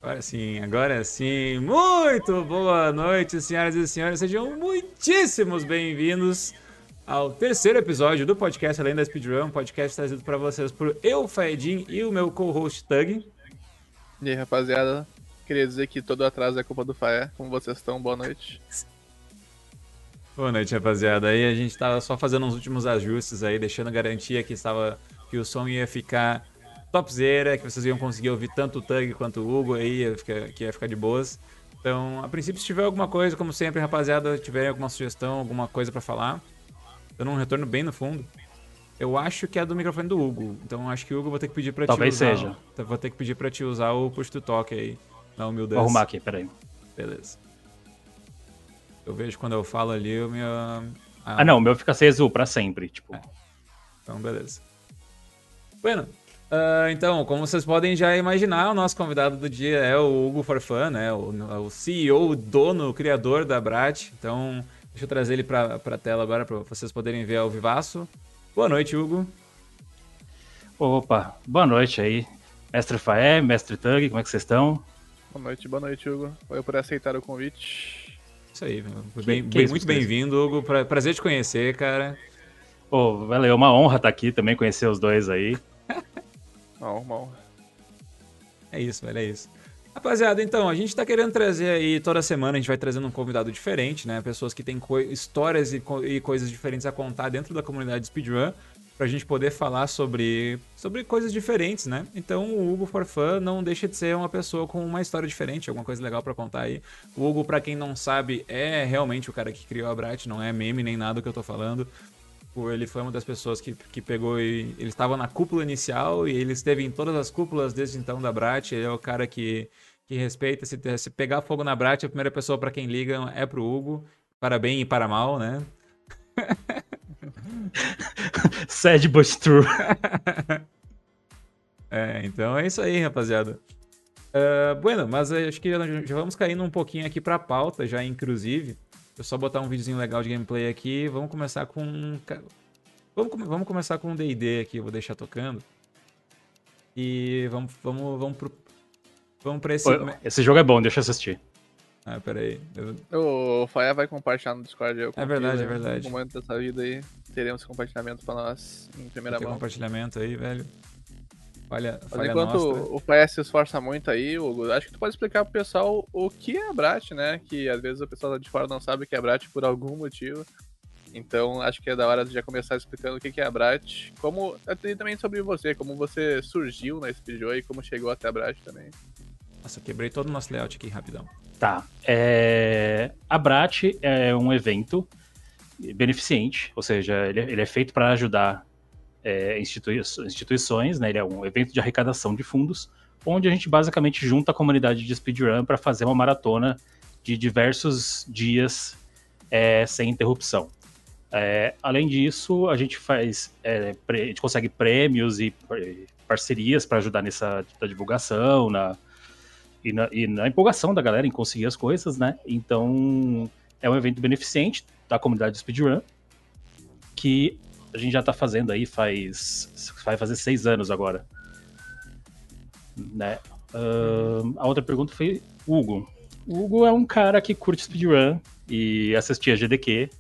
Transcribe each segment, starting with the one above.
agora sim. Muito boa noite, senhoras e senhores. Sejam muitíssimos bem-vindos ao terceiro episódio do podcast Além da Speedrun, podcast trazido para vocês por eu, Faedin, e o meu co-host Tug. E aí, rapaziada, queria dizer que todo atraso é culpa do Faé. Como vocês estão? Boa noite. Boa noite, rapaziada. Aí a gente tava só fazendo uns últimos ajustes aí, deixando garantia que o som ia ficar topzera, que vocês iam conseguir ouvir tanto o Tug quanto o Hugo aí, que ia ficar de boas. Então, a princípio, se tiver alguma coisa, como sempre, rapaziada, tiverem alguma sugestão, alguma coisa pra falar, dando um retorno bem no fundo, eu acho que é do microfone do Hugo. Então, acho que o Hugo vou ter que pedir pra te Talvez usar. seja. Vou ter que pedir pra te usar o push to talk aí, na Vou arrumar humildade. aqui, peraí. Beleza. Eu vejo quando eu falo ali, o meu. Ah, não, o meu fica aceso pra sempre, tipo. Então, beleza. Bueno, então, como vocês podem já imaginar, o nosso convidado do dia é o Hugo Farfan, né? O CEO, o dono, o criador da Brat. Então, deixa eu trazer ele pra tela agora para vocês poderem ver ao vivaço. Boa noite, Hugo. Opa, boa noite aí. Mestre Faé, Mestre Tug, como é que vocês estão? Boa noite, Hugo. Valeu por aceitar o convite. Isso aí, muito isso, bem-vindo, Hugo. Prazer te conhecer, cara. Pô, valeu, uma honra estar aqui também, conhecer os dois aí. Uma honra. É isso, velho, é isso. Rapaziada, então, a gente tá querendo trazer aí, toda semana a gente vai trazendo um convidado diferente, né? Pessoas que têm histórias e coisas diferentes a contar dentro da comunidade speedrun, pra gente poder falar sobre coisas diferentes, né? Então o Hugo Forfã não deixa de ser uma pessoa com uma história diferente, alguma coisa legal pra contar aí. O Hugo, pra quem não sabe, é realmente o cara que criou a Brat, não é meme nem nada do que eu tô falando. Ele foi uma das pessoas que pegou e... Ele estava na cúpula inicial e ele esteve em todas as cúpulas desde então da Brat. Ele é o cara que respeita. Se pegar fogo na Brat, a primeira pessoa pra quem liga é pro Hugo. Para bem e para mal, né? Sad but true. Então é isso aí, rapaziada. Bueno, mas acho que já vamos caindo um pouquinho aqui pra pauta, já inclusive. Eu só botar um videozinho legal de gameplay aqui. Vamos começar com... Vamos começar com um D&D aqui, eu vou deixar tocando. E vamos pra esse... Pô, esse jogo é bom, deixa eu assistir. Ah, peraí. O Faé vai compartilhar no Discord. É verdade, é verdade. No momento dessa vida aí, teremos compartilhamento pra nós em primeira Tem mão. compartilhamento aí, velho. Falha Enquanto nossa. o Faé se esforça muito aí, Hugo, acho que tu pode explicar pro pessoal o que é a Brat, né? Que às vezes o pessoal lá de fora não sabe o que é a Brat por algum motivo. Então, acho que é da hora de já começar explicando o que é a Brat. E também sobre você, como você surgiu na Speedrun e como chegou até a Brat também. Nossa, quebrei todo o nosso layout aqui, rapidão. Tá. A Brat é um evento beneficente, ou seja, ele é feito para ajudar instituições, né? Ele é um evento de arrecadação de fundos, onde a gente basicamente junta a comunidade de speedrun para fazer uma maratona de diversos dias sem interrupção. Além disso, a gente a gente consegue prêmios e parcerias para ajudar nessa divulgação, e na empolgação da galera em conseguir as coisas, né? Então, é um evento beneficente da comunidade de speedrun, que a gente já tá fazendo aí vai fazer 6 anos agora. Né? A outra pergunta foi Hugo. O Hugo é um cara que curte speedrun e assistia GDQ.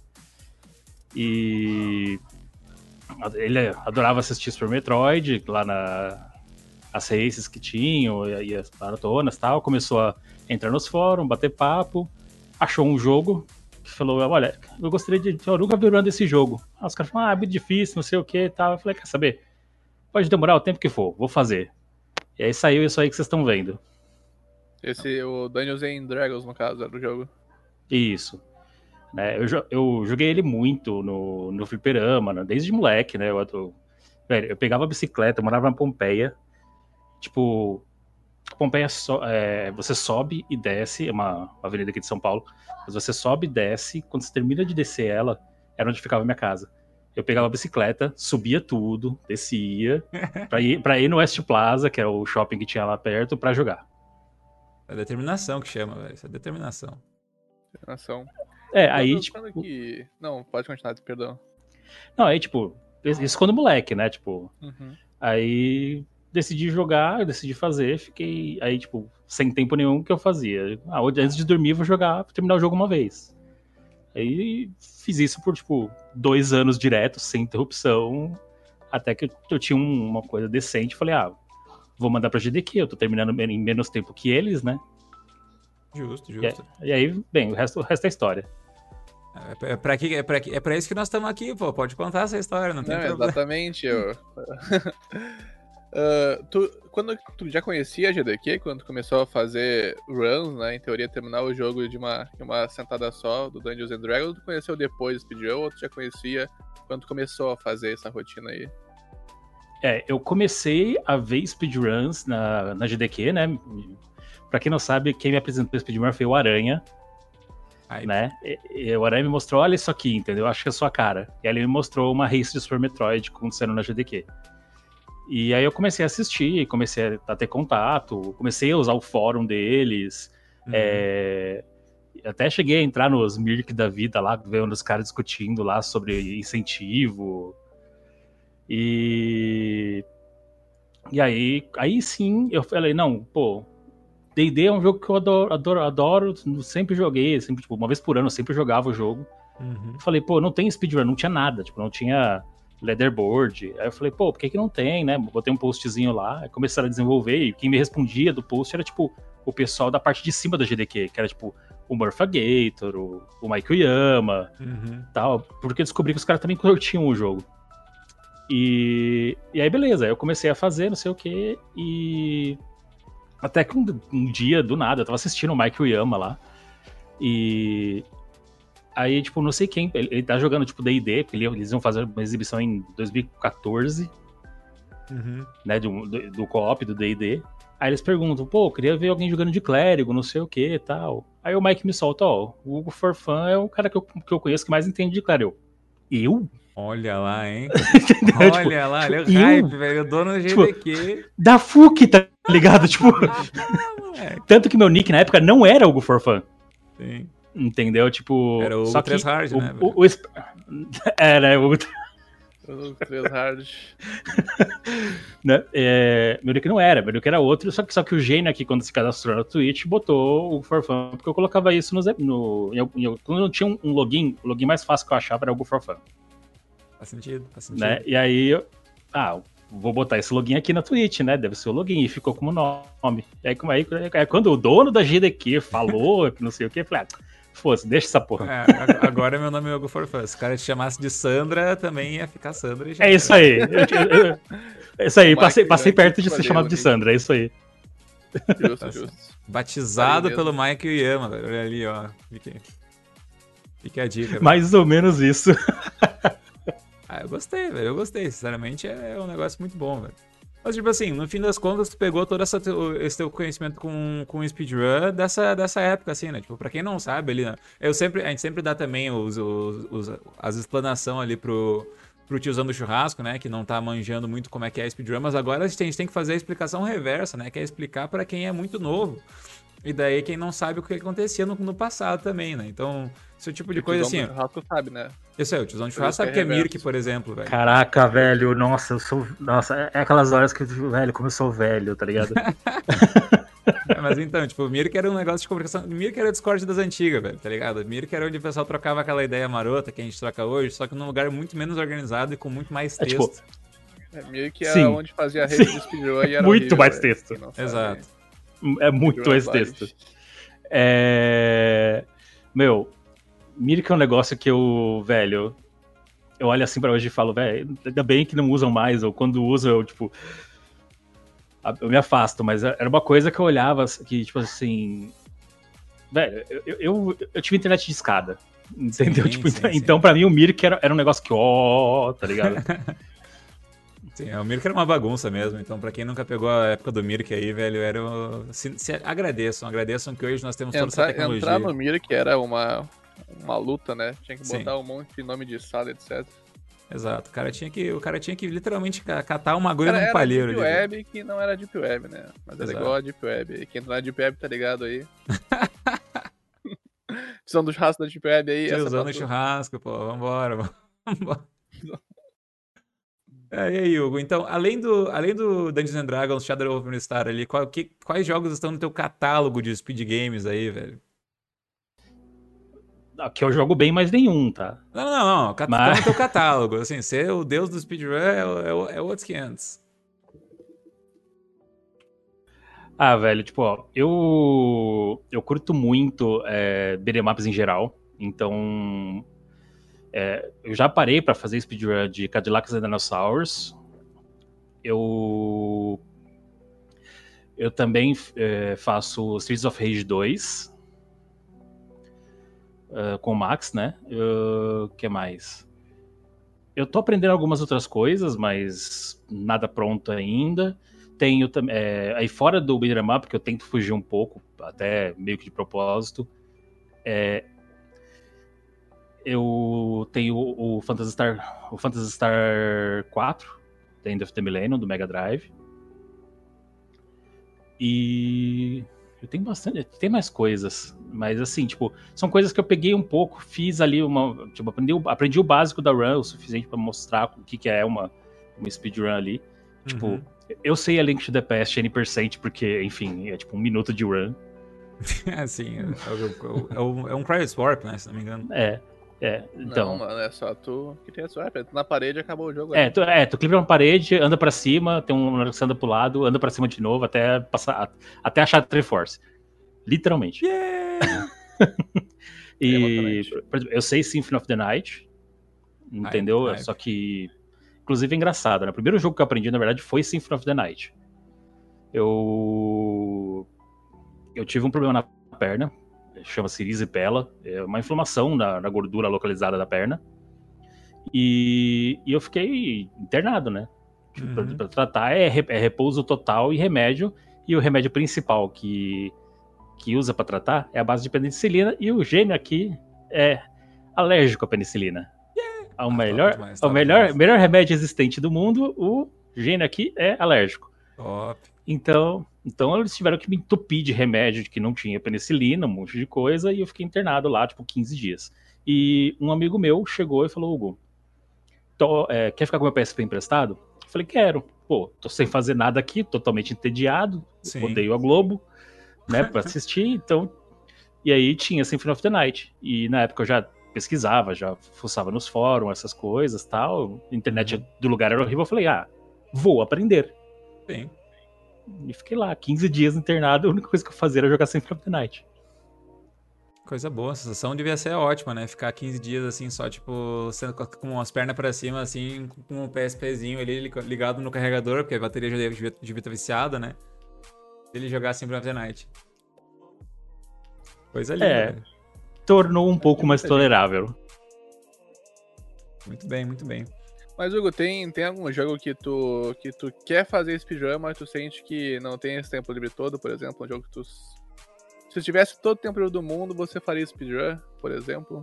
E ele adorava assistir Super Metroid lá as races que tinham e as maratonas e tal. Começou a entrar nos fóruns, bater papo, achou um jogo que falou: olha, eu gostaria eu nunca vi run desse jogo. Os caras falaram: é muito difícil, não sei o que e tal. Eu falei: quer saber? Pode demorar o tempo que for, vou fazer. E aí saiu isso aí que vocês estão vendo. O Dungeons and Dragons, no caso, era o jogo. Isso. Né, eu joguei ele muito no fliperama, né, desde moleque, né? Velho, eu pegava a bicicleta, eu morava na Pompeia. Tipo, Pompeia você sobe e desce, é uma avenida aqui de São Paulo, mas você sobe e desce, quando você termina de descer ela, era onde ficava a minha casa. Eu pegava a bicicleta, subia tudo, descia, pra ir no West Plaza, que é o shopping que tinha lá perto, pra jogar. É determinação que chama, velho. Isso é determinação. Determinação. Aí, tipo... Não, pode continuar, perdão. Não, aí, tipo, isso quando moleque, né? Tipo, aí decidi jogar, decidi fazer, fiquei aí, tipo, sem tempo nenhum, o que eu fazia? Hoje, antes de dormir, eu vou jogar, terminar o jogo uma vez. Aí fiz isso por, tipo, 2 anos direto, sem interrupção, até que eu tinha uma coisa decente. Falei, vou mandar pra GDQ, eu tô terminando em menos tempo que eles, né? Justo. E aí, bem, o resto é história. É pra isso que nós estamos aqui, pô. Pode contar essa história, não tem problema. Exatamente. Quando tu já conhecia a GDQ, quando tu começou a fazer runs, né, em teoria terminar o jogo de uma sentada só do Dungeons and Dragons, tu conheceu depois do speedrun ou tu já conhecia quando tu começou a fazer essa rotina aí? Eu comecei a ver speedruns na GDQ, né? Pra quem não sabe, quem me apresentou o speedrun foi o Aranha, né? E o Aranha me mostrou, olha isso aqui, entendeu? Acho que é a sua cara. E aí ele me mostrou uma race de Super Metroid acontecendo na GDQ. E aí eu comecei a assistir, comecei a ter contato, comecei a usar o fórum deles. Até cheguei a entrar nos Mirk da vida lá, vendo os caras discutindo lá sobre incentivo. E aí sim eu falei, não, pô, D&D é um jogo que eu adoro, sempre joguei, sempre, tipo, uma vez por ano eu sempre jogava o jogo. Eu falei, pô, não tem speedrun, não tinha nada, tipo, não tinha leaderboard. Aí eu falei, pô, por que não tem, né? Botei um postzinho lá, aí começaram a desenvolver, e quem me respondia do post era, tipo, o pessoal da parte de cima da GDQ, que era, tipo, o Murphagator, o Mike Uyama, tal, porque eu descobri que os caras também curtiam o jogo. E aí, beleza, eu comecei a fazer, não sei o que, e até que um dia, do nada, eu tava assistindo o Mike Uyama lá, e aí, tipo, não sei quem, ele tá jogando, tipo, D&D, porque eles iam fazer uma exibição em 2014, né, do co-op, do D&D. Aí eles perguntam, pô, queria ver alguém jogando de clérigo, não sei o que e tal. Aí o Mike me solta, o Hugo Forfan é o cara que eu conheço que mais entende de clérigo. Eu? Olha lá, hein? Olha lá, olha o hype, velho. O dono do GDQ. Da FUC, tá ligado? Tipo. Tanto que meu nick na época não era Hugo Forfan. Sim. Entendeu? Tipo. Era o só Hugo 3 Hard, né? Era o Hugo 3 Hard. Né? Meu nick não era, meu nick era outro, só que o Gênio aqui, quando se cadastrou na Twitch, botou o Forfan, porque eu colocava isso quando não tinha um login, o login mais fácil que eu achava era o Forfan. Faz sentido. Né? E aí, vou botar esse login aqui na Twitch, né? Deve ser o login, e ficou como nome. E aí quando o dono da GDQ falou, não sei o que, eu falei, foda-se, deixa essa porra. Agora meu nome é Hugo Forfan. Se o cara te chamasse de Sandra, também ia ficar Sandra. É isso aí. É isso aí, passei perto de ser chamado de Sandra, é isso aí. Justo. Batizado pelo Mike Uyama, velho. Olha ali, ó. Fica a dica. Mais ou menos isso. Eu gostei, velho. Eu gostei. Sinceramente, é um negócio muito bom, velho. Mas, tipo assim, no fim das contas, tu pegou todo esse teu conhecimento com speedrun dessa época, assim, né? Tipo, pra quem não sabe ali, né? A gente sempre dá também as explanações ali pro tiozão do churrasco, né? Que não tá manjando muito como é que é speedrun, mas agora a gente tem que fazer a explicação reversa, né? Que é explicar pra quem é muito novo. E daí quem não sabe o que acontecia no passado também, né? Então, esse tipo de coisa assim... O churrasco sabe, né? Isso aí, o tiozão de churrasco sabe que é Mirk, por exemplo, velho. Caraca, velho, nossa, eu sou... Nossa, é aquelas horas que, velho, como eu sou velho, tá ligado? Mas então, tipo, o Mirk era um negócio de comunicação... Mirk era o Discord das antigas, velho, tá ligado? Mirk era onde o pessoal trocava aquela ideia marota que a gente troca hoje, só que num lugar muito menos organizado e com muito mais texto. Mirk era onde fazia a rede de speedrun e era muito horrível, mais texto. Exato. É muito mais texto. Meu, Mirk é um negócio que eu olho assim pra hoje e falo, velho, ainda bem que não usam mais, ou quando usam, eu, tipo, eu me afasto, mas era uma coisa que eu olhava, que, tipo assim, velho, eu tive internet de escada, entendeu? Sim, tipo, sim, então pra mim o Mirk era um negócio que, tá ligado? Sim, o Mirk era uma bagunça mesmo, então pra quem nunca pegou a época do Mirk aí, velho, agradeçam que hoje nós temos toda essa tecnologia. Entrar no Mirk era uma luta, né? Tinha que botar um monte de nome de sala, etc. Exato, o cara tinha que literalmente catar uma agulha num palheiro ali. Era Deep Web que não era Deep Web, né? Mas era igual a Deep Web. E quem não é Deep Web tá ligado aí. Tiozão do churrasco da Deep Web aí. Tiozão do churrasco, pô, vambora. E aí, Hugo, então, além do Dungeons and Dragons, Shadow of the Star ali, quais jogos estão no teu catálogo de speed games aí, velho? Aqui eu jogo bem mais nenhum, tá? Não, não, não, estão Mas, no teu catálogo, assim, ser o deus do speedrun é outros 500. velho, tipo, ó, eu curto muito beat'em ups em geral, então eu já parei pra fazer speedrun de Cadillacs and Dinosaurs. Eu também faço Streets of Rage 2 com o Max, né? O que mais? Eu tô aprendendo algumas outras coisas, mas nada pronto ainda. Tenho também. Aí fora do beat'em up, que eu tento fugir um pouco, até meio que de propósito, eu tenho o Phantasy Star 4, The End of the Millennium, do Mega Drive. E eu tenho bastante. Tem mais coisas. Mas assim, tipo, são coisas que eu peguei um pouco, fiz ali uma. Tipo, aprendi o básico da run, o suficiente pra mostrar o que é uma speedrun ali. Tipo, eu sei a Link to the Past N%, porque, enfim, é tipo 1 minuto de run. Assim, é um Cryo Swap, né, se não me engano. Então. Não, mano, é só tu que tem a sua. Na parede acabou o jogo. Tu clica na parede, anda pra cima, tem um que você anda pro lado, anda pra cima de novo até passar. Até achar a Triforce. Literalmente. Yeah! E, por exemplo, eu sei Symphony of the Night, entendeu? Hype. Só que, inclusive, é engraçado, né? O primeiro jogo que eu aprendi, na verdade, foi Symphony of the Night. Eu tive um problema na perna, chama-se erisipela, é uma inflamação na gordura localizada da perna. E eu fiquei internado, né? Pra tratar é repouso total e remédio. E o remédio principal que usa pra tratar é a base de penicilina. E o gênio aqui é alérgico à penicilina. O melhor remédio existente do mundo, o gênio aqui é alérgico. Top. Então eles tiveram que me entupir de remédio que não tinha penicilina, um monte de coisa, e eu fiquei internado lá, tipo, 15 dias. E um amigo meu chegou e falou, Hugo, quer ficar com meu PSP emprestado? Eu falei, quero. Pô, tô sem fazer nada aqui, totalmente entediado, odeio a Globo, né, pra assistir, então... E aí tinha Symphony of the Night, e na época eu já pesquisava, já fuçava nos fóruns, essas coisas, tal, a internet do lugar era horrível, eu falei, vou aprender. Sim. E fiquei lá, 15 dias internado, a única coisa que eu fazia era jogar Symphony of the Night. Coisa boa, a sensação devia ser ótima, né? Ficar 15 dias assim, só tipo, com as pernas pra cima, assim, com um PSPzinho ali ligado no carregador, porque a bateria já devia estar viciada, né? Ele jogar Symphony of the Night. Coisa linda, velho. Tornou um pouco mais tolerável. Muito bem, muito bem. Mas, Hugo, tem algum jogo que tu quer fazer speedrun, mas tu sente que não tem esse tempo livre todo, por exemplo? Um jogo que tu... Se tivesse todo o tempo livre do mundo, você faria speedrun, por exemplo?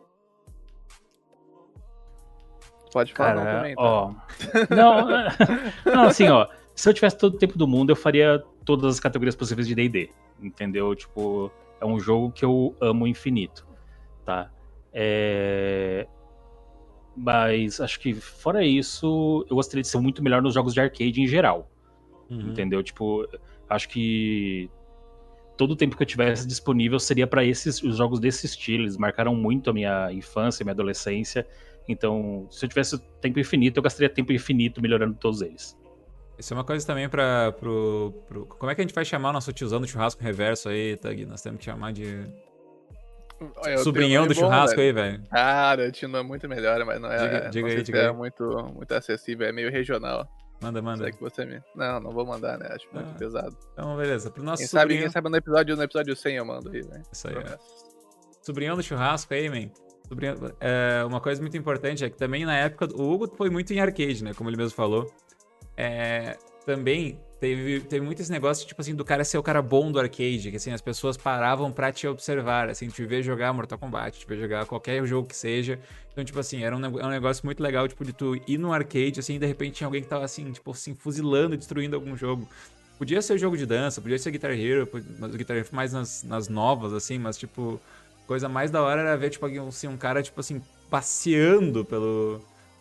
Pode falar não também, tá? Ó... Não, assim, ó... Se eu tivesse todo o tempo do mundo, eu faria todas as categorias possíveis de D&D. Entendeu? Tipo, é um jogo que eu amo infinito, tá? Mas acho que, fora isso, eu gostaria de ser muito melhor nos jogos de arcade em geral. Entendeu? Tipo, acho que todo o tempo que eu tivesse disponível seria para os jogos desse estilo. Eles marcaram muito a minha infância, a minha adolescência. Então, se eu tivesse tempo infinito, eu gastaria tempo infinito melhorando todos eles. Isso é uma coisa também como é que a gente vai chamar o nosso tiozão do churrasco reverso aí, Tug? Nós temos que chamar de... sobrinhão do churrasco aí, velho. Cara, o tio não é muito melhor, mas não é. Diga não aí, sei se é muito acessível, é meio regional. Manda. Será que você me... Não vou mandar, né? Acho muito pesado. Então, beleza. Pro nosso quem sabe no episódio 100 eu mando aí, velho. Isso aí, sobrinhão do churrasco aí, man. Uma coisa muito importante é que também na época o Hugo foi muito em arcade, né? Como ele mesmo falou. Também teve muito esse negócio, tipo assim, do cara ser o cara bom do arcade, que assim, as pessoas paravam pra te observar, assim, te ver jogar Mortal Kombat, te ver jogar qualquer jogo que seja. Então, tipo assim, era um negócio muito legal, tipo, de tu ir no arcade, assim, e de repente tinha alguém que tava assim, tipo assim, fuzilando, destruindo algum jogo. Podia ser jogo de dança, podia ser Guitar Hero, mas o Guitar Hero mais nas novas, assim, mas, tipo, coisa mais da hora era ver, tipo, assim, um cara, tipo assim, passeando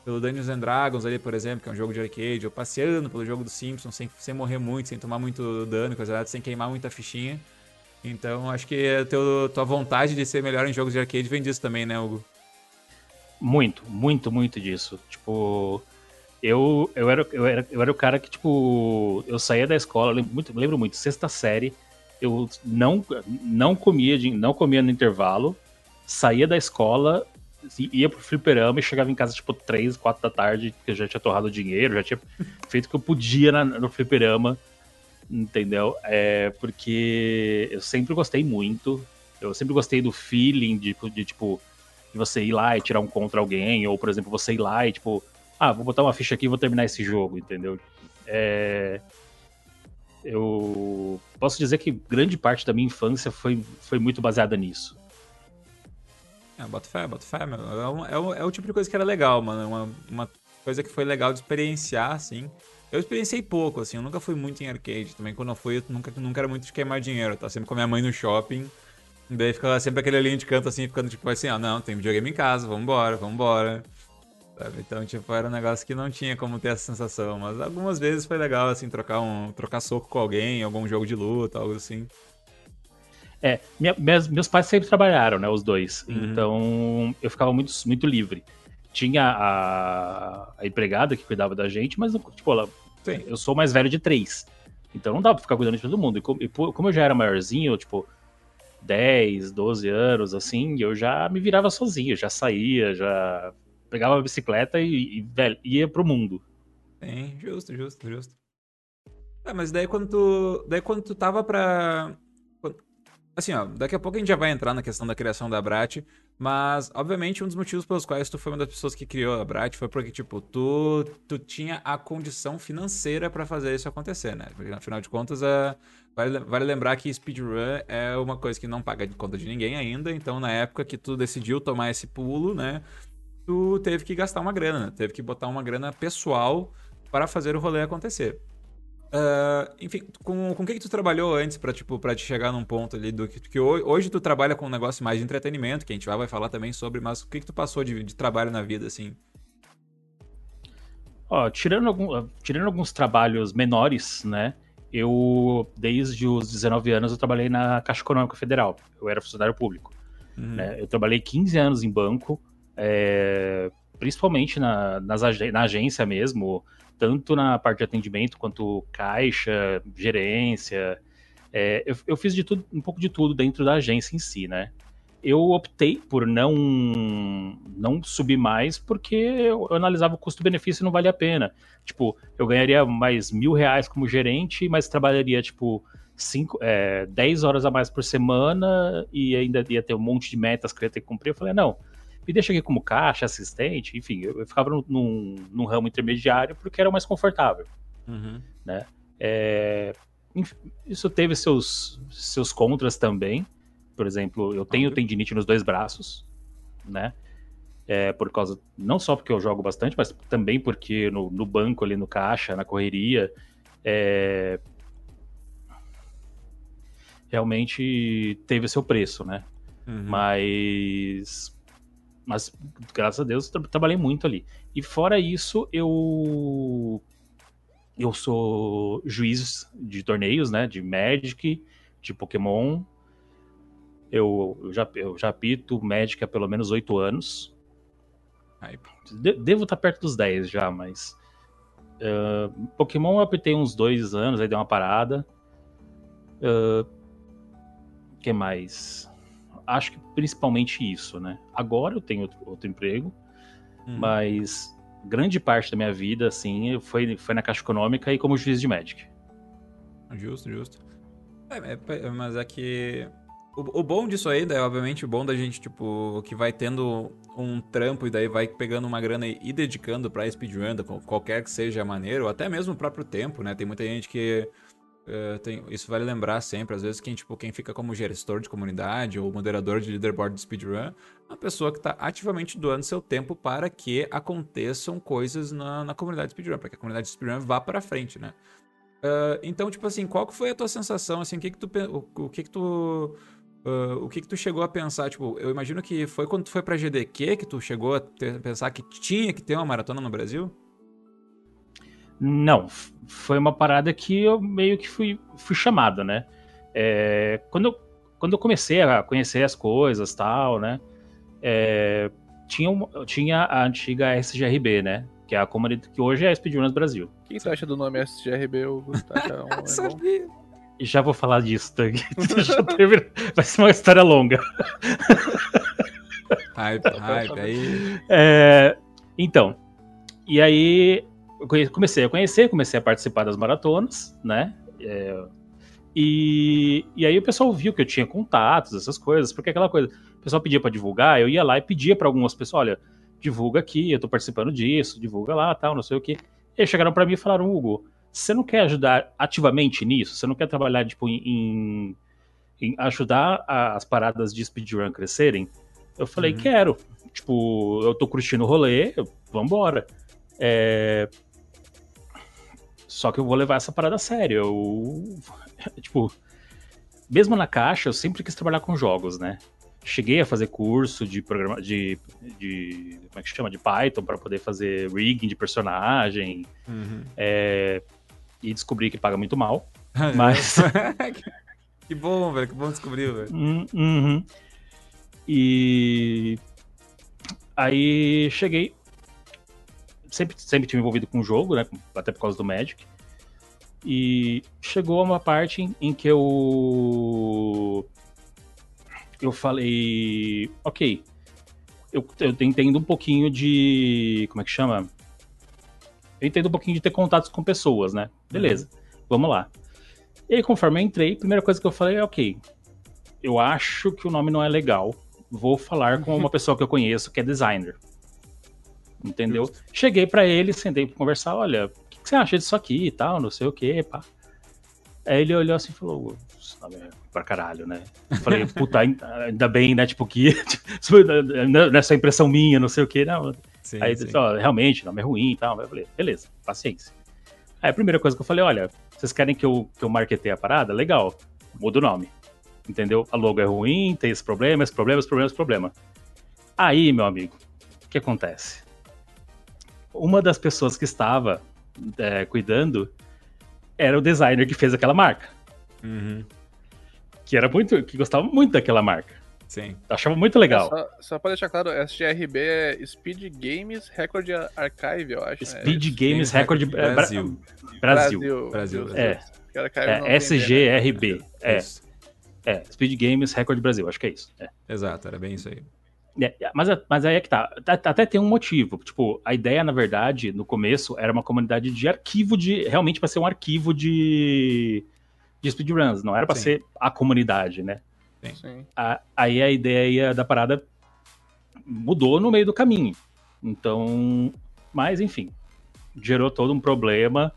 pelo Dungeons and Dragons ali, por exemplo, que é um jogo de arcade, ou passeando pelo jogo do Simpsons, sem morrer muito, sem tomar muito dano, coisa nada, sem queimar muita fichinha. Então, acho que tua vontade de ser melhor em jogos de arcade vem disso também, né, Hugo? Muito, muito, muito disso. Tipo, eu era o cara que, tipo, eu saía da escola, lembro muito, sexta série, eu não comia no intervalo, saía da escola, ia pro fliperama e chegava em casa, tipo, 3, 4 da tarde, porque eu já tinha torrado dinheiro, já tinha feito o que eu podia no fliperama, entendeu? Porque eu sempre gostei muito, eu sempre gostei do feeling tipo, de você ir lá e tirar um contra alguém, ou, por exemplo, você ir lá e, tipo, vou botar uma ficha aqui e vou terminar esse jogo, entendeu? Eu posso dizer que grande parte da minha infância foi muito baseada nisso. Bota fé, meu. É o tipo de coisa que era legal, mano. Uma coisa que foi legal de experienciar, assim. Eu experienciei pouco, assim. Eu nunca fui muito em arcade. Também quando eu fui, eu nunca era muito de queimar dinheiro. Eu tava sempre com a minha mãe no shopping. Daí ficava sempre aquele olhinho de canto, assim, ficando tipo assim, não, tem videogame em casa, vambora, vambora. Sabe? Então, tipo, era um negócio que não tinha como ter essa sensação. Mas algumas vezes foi legal, assim, trocar soco com alguém, algum jogo de luta, algo assim. Meus pais sempre trabalharam, né, os dois. Uhum. Então eu ficava muito, muito livre. Tinha a empregada que cuidava da gente, mas tipo, eu sou o mais velho de 3. Então não dava pra ficar cuidando de todo mundo. E como eu já era maiorzinho, tipo, 10, 12 anos, assim, eu já me virava sozinho, já saía, já pegava a bicicleta velho, ia pro mundo. Sim, justo, justo, justo. Mas daí quando tu tava pra. Assim, ó, daqui a pouco a gente já vai entrar na questão da criação da Brat, mas, obviamente, um dos motivos pelos quais tu foi uma das pessoas que criou a Brat foi porque, tipo, tu tinha a condição financeira pra fazer isso acontecer, né? Porque, afinal de contas, vale lembrar que speedrun é uma coisa que não paga de conta de ninguém ainda, então, na época que tu decidiu tomar esse pulo, né, tu teve que gastar uma grana, né? Teve que botar uma grana pessoal para fazer o rolê acontecer. Enfim, com o que tu trabalhou antes pra, tipo, pra te chegar num ponto ali do que hoje tu trabalha com um negócio mais de entretenimento, que a gente vai falar também sobre, mas o que tu passou de trabalho na vida, assim? Ó, tirando alguns trabalhos menores, né? Eu, desde os 19 anos, eu trabalhei na Caixa Econômica Federal. Eu era funcionário público. Né? Eu trabalhei 15 anos em banco, principalmente na agência mesmo, tanto na parte de atendimento quanto caixa, gerência. Eu fiz de tudo, um pouco de tudo dentro da agência em si, né? Eu optei por não subir mais porque eu analisava o custo-benefício e não valia a pena. Tipo, eu ganharia mais R$ 1.000 como gerente, mas trabalharia, tipo, 10 horas a mais por semana e ainda ia ter um monte de metas que eu ia ter que cumprir. Eu falei, não, me deixa aqui como caixa, assistente, enfim, eu ficava num ramo intermediário porque era o mais confortável, né? Isso teve seus contras também. Por exemplo, eu tenho tendinite nos 2 braços, né? Por causa, não só porque eu jogo bastante, mas também porque no banco ali, no caixa, na correria, realmente teve seu preço, né? Mas graças a Deus trabalhei muito ali. E fora isso, eu sou juiz de torneios, né? De Magic, de Pokémon. Eu já apito Magic há pelo menos 8 anos. Devo estar perto dos 10 já, mas Pokémon eu apitei uns 2 anos, aí deu uma parada. Que mais? Acho que principalmente isso, né? Agora eu tenho outro emprego, mas grande parte da minha vida, assim, foi na Caixa Econômica e como juiz de Magic. Justo, justo. Mas é que o bom disso aí, daí, obviamente, o bom da gente, tipo, que vai tendo um trampo e daí vai pegando uma grana e dedicando pra speedrun, qualquer que seja a maneira, ou até mesmo o próprio tempo, né? Tem muita gente que isso vale lembrar sempre, às vezes quem fica como gestor de comunidade ou moderador de leaderboard de speedrun é uma pessoa que está ativamente doando seu tempo para que aconteçam coisas na comunidade de speedrun, para que a comunidade de speedrun vá para frente, né? Então, tipo assim, qual que foi a tua sensação, assim, o que que tu o que tu chegou a pensar? Tipo, eu imagino que foi quando tu foi pra GDQ que tu chegou a pensar que tinha que ter uma maratona no Brasil? Não, foi uma parada que eu meio que fui chamado, né? Quando eu comecei a conhecer as coisas e tal, né? Tinha a antiga SGRB, né? Que é a comunidade que hoje é a Speedrunners Brasil. O que tu acha do nome SGRB, Hugo? Tu acha um nome bom? Sabia. E já vou falar disso, tá? Vai ser uma história longa. Hype, aí. Então, e aí eu comecei a conhecer, comecei a participar das maratonas, né? E aí o pessoal viu que eu tinha contatos, essas coisas, porque aquela coisa, o pessoal pedia pra divulgar, eu ia lá e pedia pra algumas pessoas, olha, divulga aqui, eu tô participando disso, divulga lá, tal, não sei o quê. E eles chegaram pra mim e falaram, Hugo, você não quer ajudar ativamente nisso? Você não quer trabalhar, tipo, em ajudar as paradas de speedrun crescerem? Eu falei, quero. Tipo, eu tô curtindo o rolê, vambora. Só que eu vou levar essa parada a sério. Tipo, mesmo na caixa, eu sempre quis trabalhar com jogos, né? Cheguei a fazer curso de programa de como é que chama? De Python para poder fazer rigging de personagem. E descobri que paga muito mal. Mas. Que bom, velho. Que bom descobrir, velho. E aí cheguei. Sempre tive envolvido com o jogo, né? Até por causa do Magic. E chegou uma parte em que eu falei, ok, eu entendo um pouquinho de, como é que chama? Eu entendo um pouquinho de ter contatos com pessoas, né? Beleza, vamos lá. E aí, conforme eu entrei, a primeira coisa que eu falei é, ok, eu acho que o nome não é legal, vou falar com uma pessoa que eu conheço que é designer. Entendeu? Justo. Cheguei pra ele, sentei pra conversar, olha, o que você acha disso aqui e tal, não sei o que, pá. Aí ele olhou assim e falou, isso nome é pra caralho, né? Eu falei, puta, ainda bem, né, tipo, que nessa impressão minha, não sei o que, não. Sim, aí ele disse, ó, realmente, o nome é ruim e tal. Eu falei, beleza, paciência. Aí a primeira coisa que eu falei, olha, vocês querem que eu marketei a parada? Legal, muda o nome. Entendeu? A logo é ruim, tem esse problema. Aí, meu amigo, o que acontece? Uma das pessoas que estava cuidando era o designer que fez aquela marca. Que gostava muito daquela marca. Sim. Achava muito legal. Só pra deixar claro, SGRB é Speed Games Record Archive, eu acho. Speed Games Record Brasil. Brasil. SGRB. Speed Games Record Brasil, acho que é isso. Exato, era bem isso aí. Mas aí é que tá. Até tem um motivo. Tipo, a ideia, na verdade, no começo, era uma comunidade de arquivo realmente pra ser um arquivo de speedruns. Não era pra ser a comunidade, né? Sim. Aí a ideia da parada mudou no meio do caminho. Então, mas enfim, gerou todo um problema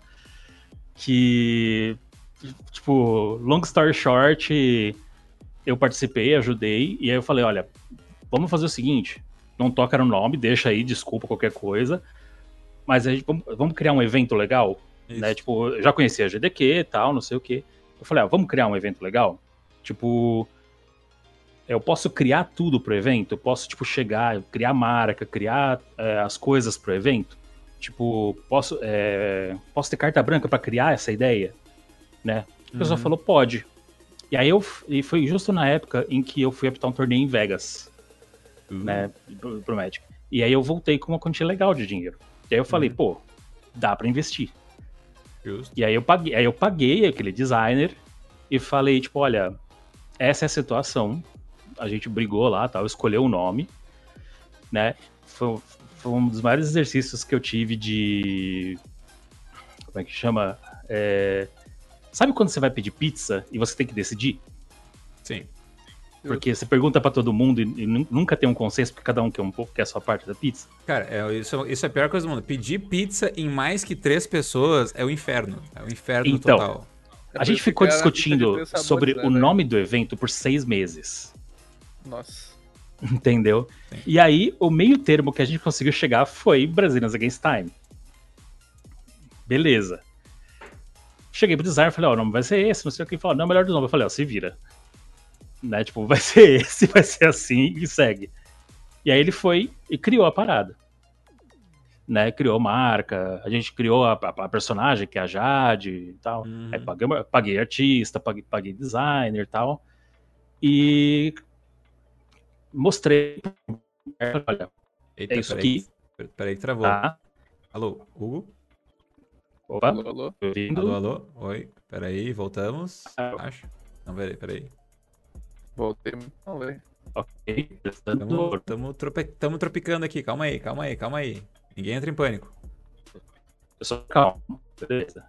que, tipo, long story short, eu participei, ajudei, e aí eu falei, olha, vamos fazer o seguinte, não toca no nome, deixa aí, desculpa qualquer coisa, mas aí, vamos criar um evento legal, né? Tipo, eu já conhecia a GDQ e tal, não sei o que. Eu falei, vamos criar um evento legal? Tipo, eu posso criar tudo pro evento? Eu posso, tipo, chegar, criar marca, criar as coisas pro evento? Tipo, posso ter carta branca pra criar essa ideia? Né? A pessoa falou, pode. E aí e foi justo na época em que eu fui apitar um torneio em Vegas, né, pro Magic. E aí eu voltei com uma quantia legal de dinheiro. E aí eu falei, pô, dá pra investir. Justo. E aí eu paguei aquele designer e falei, tipo, olha, essa é a situação. A gente brigou lá, tal, escolheu o nome, né? Foi um dos maiores exercícios que eu tive de... Como é que chama? Sabe quando você vai pedir pizza e você tem que decidir? Sim. Porque você pergunta pra todo mundo e nunca tem um consenso, porque cada um quer um pouco, quer a sua parte da pizza. Cara, isso é a pior coisa do mundo. Pedir pizza em mais que 3 pessoas é o inferno. É o inferno então, total. A gente ficou discutindo sobre o nome do evento por 6 meses. Nossa. Entendeu? Sim. E aí, o meio termo que a gente conseguiu chegar foi Brazilians Against Time. Beleza. Cheguei pro designer e falei, o nome vai ser esse, não sei o que. Ele falou, não, melhor do nome. Eu falei, se vira. Né? Tipo, vai ser esse, vai ser assim, e segue. E aí ele foi e criou a parada. Né? Criou marca, a gente criou a personagem, que é a Jade e tal. Aí paguei artista, paguei designer e tal. E mostrei. Olha, Eita, é isso aqui. Peraí que travou. Tá? Alô, Hugo? Opa, Alô, alô? Alô? Oi, peraí, voltamos. Acho. Não, peraí. Voltei, não, velho. Ok, Tamo tropicando aqui, calma aí. Ninguém entra em pânico. Pessoal, calma, beleza.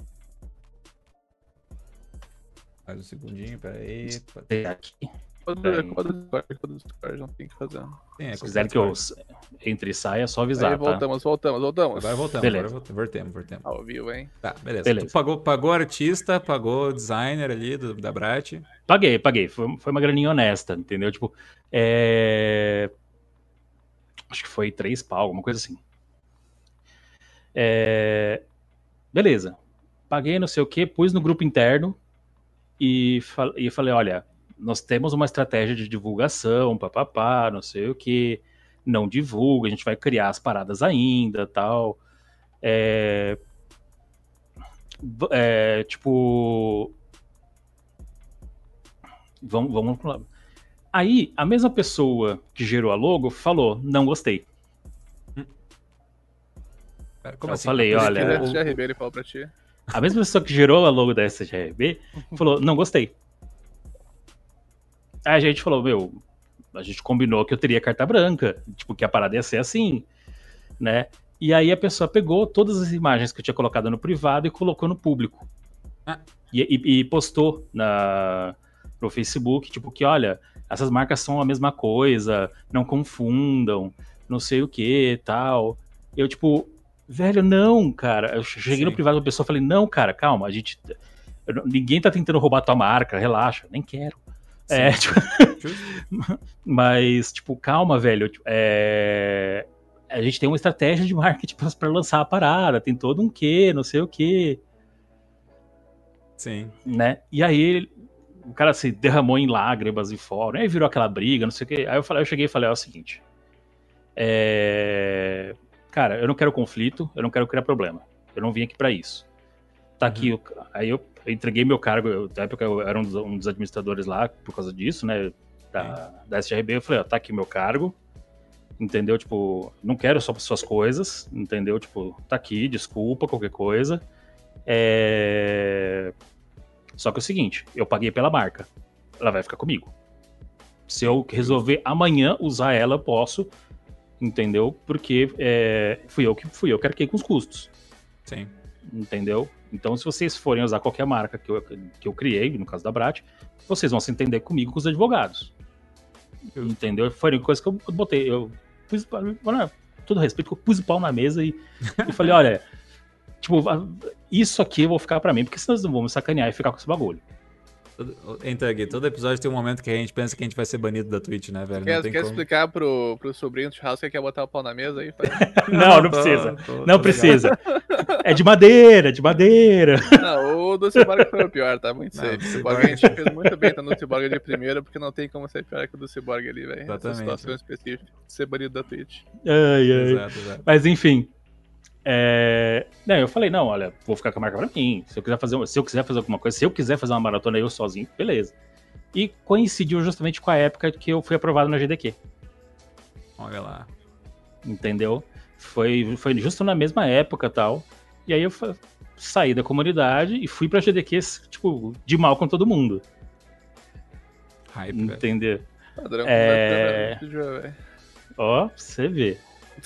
Mais um segundinho, peraí. Aqui. Quando o Discord não tem o que fazer. Sim, Se quiserem que eu entre e saia, é só avisar, Aí voltamos. Agora voltamos, Beleza. voltemos. Ao vivo, hein? Tá, beleza. Tu pagou artista, pagou designer ali da Brat. Paguei. Foi uma graninha honesta, entendeu? Tipo, acho que foi 3 pau, alguma coisa assim. Beleza. Paguei não sei o que, pus no grupo interno e falei, olha, nós temos uma estratégia de divulgação, papapá, não sei o que, não divulga, a gente vai criar as paradas ainda, tal. Tipo... Vamos lá. Aí, a mesma pessoa que gerou a logo falou, não gostei. Como eu assim? falei, olha... O SGRB, ele falou pra ti. A mesma pessoa que gerou a logo da SGRB falou, não gostei. Aí a gente falou, a gente combinou que eu teria carta branca, tipo, que a parada ia ser assim, né? E aí a pessoa pegou todas as imagens que eu tinha colocado no privado e colocou no público. E postou no Facebook, tipo, que olha, essas marcas são a mesma coisa, não confundam, não sei o que, tal. Eu, tipo, velho, não, cara. Eu cheguei no privado da pessoa e falei, não, cara, calma, ninguém tá tentando roubar tua marca, relaxa, nem quero. Tipo, mas, tipo, calma, velho. A gente tem uma estratégia de marketing pra lançar a parada, tem todo um quê, não sei o quê. Sim. Né? E aí o cara se derramou em lágrimas em fórum, aí virou aquela briga, não sei o quê. Aí eu cheguei e falei, é o seguinte. Cara, eu não quero conflito, eu não quero criar problema. Eu não vim aqui pra isso. Tá aqui, aí eu entreguei meu cargo, na época eu era um dos administradores lá, por causa disso, né, da SGRB, eu falei, ó, tá aqui meu cargo, entendeu, tipo, não quero só suas coisas, entendeu, tipo, tá aqui, desculpa, qualquer coisa, só que é o seguinte, eu paguei pela marca, ela vai ficar comigo. Se eu resolver amanhã usar ela, eu posso, entendeu, porque fui eu que arquei com os custos. Sim. Entendeu? Então, se vocês forem usar qualquer marca que eu criei, no caso da Brat, vocês vão se entender comigo com os advogados. Entendeu? Foi uma coisa que eu botei. Eu pus, todo respeito, eu pus o pau na mesa e falei, olha, tipo, isso aqui eu vou ficar pra mim, porque senão eles não vão me sacanear e ficar com esse bagulho. Entra aqui, todo episódio tem um momento que a gente pensa que a gente vai ser banido da Twitch, né, velho? Quer explicar pro sobrinho do churrasco que quer botar o pau na mesa aí? Não precisa. Não precisa. É de madeira, de madeira. Não, o do Cyborg foi o pior, tá? Muito safe. O Cyborg a gente fez muito bem, tá no Cyborg de primeira, porque não tem como ser pior que o do Cyborg ali, velho. Essa situação específica de ser banido da Twitch. Exato. Mas enfim. Não, eu falei, não, olha, vou ficar com a marca pra mim. Se eu quiser fazer alguma coisa, se eu quiser fazer uma maratona eu sozinho, beleza. E coincidiu justamente com a época que eu fui aprovado na GDQ. Olha lá. Entendeu? Foi justo na mesma época e tal. E aí eu saí da comunidade e fui pra GDQ, tipo, de mal com todo mundo. Hype, entendeu? Padrão, ó, você vê.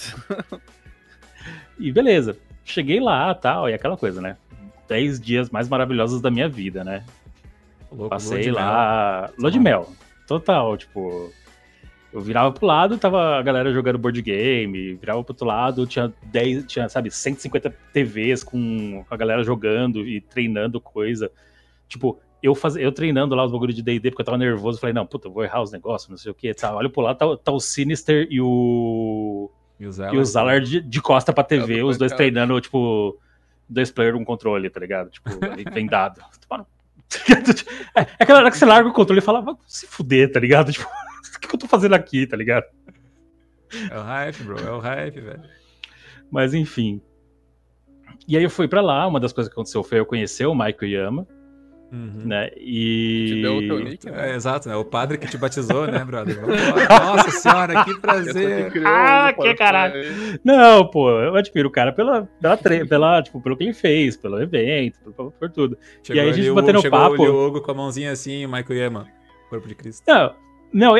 E beleza, cheguei lá, tal, e aquela coisa, né? 10 dias mais maravilhosos da minha vida, né? Passei lá, lua de mel, total, tipo, eu virava pro lado, tava a galera jogando board game, virava pro outro lado, tinha 150 TVs com a galera jogando e treinando coisa, tipo, eu treinando lá os bagulhos de D&D porque eu tava nervoso, falei, não, puta, eu vou errar os negócios, não sei o que, tá, olha pro lado, tá o Sinister e o Zallar de costa pra TV, os dois treinando, tipo, 2 player, um controle, tá ligado? Tipo, vendado. É aquela hora que você larga o controle e fala, vai se fuder, tá ligado? Tipo, o que eu tô fazendo aqui, tá ligado? É o hype, bro, é o hype, velho. Mas enfim. E aí eu fui pra lá, uma das coisas que aconteceu foi eu conhecer o Michael Yama, né? Te deu o teu E. nick, né? Exato, né? O padre que te batizou, né, brother? Vamos lá. Nossa senhora, que prazer. Que caralho! Não, pô, eu admiro o cara pelo que ele fez, pelo evento, por tudo. Chegou e aí a ali gente batendo chegou papo. o Hugo com a mãozinha assim, o Michael Yama, corpo de Cristo. Não.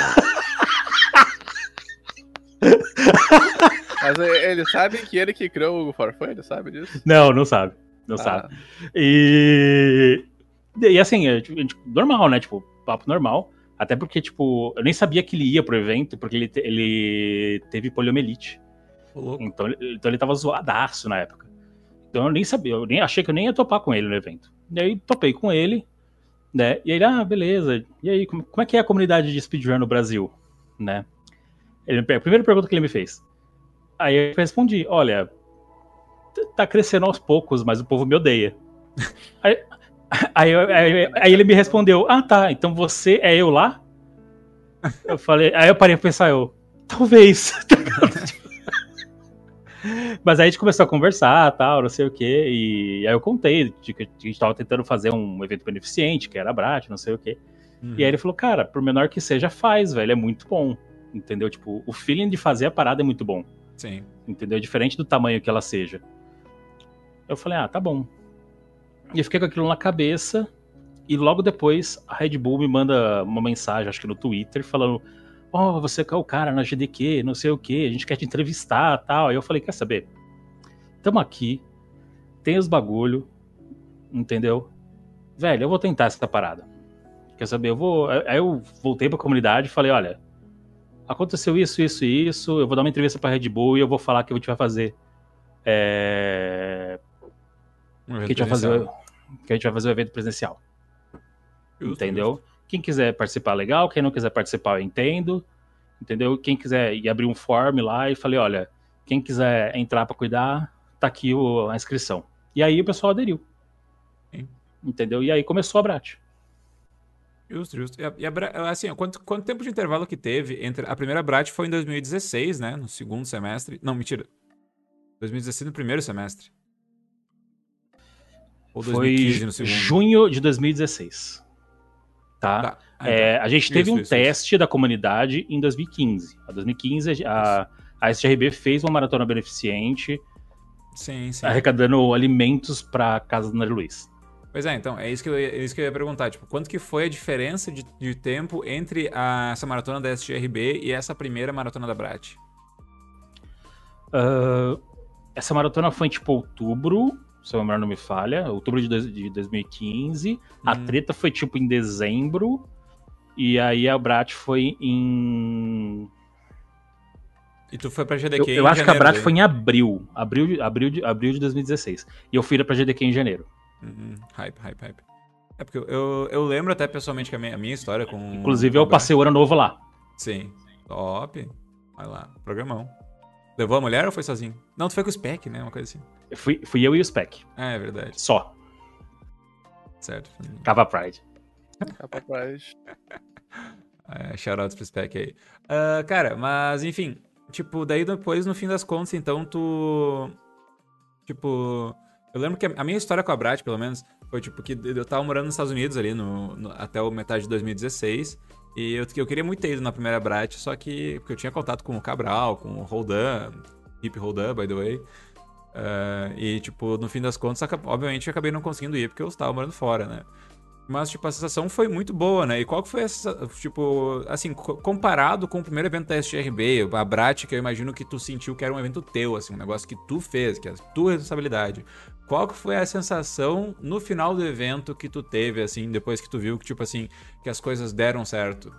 Mas ele sabe que ele que criou o Hugo Farfã, ele sabe disso? Não sabe. Não sabe. E assim, normal, né? Tipo, papo normal. Até porque, tipo, eu nem sabia que ele ia pro evento, porque ele teve poliomielite. Então ele tava zoadaço na época. Então eu nem sabia, eu nem achei que eu nem ia topar com ele no evento. E aí topei com ele, né? E ele, beleza. E aí, como é que é a comunidade de speedrun no Brasil? Né? A primeira pergunta que ele me fez. Aí eu respondi, olha, tá crescendo aos poucos, mas o povo me odeia. Aí ele me respondeu, tá, então você é eu lá? Eu falei, aí eu parei pra pensar, talvez. Mas aí a gente começou a conversar, tal, não sei o quê, e aí eu contei que a gente tava tentando fazer um evento beneficente, que era a Brat, não sei o quê. E aí ele falou, cara, por menor que seja, faz, velho, é muito bom, entendeu? Tipo, o feeling de fazer a parada é muito bom. Sim. Entendeu? Diferente do tamanho que ela seja. Eu falei, tá bom. E eu fiquei com aquilo na cabeça, e logo depois a Red Bull me manda uma mensagem, acho que no Twitter, falando, você é o cara na GDQ, não sei o que, a gente quer te entrevistar, tal. Aí eu falei, quer saber? Tamo aqui, tem os bagulho, entendeu? Velho, eu vou tentar essa parada. Quer saber? Aí eu voltei pra comunidade e falei, olha, aconteceu isso, isso e isso, eu vou dar uma entrevista pra Red Bull e eu vou falar que a gente vai fazer que a gente vai fazer o evento presencial. Entendeu? Quem quiser participar, legal. Quem não quiser participar, eu entendo. Entendeu? Quem quiser ir abrir um form lá e falei, olha, quem quiser entrar pra cuidar, tá aqui a inscrição. E aí o pessoal aderiu. Sim. Entendeu? E aí começou a Brat. Justo. E assim, quanto tempo de intervalo que teve entre... A primeira Brat foi em 2016, né? No segundo semestre. Não, mentira. 2016 no primeiro semestre. Ou 2015 no segundo? Junho de 2016. Tá? Então. A gente teve um teste da comunidade em 2015. Em 2015, a SGRB fez uma maratona beneficente, sim. arrecadando alimentos pra casa do Nary Luiz. Pois então, é isso que eu ia perguntar. Tipo, quanto que foi a diferença de tempo entre essa maratona da SGRB e essa primeira maratona da Brat? Essa maratona foi em, tipo, outubro, se a memória não me falha, outubro de 2015. A treta foi, tipo, em dezembro. E aí a Brat foi em... E tu foi pra GDQ em janeiro? Eu acho que a Brat foi em abril de 2016. E eu fui pra GDQ em janeiro. Hype. É porque eu lembro até pessoalmente que a minha história com... Inclusive eu passei o ano novo lá. Sim. Top. Vai lá, programão. Levou a mulher ou foi sozinho? Não, tu foi com o Spec, né? Uma coisa assim. Fui eu e o Spec. É verdade. Só. Certo. Cava Pride. Capa Pride. Shoutouts pro Spec aí. Cara, mas enfim. Tipo, daí depois, no fim das contas, então, tu... Tipo... Eu lembro que a minha história com a Brat, pelo menos, foi tipo que eu tava morando nos Estados Unidos ali até o metade de 2016. E eu queria muito ter ido na primeira Brat, só que porque eu tinha contato com o Cabral, com o Roldan, Hip Roldan, by the way. E, tipo, no fim das contas, obviamente, eu acabei não conseguindo ir porque eu estava morando fora, né? Mas, tipo, a sensação foi muito boa, né? E qual que foi essa, tipo, assim, comparado com o primeiro evento da SGRB, a Brat, que eu imagino que tu sentiu que era um evento teu, assim, um negócio que tu fez, que é a tua responsabilidade. Qual que foi a sensação no final do evento que tu teve, assim, depois que tu viu que, tipo assim, que as coisas deram certo?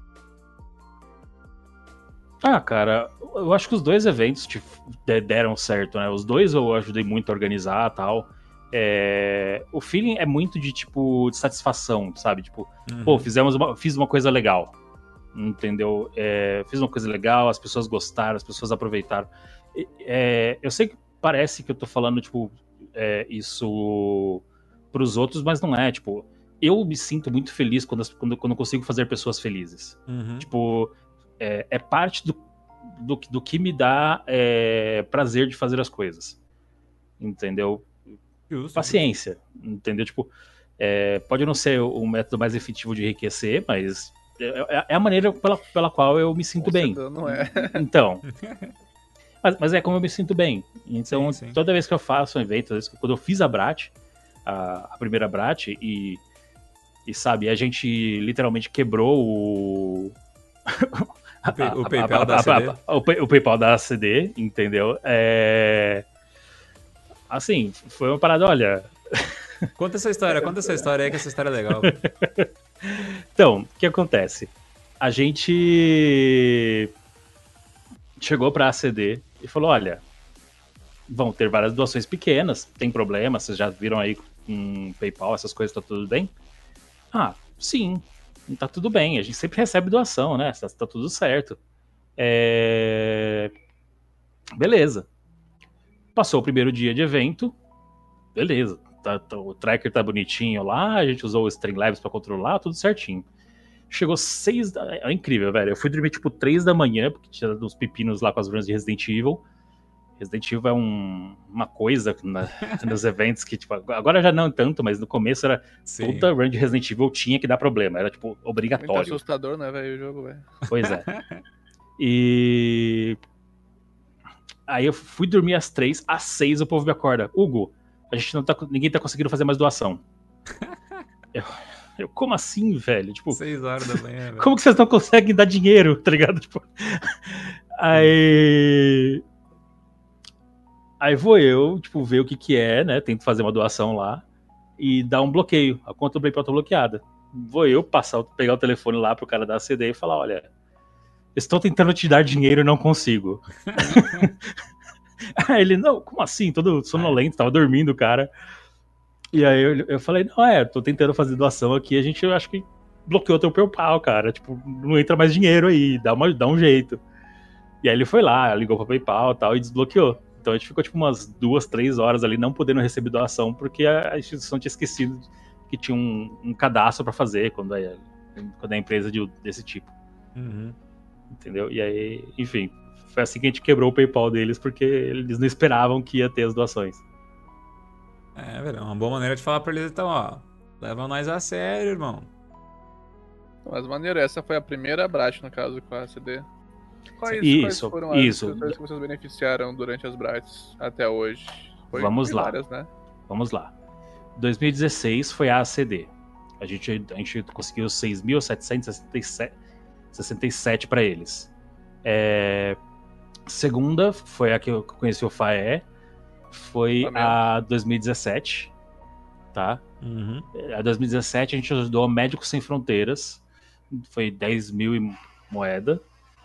Cara, eu acho que os dois eventos deram certo, né? Os dois eu ajudei muito a organizar e tal. O feeling é muito de, tipo, de satisfação, sabe? Tipo, pô, fiz uma coisa legal, entendeu? Fiz uma coisa legal, as pessoas gostaram, as pessoas aproveitaram. Eu sei que parece que eu tô falando, tipo, isso pros outros, mas não é, tipo, eu me sinto muito feliz quando eu consigo fazer pessoas felizes. Uhum. Tipo, é parte do que me dá prazer de fazer as coisas. Entendeu? Justo, Paciência. Entendeu? Tipo, pode não ser o método mais efetivo de enriquecer, mas é a maneira pela qual eu me sinto Com bem. certeza não é. Então. Mas é como eu me sinto bem. Então, Sim. toda vez que eu faço um evento, quando eu fiz a Brat, a primeira Brat, e sabe, a gente literalmente quebrou O PayPal da CD. o PayPal da CD, entendeu? Assim, foi uma parada, olha. Conta essa história aí, que essa história é legal. Então, o que acontece? A gente chegou pra ACD e falou, olha, vão ter várias doações pequenas, tem problema, vocês já viram aí com PayPal, essas coisas, tá tudo bem? Ah, sim, tá tudo bem, a gente sempre recebe doação, né? Tá tudo certo. Beleza. Passou o primeiro dia de evento, beleza. O tracker tá bonitinho lá, a gente usou o Streamlabs pra controlar, tudo certinho. Chegou 6 da... É incrível, velho. Eu fui dormir tipo 3 da manhã, porque tinha uns pepinos lá com as runs de Resident Evil. Resident Evil é uma coisa nos eventos que, tipo, agora já não tanto, mas no começo era toda run de Resident Evil tinha que dar problema, era, tipo, obrigatório. Muito assustador, né, velho, o jogo, velho. Pois é. E aí eu fui dormir às 3, às 6 o povo me acorda. Hugo, ninguém tá conseguindo fazer mais doação. Eu, como assim, velho? Tipo, 6 horas da manhã, velho. Como que vocês não conseguem dar dinheiro, tá ligado? Tipo, aí vou eu, tipo, ver o que é, né? Tento fazer uma doação lá e dar um bloqueio. A conta do PayPal tá bloqueada. Vou eu pegar o telefone lá pro cara da CD e falar, olha, estou tentando te dar dinheiro e não consigo. Aí ele, não, como assim? Todo sonolento, tava dormindo o cara. E aí eu falei, não, tô tentando fazer doação aqui, eu acho que bloqueou teu PayPal, cara. Tipo, não entra mais dinheiro aí, dá um jeito. E aí ele foi lá, ligou pro PayPal e tal, e desbloqueou. Então a gente ficou tipo umas 2, 3 horas ali não podendo receber doação, porque a instituição tinha esquecido que tinha um cadastro pra fazer quando é empresa desse tipo. Uhum. Entendeu? E aí, enfim, foi assim que a gente quebrou o PayPal deles, porque eles não esperavam que ia ter as doações. Velho, é uma boa maneira de falar pra eles, então, ó, leva nós a sério, irmão. Mas maneiro, essa foi a primeira Brat, no caso, com a CD. Quais foram as pessoas que vocês beneficiaram durante as Brats até hoje? Vamos lá. Várias, né? Vamos lá. 2016 foi a ACD. A gente conseguiu 6.767 para eles. Segunda foi a que eu conheci o FAE. Foi a 2017. Tá? Uhum. A 2017 a gente ajudou a Médicos Sem Fronteiras. Foi 10 mil e moeda.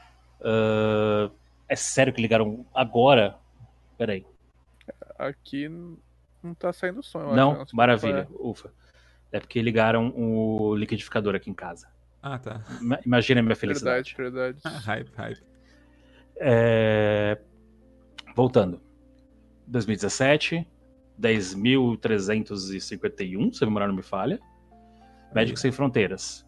É sério que ligaram agora? Peraí. Aqui não tá saindo som, eu não, acho. Maravilha, ufa. É porque ligaram o liquidificador aqui em casa. Ah, tá. Imagina a minha felicidade. Verdade. Hype. Voltando. 2017, 10.351, se a memória não me falha. Médicos Sem Fronteiras.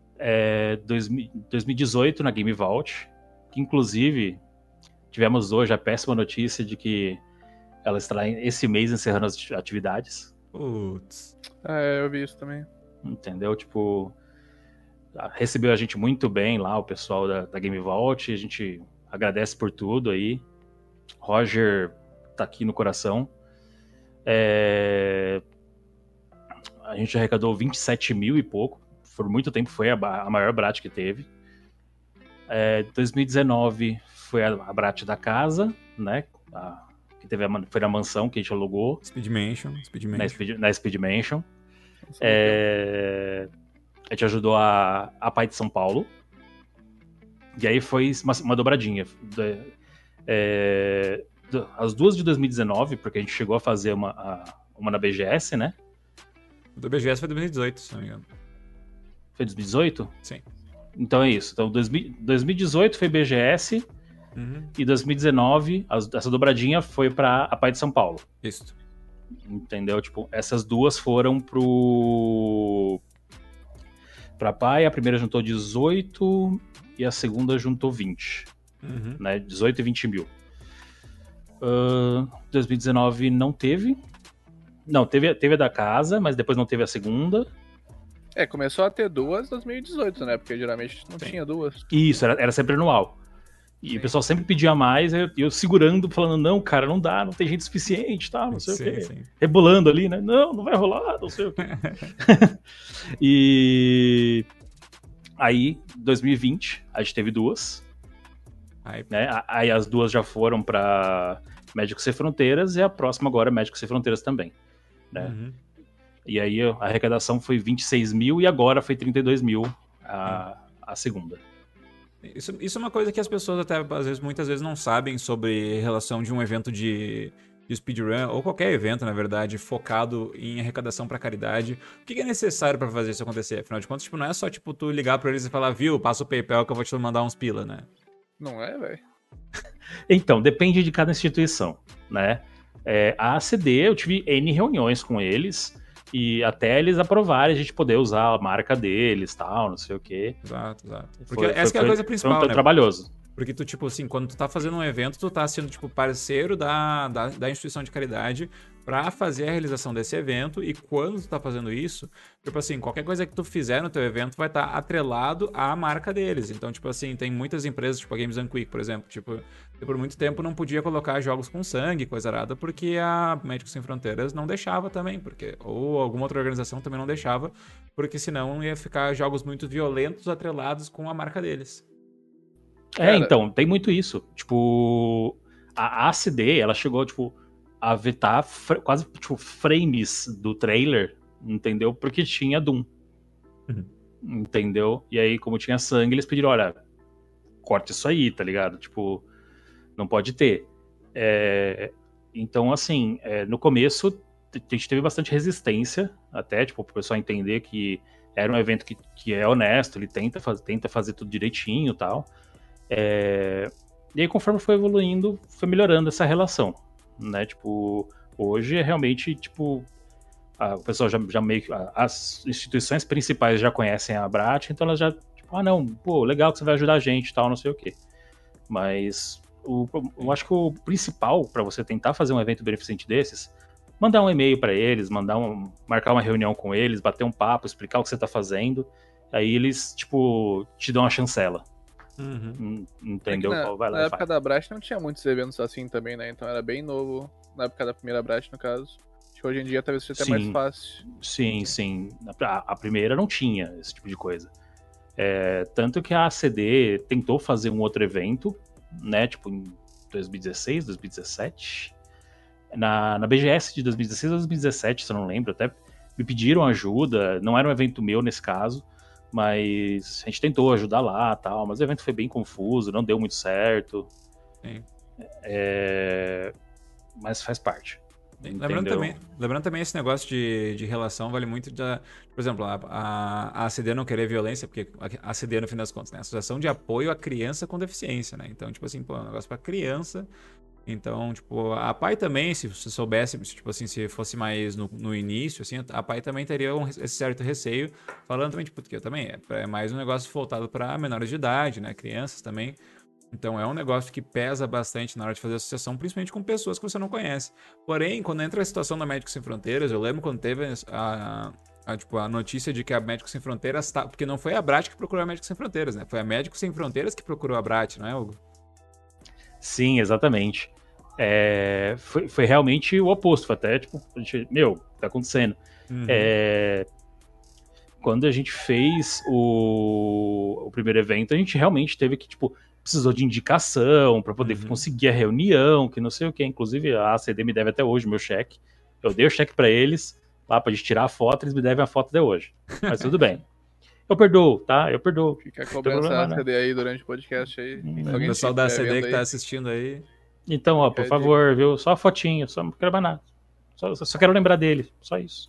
2018 na Game Vault, que inclusive tivemos hoje a péssima notícia de que ela estará esse mês encerrando as atividades. Putz. Eu vi isso também. Entendeu? Tipo, recebeu a gente muito bem lá, o pessoal da Game Vault, a gente agradece por tudo aí. Roger tá aqui no coração. A gente arrecadou 27 mil e pouco. Por muito tempo foi a maior Brat que teve. 2019 foi a Brat da casa, né? Que teve foi na mansão que a gente alugou. Speed Mansion. Na Speed Mansion. A gente ajudou a Pai de São Paulo. E aí foi uma dobradinha. As duas de 2019, porque a gente chegou a fazer uma na BGS, né? O da BGS foi 2018, se não me engano. Foi 2018? Sim. Então é isso. Então 2018 foi BGS. Uhum. E 2019, essa dobradinha foi pra a Pai de São Paulo. Isso. Entendeu? Tipo, essas duas foram pro Pra PAI, a primeira juntou 18 e a segunda juntou 20. Né? 18 e 20 mil. 2019 não teve. Não, teve a da casa, mas depois não teve a segunda. Começou a ter duas em 2018, né? Porque geralmente não tinha duas. Isso, era sempre anual. E o pessoal sempre pedia mais, eu segurando, falando, não, cara, não dá, não tem gente suficiente, tá, não sei o quê. Sim. Rebolando ali, né? Não vai rolar, não sei o quê. E aí, 2020, a gente teve duas. Né? Aí as duas já foram pra Médicos Sem Fronteiras e a próxima agora é Médicos Sem Fronteiras também. Né? E aí a arrecadação foi 26 mil e agora foi 32 mil a segunda. Isso é uma coisa que as pessoas até muitas vezes não sabem sobre relação de um evento de speedrun, ou qualquer evento, na verdade, focado em arrecadação pra caridade. O que é necessário pra fazer isso acontecer? Afinal de contas, tipo, não é só tipo, tu ligar pra eles e falar, viu, passa o PayPal que eu vou te mandar uns pila, né? Não é, velho? Então, depende de cada instituição, né? A ACD, eu tive N reuniões com eles, e até eles aprovarem a gente poder usar a marca deles, tal, não sei o quê. Exato. Porque essa que é a coisa principal, foi né? Trabalhoso. Porque tu, tipo assim, quando tu tá fazendo um evento, tu tá sendo, tipo, parceiro da instituição de caridade pra fazer a realização desse evento, e quando tu tá fazendo isso, tipo assim, qualquer coisa que tu fizer no teu evento vai estar atrelado à marca deles. Então, tipo assim, tem muitas empresas, tipo a Games Quick, por exemplo, tipo, eu por muito tempo não podia colocar jogos com sangue, coisa arada, porque a Médicos Sem Fronteiras não deixava também, ou alguma outra organização também não deixava, porque senão ia ficar jogos muito violentos atrelados com a marca deles. Então, tem muito isso. Tipo, a ACD, ela chegou, tipo, a vetar quase, tipo, frames do trailer, entendeu? Porque tinha Doom. Entendeu? E aí, como tinha sangue, eles pediram, olha, corta isso aí, tá ligado? Tipo, não pode ter. Então, assim, no começo, a gente teve bastante resistência, até, tipo, pro pessoal entender que era um evento que é honesto, ele tenta fazer tudo direitinho e tal. E aí, conforme foi evoluindo, foi melhorando essa relação, né? Tipo, hoje é realmente, tipo, o pessoal já meio que... As instituições principais já conhecem a Brat, então elas já, tipo, não, pô, legal que você vai ajudar a gente e tal, não sei o quê. Mas eu acho que o principal para você tentar fazer um evento beneficente desses, mandar um e-mail para eles, marcar uma reunião com eles, bater um papo, explicar o que você tá fazendo, aí eles, tipo, te dão uma chancela. Entendeu? Na época da Brat não tinha muitos eventos assim também, né? Então era bem novo na época da primeira Brat, no caso. Acho que hoje em dia talvez seja até mais fácil. Sim. A primeira não tinha esse tipo de coisa. Tanto que a ACD tentou fazer um outro evento, né? Tipo em 2016, 2017. Na BGS de 2016 ou 2017, se eu não lembro, até me pediram ajuda. Não era um evento meu nesse caso, mas a gente tentou ajudar lá, tal, mas o evento foi bem confuso, não deu muito certo. Sim. Mas faz parte. Lembrando também esse negócio de relação vale muito por exemplo, a ACD não querer violência, porque a ACD, no fim das contas, né? Associação de Apoio à Criança com Deficiência, né? Então, tipo assim, pô, é um negócio pra criança. Então, tipo, a PAI também, se soubesse, tipo assim, se fosse mais no início, assim, a PAI também teria esse certo receio, falando também, tipo, porque também é mais um negócio voltado para menores de idade, né, crianças também. Então é um negócio que pesa bastante na hora de fazer associação, principalmente com pessoas que você não conhece. Porém, quando entra a situação da Médicos Sem Fronteiras, eu lembro quando teve a notícia de que a Médicos Sem Fronteiras porque não foi a Brat que procurou a Médicos Sem Fronteiras, né? Foi a Médicos Sem Fronteiras que procurou a Brat, não é, Hugo? Sim, exatamente. Foi realmente o oposto. Foi até, tipo, a gente, tá acontecendo. Quando a gente fez o primeiro evento, a gente realmente teve que, tipo, precisou de indicação para poder conseguir a reunião, que não sei o que. Inclusive, a ACD me deve até hoje o meu cheque. Eu dei o cheque para eles, lá pra gente tirar a foto, eles me devem a foto até hoje. Mas tudo bem. Eu perdoo, tá? Eu perdoo. Fica a cobrança da ACD aí durante o podcast aí. O pessoal da ACD que tá assistindo aí. Então, ó, por favor, viu? Só a fotinha, só não quero mais nada. Só quero lembrar dele, só isso.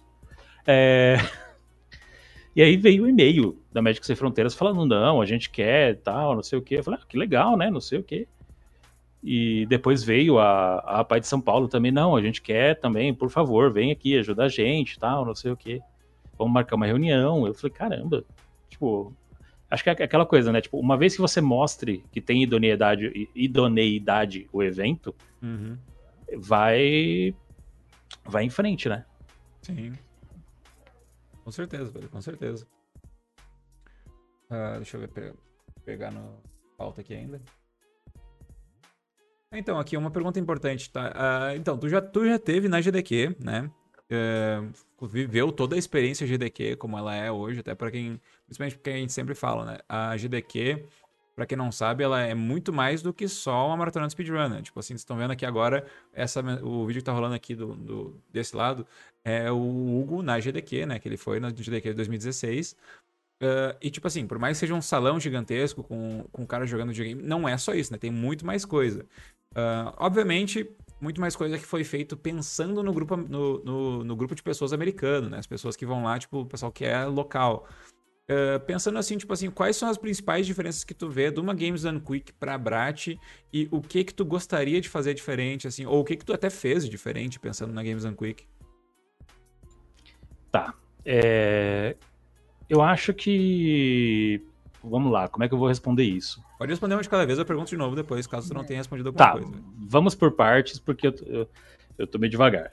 E aí veio o e-mail da Médicos Sem Fronteiras falando, não, a gente quer, tal, não sei o quê. Eu falei, que legal, né, não sei o quê. E depois veio a PAI de São Paulo também, não, a gente quer também, por favor, vem aqui, ajuda a gente, tal, não sei o quê. Vamos marcar uma reunião. Eu falei, caramba, tipo, acho que é aquela coisa, né? Tipo, uma vez que você mostre que tem idoneidade o evento, Uhum. vai em frente, né? Sim. Com certeza, velho, com certeza. Deixa eu ver, pegar no pauta aqui ainda. Então, aqui uma pergunta importante, tá? Então, tu já teve na GDQ, né? Viveu toda a experiência GDQ como ela é hoje, até para quem, principalmente porque a gente sempre fala, né? A GDQ, pra quem não sabe, ela é muito mais do que só uma maratona de speedrunner. Tipo assim, vocês estão vendo aqui agora, o vídeo que tá rolando aqui desse lado é o Hugo na GDQ, né? Que ele foi na GDQ de 2016. E tipo assim, por mais que seja um salão gigantesco com um cara jogando videogame, não é só isso, né? Tem muito mais coisa. Obviamente, muito mais coisa que foi feito pensando no grupo, no grupo de pessoas americano, né? As pessoas que vão lá, tipo, o pessoal que é local. Pensando assim, tipo assim, quais são as principais diferenças que tu vê de uma Games Done Quick pra Brat e o que que tu gostaria de fazer diferente, assim, ou o que que tu até fez de diferente pensando na Games Done Quick? Tá. Eu acho que. Vamos lá, como é que eu vou responder isso? Pode responder uma de cada vez, eu pergunto de novo depois, caso tu não tenha respondido alguma Tá, coisa. vamos por partes, porque eu tô meio devagar.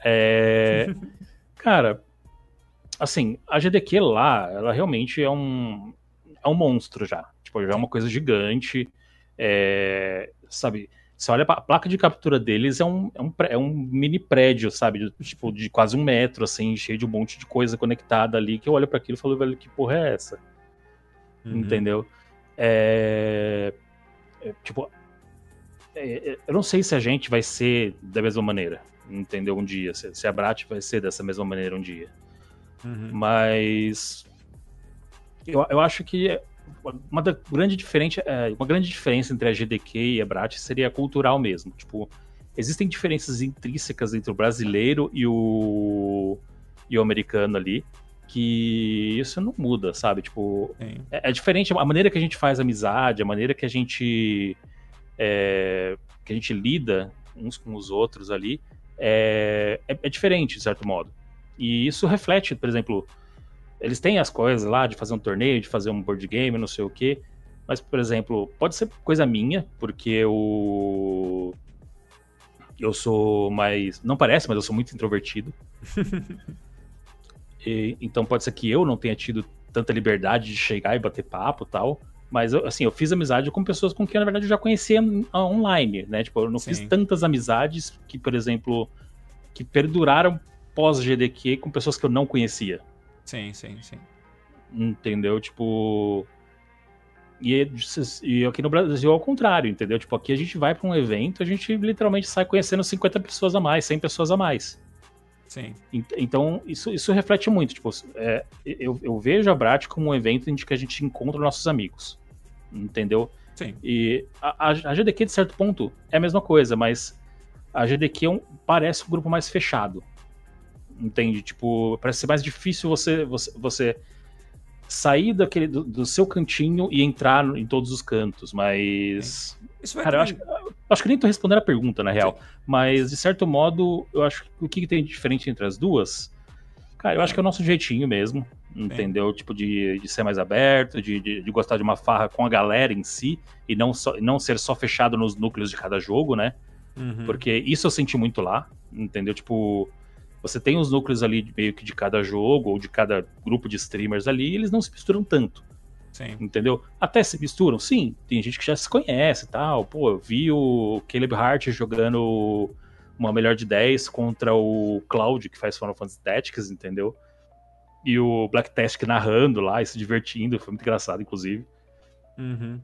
Cara, assim, a GDQ lá, ela realmente é um monstro já. Tipo, já é uma coisa gigante. Sabe, você olha a placa de captura deles, é um mini prédio, sabe? Tipo, de quase 1 metro, assim, cheio de um monte de coisa conectada ali, que eu olho para aquilo e falo, velho, que porra é essa? Uhum. Entendeu? Tipo, eu não sei se a gente vai ser da mesma maneira, entendeu? Um dia, se a Brat vai ser dessa mesma maneira um dia. Uhum. Mas eu acho que uma grande diferença entre a GDQ e a Brat seria cultural mesmo. Tipo, existem diferenças intrínsecas entre o brasileiro e o americano ali, que isso não muda, sabe? Tipo, é diferente a maneira que a gente faz amizade, a maneira que a gente lida uns com os outros ali é diferente, de certo modo. E isso reflete, por exemplo, eles têm as coisas lá de fazer um torneio, de fazer um board game, não sei o quê, mas, por exemplo, pode ser coisa minha, porque eu sou mais... Não parece, mas eu sou muito introvertido. Então pode ser que eu não tenha tido tanta liberdade de chegar e bater papo e tal. Mas, assim, eu fiz amizade com pessoas com quem, na verdade, eu já conhecia online, né? Tipo, eu não fiz tantas amizades que, por exemplo, que perduraram pós-GDQ com pessoas que eu não conhecia. Sim. Entendeu? Tipo... E aqui no Brasil, ao contrário, entendeu? Tipo, aqui a gente vai pra um evento, a gente literalmente sai conhecendo 50 pessoas a mais, 100 pessoas a mais. Sim. Então, isso reflete muito. Tipo, eu vejo a Brat como um evento em que a gente encontra nossos amigos. Entendeu? Sim. E a GDQ, de certo ponto, é a mesma coisa, mas a GDQ parece um grupo mais fechado. Entende? Tipo, parece ser mais difícil você sair do seu cantinho e entrar em todos os cantos, mas... Isso vai cara, eu acho que nem tô respondendo a pergunta, na real. Sim. Mas, de certo modo, eu acho que o que tem de diferente entre as duas... Cara, eu acho que é o nosso jeitinho mesmo, entendeu? Tipo, de ser mais aberto, de gostar de uma farra com a galera em si, e não ser só fechado nos núcleos de cada jogo, né? Uhum. Porque isso eu senti muito lá, entendeu? Tipo, você tem os núcleos ali meio que de cada jogo, ou de cada grupo de streamers ali, e eles não se misturam tanto. Sim. Entendeu? Até se misturam, sim. Tem gente que já se conhece e tal. Pô, eu vi o Caleb Hart jogando uma melhor de 10 contra o Cloud, que faz Final Fantasy Tactics, entendeu? E o Black Task narrando lá e se divertindo. Foi muito engraçado, inclusive. Uhum.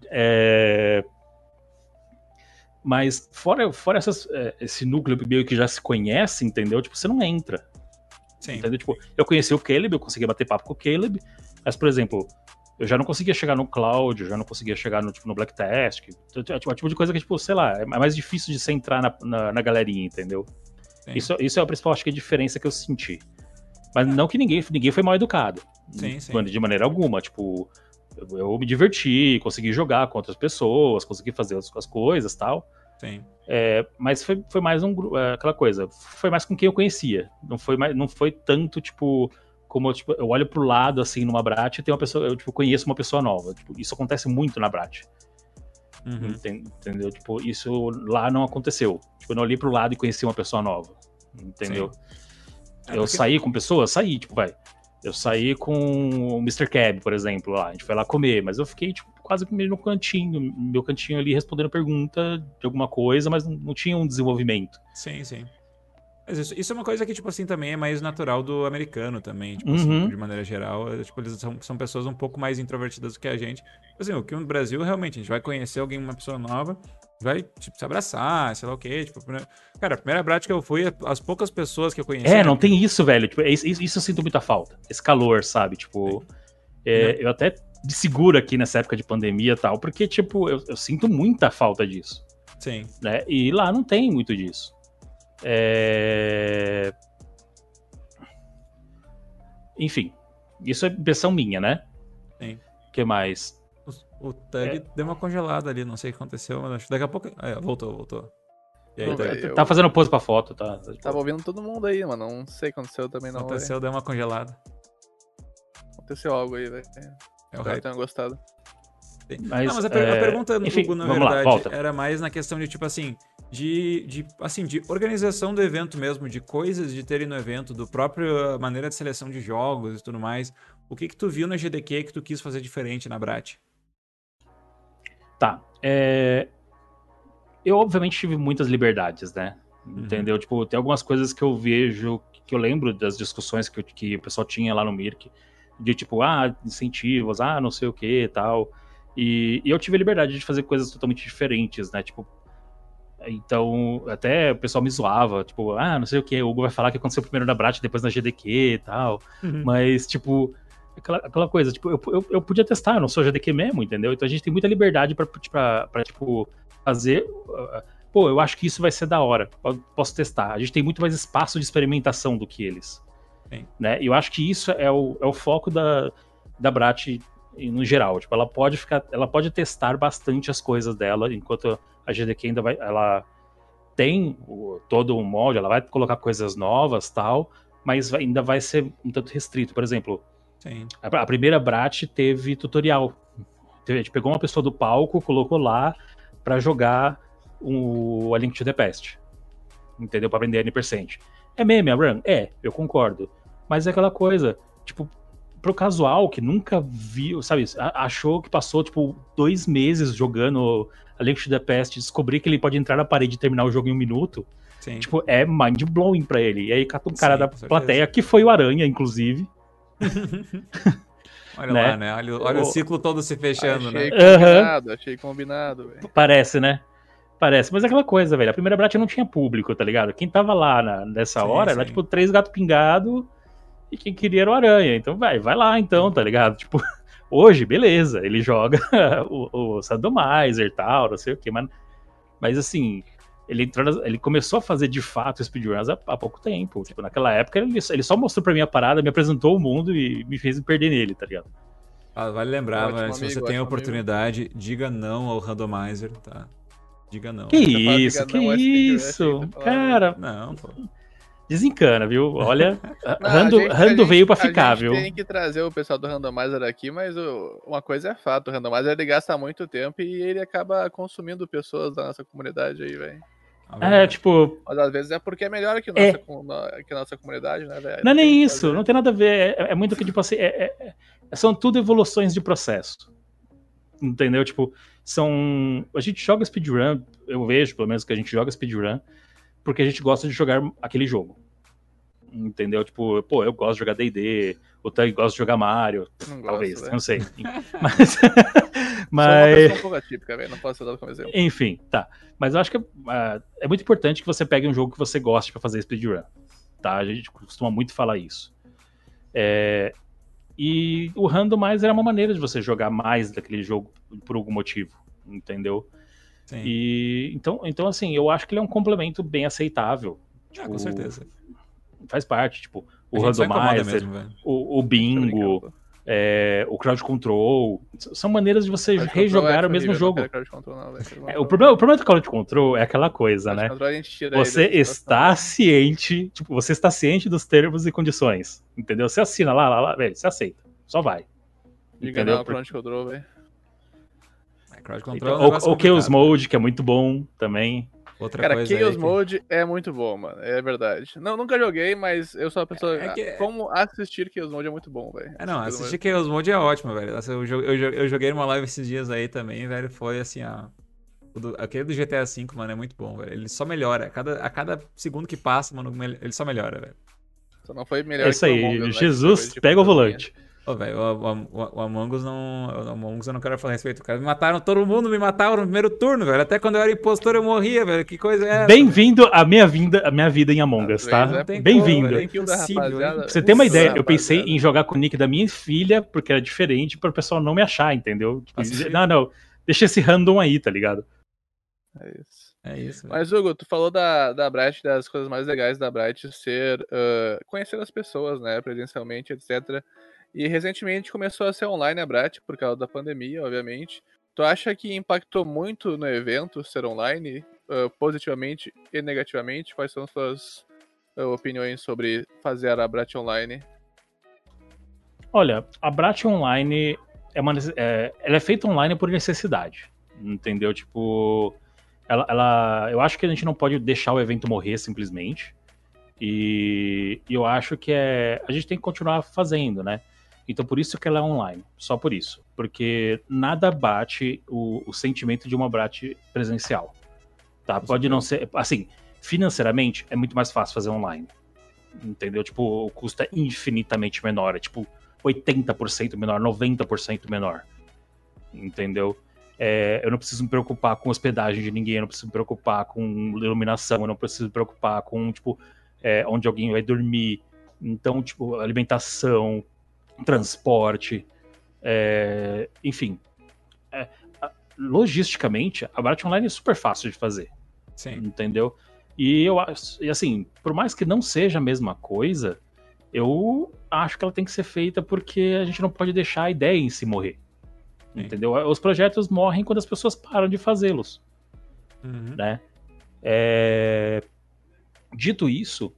Mas fora esse núcleo meio que já se conhece, entendeu? Tipo, você não entra. Sim. Entendeu? Tipo, eu conheci o Caleb, eu conseguia bater papo com o Caleb, mas, por exemplo, eu já não conseguia chegar no Cloud, eu já não conseguia chegar no Black Task. É o tipo de coisa que, tipo, sei lá, é mais difícil de você entrar na galerinha, entendeu? Isso é a principal, acho que, a diferença que eu senti. Mas não que ninguém foi mal educado. Sim. De maneira alguma. Tipo, eu me diverti, consegui jogar com outras pessoas, consegui fazer as coisas e tal. Sim. Mas foi mais aquela coisa. Foi mais com quem eu conhecia. Não foi tanto, tipo, como tipo, eu olho pro lado, assim, numa Brat e tem uma pessoa, eu tipo, conheço uma pessoa nova. Tipo, isso acontece muito na Brat. Entendeu? Tipo, isso lá não aconteceu. Tipo, eu não olhei pro lado e conheci uma pessoa nova. Entendeu? Eu saí com pessoas? Saí, tipo, vai. Eu saí com o Mr. Cab, por exemplo, lá. A gente foi lá comer, mas eu fiquei, tipo, quase que meio no meu cantinho ali, respondendo pergunta de alguma coisa, mas não tinha um desenvolvimento. Sim, sim. Mas isso é uma coisa que, tipo assim, também é mais natural do americano também, tipo assim, de maneira geral. Tipo, eles são pessoas um pouco mais introvertidas do que a gente. Tipo assim, o que no Brasil, realmente, a gente vai conhecer alguém, uma pessoa nova, vai, tipo, se abraçar, sei lá o quê. Tipo, cara, a primeira prática que eu fui, as poucas pessoas que eu conheci... não tem isso, velho. Tipo, isso eu sinto muita falta. Esse calor, sabe? Tipo, eu até de seguro aqui nessa época de pandemia e tal, porque, tipo, eu sinto muita falta disso. Sim. Né? E lá não tem muito disso. Enfim, isso é impressão minha, né? Sim. O que mais? O Tug deu uma congelada ali, não sei o que aconteceu, mas acho que daqui a pouco... voltou. E aí, Tug? Tá fazendo pose pra foto, tá? Tava ouvindo todo mundo aí, mano. Não sei o que aconteceu também, não. Aconteceu, deu uma congelada. Aconteceu algo aí, velho. Espero que tenham gostado. Mas a pergunta, enfim, Hugo, na verdade, volta. Era mais na questão de, tipo assim, de organização do evento mesmo, de coisas de terem no evento, do próprio maneira de seleção de jogos e tudo mais. O que tu viu na GDQ que tu quis fazer diferente na Brat? Tá. Eu, obviamente, tive muitas liberdades, né? Entendeu? Tipo, tem algumas coisas que eu vejo, que eu lembro das discussões que o pessoal tinha lá no Mirk, de tipo, incentivos, não sei o que e tal. E eu tive a liberdade de fazer coisas totalmente diferentes, né? Tipo, então, até o pessoal me zoava, tipo, não sei o que, o Hugo vai falar que aconteceu primeiro na Brat, depois na GDQ e tal. Mas, tipo, aquela coisa, tipo, eu podia testar, eu não sou GDQ mesmo, entendeu? Então a gente tem muita liberdade pra tipo, fazer. Eu acho que isso vai ser da hora, posso testar. A gente tem muito mais espaço de experimentação do que eles. Sim. Né? E eu acho que isso é o foco da Brat no geral. Tipo, ela pode testar bastante as coisas dela, enquanto a GDQ ela tem todo um molde, ela vai colocar coisas novas tal, mas ainda vai ser um tanto restrito. Por exemplo, Sim. A primeira Brat teve tutorial. A gente pegou uma pessoa do palco, colocou lá pra jogar A Link to the Past. Entendeu? Pra aprender N%. É meme a run? Eu concordo. Mas é aquela coisa, tipo, pro casual que nunca viu, sabe, achou que passou, tipo, 2 meses jogando A Link to the Past, descobrir que ele pode entrar na parede e terminar o jogo em 1 minuto, Sim. tipo, é mind-blowing pra ele. E aí cata um cara da plateia, que foi o Aranha, inclusive. Olha lá, né? Olha o ciclo todo se fechando, né? Achei combinado, velho. Parece, né? Parece, mas é aquela coisa, velho. A primeira Brat não tinha público, tá ligado? Quem tava lá nessa hora era, tipo, 3 gatos pingados e quem queria era o Aranha. Então, vai lá, então, tá ligado? Tipo, hoje, beleza, ele joga o Sandomizer e tal, não sei o quê, mas assim, ele começou a fazer de fato speedruns há pouco tempo. Tipo, naquela época, ele só mostrou pra mim a parada, me apresentou o mundo e me fez me perder nele, tá ligado? Vale lembrar, velho, se você tem a oportunidade, diga não ao randomizer, tá? Diga não. Que isso? Cara, não, pô. Desencana, viu? Olha, Rando veio pra ficar, viu? A gente tem que trazer o pessoal do Randomizer aqui, mas uma coisa é fato, o Randomizer ele gasta muito tempo e ele acaba consumindo pessoas da nossa comunidade aí, velho. Tipo... Mas às vezes é porque é melhor que a nossa comunidade, né, velho? Não é nem isso, não tem nada a ver, é muito que, tipo assim, são tudo evoluções de processo. Entendeu? Tipo, a gente joga speedrun, eu vejo pelo menos que a gente joga speedrun porque a gente gosta de jogar aquele jogo. Entendeu? Tipo, eu gosto de jogar D&D, o Tug gosta de jogar Mario, talvez, né? Não sei. Mas sou uma pessoa um pouco atípica, velho, não posso ser dado como exemplo. Enfim, tá. Mas eu acho que é muito importante que você pegue um jogo que você goste pra fazer speedrun, tá? A gente costuma muito falar isso. E o randomizer era uma maneira de você jogar mais daquele jogo por algum motivo, entendeu? Sim. E então assim, eu acho que ele é um complemento bem aceitável. Tipo, com certeza. Faz parte, tipo, o randomizer, mesmo, o bingo, o crowd control. São maneiras de você Crowd rejogar control o mesmo horrível, jogo. não quero crowd control, não, velho. Crowd O control- problema do crowd control é aquela coisa, crowd né? control a gente tira ele Você dessa situação, está velho. ciente, tipo, você está ciente dos termos e condições, entendeu? Você assina lá, velho, você aceita, só vai. Diga Entendeu? não, crowd control, velho. Crowd control Então, é um negócio o Chaos complicado, né? Mode, que é muito bom também. Outra Cara, coisa Chaos aí que... Mode é muito bom, mano. É verdade. Não, nunca joguei, mas eu sou uma pessoa. É que... Como assistir Chaos Mode é muito bom, velho. não, assistir Chaos Mode é ótimo, velho. Nossa, eu joguei numa live esses dias aí também, velho. Foi assim, ó. Aquele do GTA V, mano, é muito bom, velho. Ele só melhora. A cada segundo que passa, mano, ele só melhora, velho. Só não foi melhor É isso que o aí, Among Us, né, que Jesus, foi de pega o fantasia. volante. Ô, velho, o Among Us não. O Among Us eu não quero falar a respeito. Cara, me mataram, todo mundo me matava no primeiro turno, velho. Até quando eu era impostor eu morria, velho. Que coisa é essa? Bem-vindo à minha vida em Among Us, Às vezes tá? é tem Bem-vindo. como, É kill da impossível, rapaziada. Pra você ter uma Kill da ideia, eu pensei rapaziada. em jogar com o nick da minha filha, porque era diferente, para o pessoal não me achar, entendeu? Tipo, Nossa, não, deixa esse random aí, tá ligado? É isso. É isso, velho. Mas, Hugo, tu falou da Bright, das coisas mais legais da Bright ser conhecer as pessoas, né, presencialmente, etc. E recentemente começou a ser online a Bright, por causa da pandemia, obviamente. Tu acha que impactou muito no evento ser online, positivamente e negativamente? Quais são as suas opiniões sobre fazer a Bright online? Olha, a Brat Online ela é feita online por necessidade, entendeu? Tipo, eu acho que a gente não pode deixar o evento morrer simplesmente. E eu acho que a gente tem que continuar fazendo, né? Então por isso que ela é online, só por isso. Porque nada bate o sentimento de uma Brat presencial. Tá? Pode não ser. Assim, financeiramente é muito mais fácil fazer online. Entendeu? Tipo, o custo é infinitamente menor. É tipo 80% menor, 90% menor. Entendeu? Eu não preciso me preocupar com hospedagem de ninguém, eu não preciso me preocupar com iluminação, eu não preciso me preocupar com, tipo, onde alguém vai dormir. Então, tipo, alimentação, transporte, enfim. Logisticamente, a Brat Online é super fácil de fazer. Sim. Entendeu? E assim, por mais que não seja a mesma coisa, eu acho que ela tem que ser feita porque a gente não pode deixar a ideia em si morrer. Sim. Entendeu? Os projetos morrem quando as pessoas param de fazê-los. Uhum. Né? Dito isso,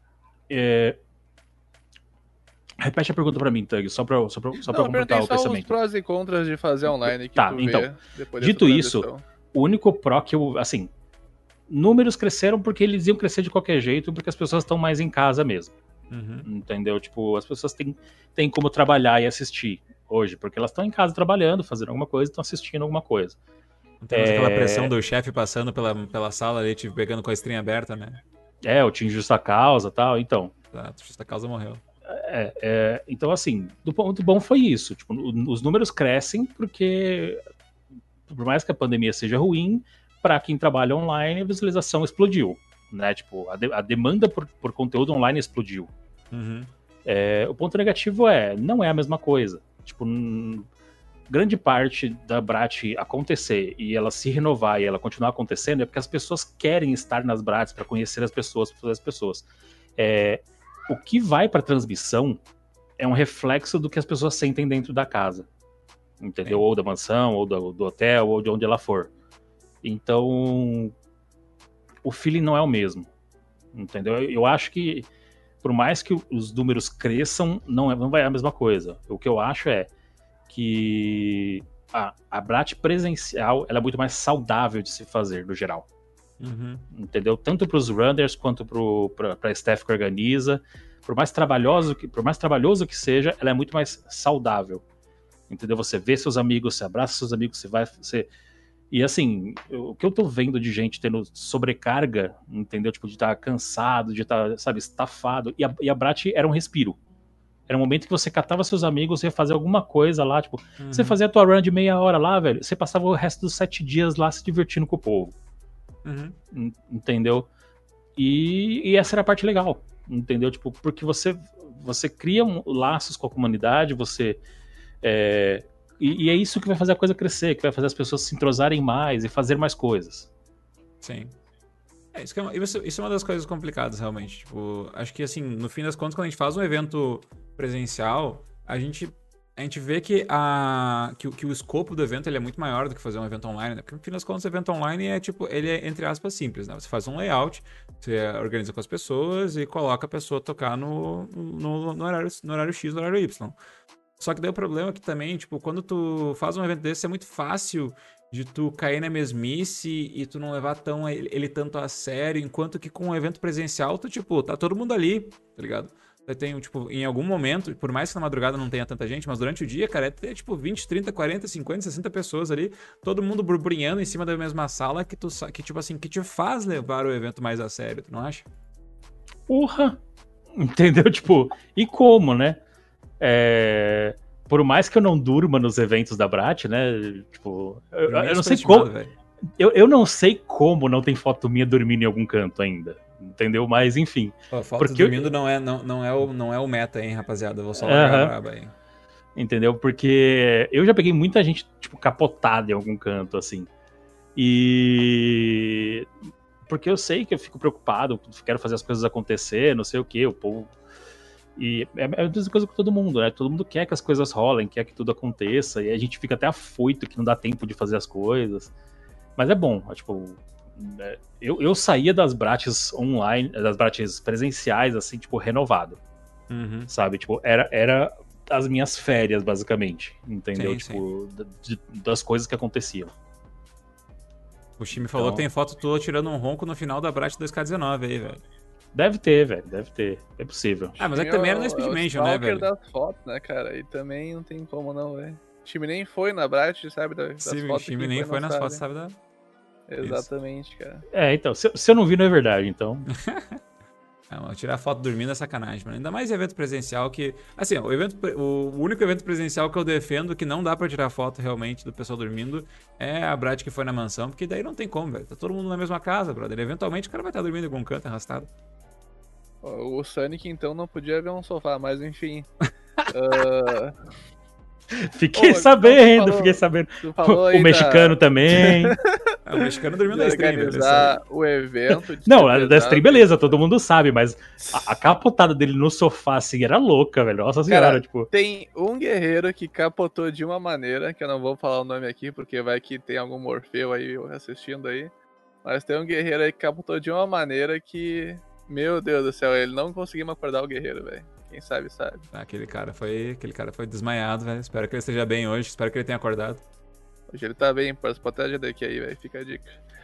repete a pergunta pra mim, Tug, só pra Não, eu completar perguntei o só os pensamento. prós e contras de fazer online que Tá, tu então, vê depois dito dessa isso, transição. o único pró que eu, assim, números cresceram porque eles iam crescer de qualquer jeito, porque as pessoas estão mais em casa mesmo. Uhum. Entendeu? Tipo, as pessoas têm como trabalhar e assistir hoje, porque elas estão em casa trabalhando, fazendo alguma coisa, estão assistindo alguma coisa. Não temos aquela pressão do chefe passando pela sala ali, tipo, pegando com a stream aberta, né? O Team Justa Causa e tal, então. Exato, justa causa morreu. Então, assim, do ponto bom foi isso. Tipo, os números crescem porque, por mais que a pandemia seja ruim, para quem trabalha online, a visualização explodiu. Né? Tipo, a demanda por conteúdo online explodiu. Uhum. O ponto negativo não é a mesma coisa. Tipo, grande parte da Brat acontecer e ela se renovar e ela continuar acontecendo é porque as pessoas querem estar nas Brats para conhecer as pessoas, para fazer as pessoas. O que vai para transmissão é um reflexo do que as pessoas sentem dentro da casa, entendeu? Sim. Ou da mansão, ou do hotel, ou de onde ela for. Então, o feeling não é o mesmo, entendeu? Eu acho que, por mais que os números cresçam, não vai a mesma coisa. O que eu acho é que a Brat presencial ela é muito mais saudável de se fazer, no geral. Uhum. Entendeu? Tanto para os runners quanto para a staff que organiza. Por mais trabalhoso que seja, ela é muito mais saudável. Entendeu? Você vê seus amigos, você abraça seus amigos, E assim, o que eu tô vendo de gente tendo sobrecarga, entendeu? Tipo, de estar cansado, de estar, sabe, estafado. E a Brat era um respiro. Era um momento que você catava seus amigos, ia fazer alguma coisa lá, tipo, você fazia a tua run de meia hora lá, velho, você passava o resto dos 7 dias lá se divertindo com o povo. Uhum. Entendeu? E essa era a parte legal, entendeu? Tipo, porque você cria laços com a comunidade, e é isso que vai fazer a coisa crescer, que vai fazer as pessoas se entrosarem mais e fazer mais coisas. Sim. Isso é uma das coisas complicadas, realmente. Tipo, acho que, assim, no fim das contas, quando a gente faz um evento presencial, a gente a gente vê que o escopo do evento ele é muito maior do que fazer um evento online, né? Porque no fim das contas, o evento online é tipo, ele é, entre aspas, simples, né? Você faz um layout, você organiza com as pessoas e coloca a pessoa a tocar no horário X, no horário Y. Só que daí o problema é que também, tipo, quando tu faz um evento desse, é muito fácil de tu cair na mesmice e tu não levar ele tanto a sério, enquanto que com um evento presencial, tu, tipo, tá todo mundo ali, tá ligado? Tem, tipo, em algum momento, por mais que na madrugada não tenha tanta gente, mas durante o dia, cara, é tipo 20, 30, 40, 50, 60 pessoas ali, todo mundo burburinhando em cima da mesma sala que tipo assim, que te faz levar o evento mais a sério, tu não acha? Porra! Entendeu? Tipo, e como, né? Por mais que eu não durma nos eventos da Brat, né? Tipo, eu não sei como. Eu não sei como não tem foto minha dormindo em algum canto ainda. Entendeu? Mas enfim. Pô, foto dormindo não é o meta, hein, rapaziada? Eu vou só largar a braba aí. Entendeu? Porque eu já peguei muita gente, tipo, capotada em algum canto, assim. E. Porque eu sei que eu fico preocupado, quero fazer as coisas acontecer, não sei o que, o povo. E é a mesma coisa com todo mundo, né? Todo mundo quer que as coisas rolem, quer que tudo aconteça, e a gente fica até afoito que não dá tempo de fazer as coisas. Mas é bom, tipo, eu saía das Brates online, das Brates presenciais, assim, tipo, renovado. Uhum. Sabe? Tipo, era as minhas férias, basicamente. Entendeu? Sim, tipo, das coisas que aconteciam. O time falou que tem foto tua tirando um ronco no final da Brat 2K19 aí, velho. Deve ter, velho, deve ter. É possível. Ah, mas é que também era na Speed Mansion, né, velho? Das fotos, né, cara? E também não tem como não, velho. O time nem foi na Brat, sabe? Das Sim, fotos. O time nem foi nas fotos, sabe? Exatamente, cara. Então, se eu não vi, não é verdade, então. Não, tirar foto dormindo é sacanagem, mano. Ainda mais evento presencial que... Assim, o único evento presencial que eu defendo que não dá pra tirar foto realmente do pessoal dormindo é a Brat que foi na mansão, porque daí não tem como, velho. Tá todo mundo na mesma casa, brother. Eventualmente o cara vai estar dormindo em algum canto arrastado. O Sonic, então, não podia ver um sofá, mas enfim... Fiquei sabendo. O mexicano também. O mexicano dormiu na stream, organizar o evento. Não, da stream, beleza, todo mundo sabe, mas a capotada dele no sofá, assim, era louca, velho. Nossa senhora, cara, tipo. Tem um guerreiro que capotou de uma maneira, que eu não vou falar o nome aqui, porque vai que tem algum Morfeu aí assistindo aí. Mas tem um guerreiro aí que capotou de uma maneira que. Meu Deus do céu, ele não conseguiu acordar o guerreiro, velho. Quem sabe, sabe. Aquele cara foi desmaiado, velho. Espero que ele esteja bem hoje. Espero que ele tenha acordado. Hoje ele tá bem, pode até ajudar aqui aí, velho. Fica a dica.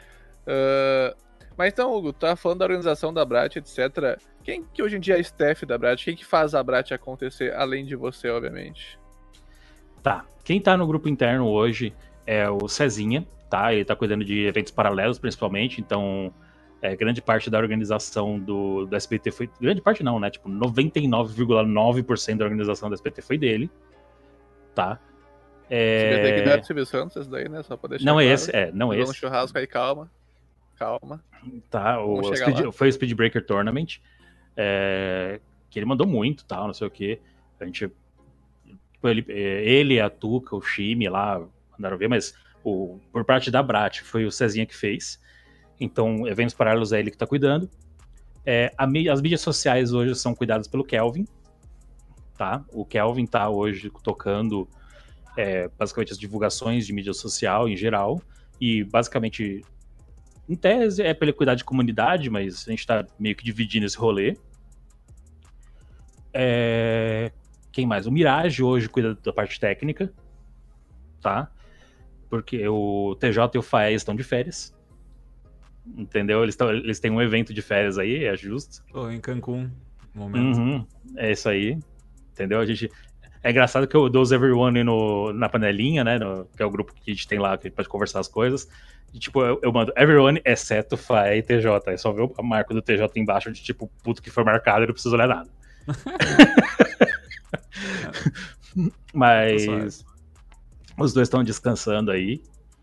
Mas então, Hugo, tá falando da organização da Brat, etc. Quem que hoje em dia é staff da Brat? Quem que faz a Brat acontecer, além de você, obviamente? Tá. Quem tá no grupo interno hoje é o Cezinha, tá? Ele tá cuidando de eventos paralelos, principalmente, então... grande parte da organização do SBT foi... Grande parte não, né? Tipo, 99,9% da organização do SBT foi dele. Tá? SBT que não é do Silvio Santos, esse daí, né? Só pra deixar não claro. É esse, não é esse. Um churrasco aí, calma. Tá, foi o Speed Breaker Tournament. Que ele mandou muito, tal, não sei o que. A gente... Tipo, ele, a Tuca, o Shime lá, mandaram ver, mas por parte da Brat foi o Cezinha que fez. Então, eventos paralelos é ele que tá cuidando. As mídias sociais hoje são cuidadas pelo Kelvin, tá? O Kelvin tá hoje tocando basicamente as divulgações de mídia social em geral. E basicamente, em tese, é pra ele cuidar de comunidade, mas a gente tá meio que dividindo esse rolê. Quem mais? O Mirage hoje cuida da parte técnica, tá? Porque o TJ e o Faes estão de férias. Entendeu? Eles têm um evento de férias aí, é justo. Em Cancún, no momento. É isso aí. Entendeu? É engraçado que eu dou os Everyone na panelinha, né? Que é o grupo que a gente tem lá, que a gente pode conversar as coisas. E, tipo, eu mando Everyone, exceto Fae e TJ. Aí só vê a marca do TJ embaixo de, tipo, puto que foi marcado e não precisa olhar nada. Mas os dois estão descansando aí.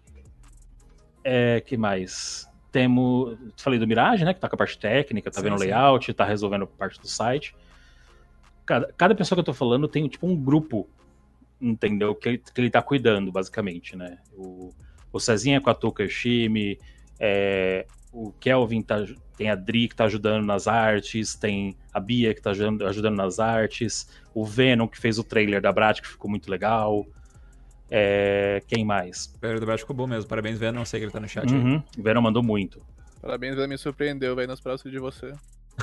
Que mais? Falei do Mirage, né? Que tá com a parte técnica, tá vendo o layout, tá resolvendo parte do site. Cada pessoa que eu tô falando tem tipo um grupo, entendeu? Que ele tá cuidando, basicamente, né? O Cezinha com a Tuca Shime, o Kelvin tá Tem a Dri que tá ajudando nas artes, tem a Bia que tá ajudando nas artes, o Venom que fez o trailer da Brat, que ficou muito legal. Quem mais? O trailer do Brat ficou bom mesmo. Parabéns, Venom. Não sei que ele tá no chat aí. O Venom mandou muito. Parabéns, ele me surpreendeu, velho, nos próximos de você.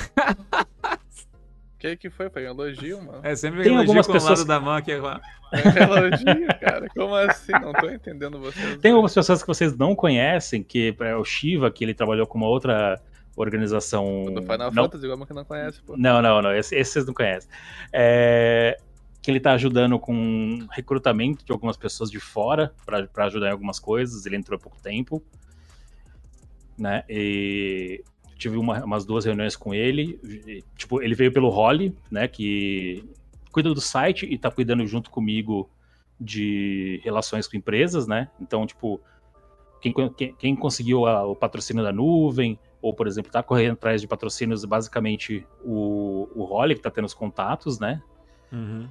Que foi? Foi um elogio, mano? Sempre tem elogio algumas com pessoas o lado da mão aqui agora. Foi um elogio, cara. Como assim? Não tô entendendo vocês. Tem algumas pessoas que vocês não conhecem, que é o Shiva, que ele trabalhou com uma outra organização... Do Final Fantasy, igual que não conhece, pô. Não. Esse vocês não conhecem. Que ele tá ajudando com recrutamento de algumas pessoas de fora para ajudar em algumas coisas. Ele entrou há pouco tempo, né? E tive umas 2 reuniões com ele. Tipo, ele veio pelo Holly, né? Que cuida do site e tá cuidando junto comigo de relações com empresas, né? Então, tipo, quem conseguiu o patrocínio da nuvem, ou, por exemplo, tá correndo atrás de patrocínios, basicamente o Holly que tá tendo os contatos, né? Uhum.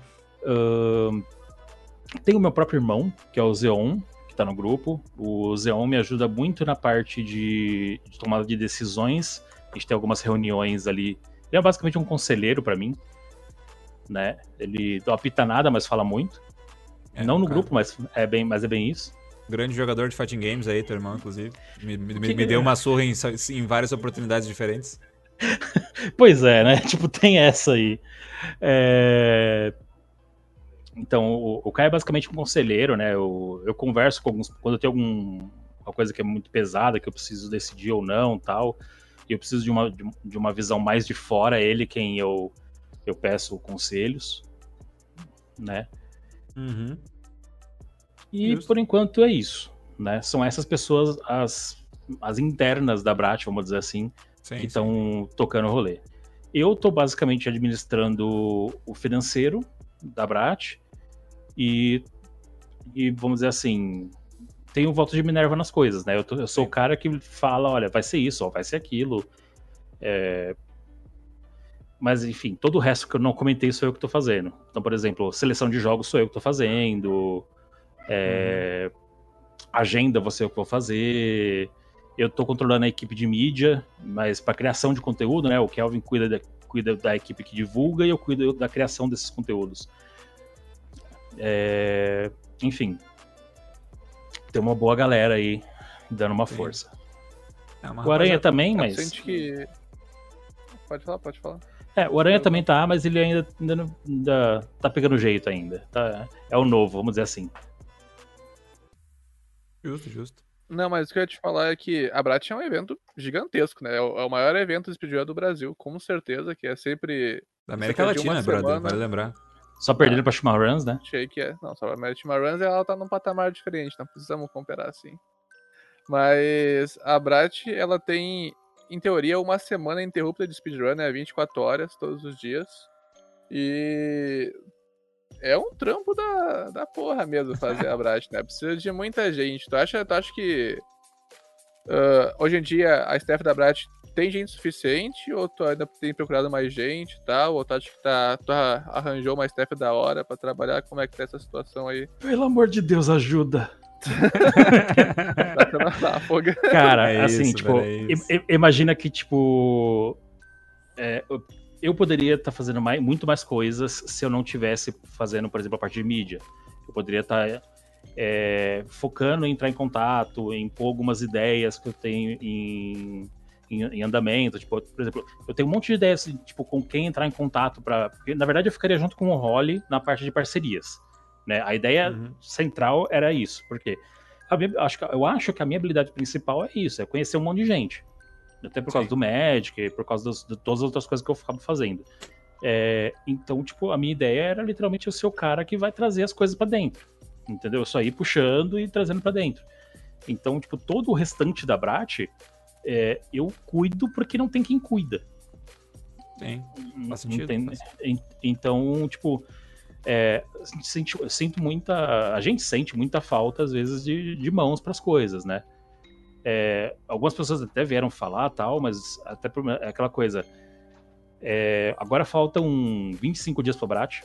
Tem o meu próprio irmão, que é o Zeon, que tá no grupo. O Zeon me ajuda muito na parte de tomada de decisões. A gente tem algumas reuniões ali. Ele é basicamente um conselheiro pra mim, né? Ele não apita nada, mas fala muito. Não no grupo, mas é bem isso. Grande jogador de fighting games aí, teu irmão, inclusive. Me deu uma surra em várias oportunidades diferentes. Pois é, né? Tipo, tem essa aí. Então, o Caio é basicamente um conselheiro, né? Eu converso com alguns... Quando eu tenho alguma coisa que é muito pesada, que eu preciso decidir ou não, tal, e eu preciso de uma visão mais de fora, é ele quem eu peço conselhos, né? Uhum. E, por enquanto, é isso, né? São essas pessoas, as internas da Brat, vamos dizer assim, que estão tocando o rolê. Eu tô basicamente administrando o financeiro da Brat e vamos dizer assim, tenho o voto de Minerva nas coisas, né? Eu sou o cara que fala, olha, vai ser isso, ó, vai ser aquilo. Mas, enfim, todo o resto que eu não comentei sou eu que tô fazendo. Então, por exemplo, seleção de jogos sou eu que tô fazendo, agenda você eu que vou fazer. Eu tô controlando a equipe de mídia, mas para criação de conteúdo, né? O Kelvin cuida da equipe que divulga e eu cuido da criação desses conteúdos. Enfim, tem uma boa galera aí dando uma força. O Aranha também, mas... Sente que... Pode falar. O Aranha também tá, mas ele ainda tá pegando jeito ainda. É o novo, vamos dizer assim. Justo. Não, mas o que eu ia te falar é que a Brat é um evento gigantesco, né? É o maior evento de speedrun do Brasil, com certeza, que é sempre... Da América Latina, brother, vale lembrar. Só perdendo pra Shadowruns, né? Achei que é. Não, só a Shadowruns ela tá num patamar diferente, não precisamos comparar assim. Mas a Brat, ela tem, em teoria, uma semana ininterrupta de speedrun, né? 24 horas, todos os dias. E... é um trampo da porra mesmo fazer a Brat, né? Precisa de muita gente. Tu acha que hoje em dia a staff da Brat tem gente suficiente? Ou tu ainda tem procurado mais gente e tal? Ou tu acha que tu arranjou uma staff da hora pra trabalhar? Como é que tá essa situação aí? Pelo amor de Deus, ajuda! Tá cara, assim, isso, tipo, imagina que, tipo, eu poderia estar fazendo muito mais coisas se eu não tivesse fazendo, por exemplo, a parte de mídia. Eu poderia estar focando em entrar em contato, em pôr algumas ideias que eu tenho em andamento. Tipo, por exemplo, eu tenho um monte de ideias tipo, com quem entrar em contato porque, na verdade, eu ficaria junto com o Holly na parte de parcerias. Né? A ideia central era isso, porque eu acho que a minha habilidade principal é isso, é conhecer um monte de gente. Até por causa do Magic, por causa de todas as outras coisas que eu acabo fazendo. Então, tipo, a minha ideia era literalmente eu ser o cara que vai trazer as coisas pra dentro. Entendeu? Eu só ir puxando e trazendo pra dentro. Então, tipo, todo o restante da Brat, eu cuido porque não tem quem cuida. Tem, faz sentido. Então, tipo... a gente sente muita falta às vezes de mãos para as coisas, né? Algumas pessoas até vieram falar tal, mas até aquela coisa. Agora faltam 25 dias para Brat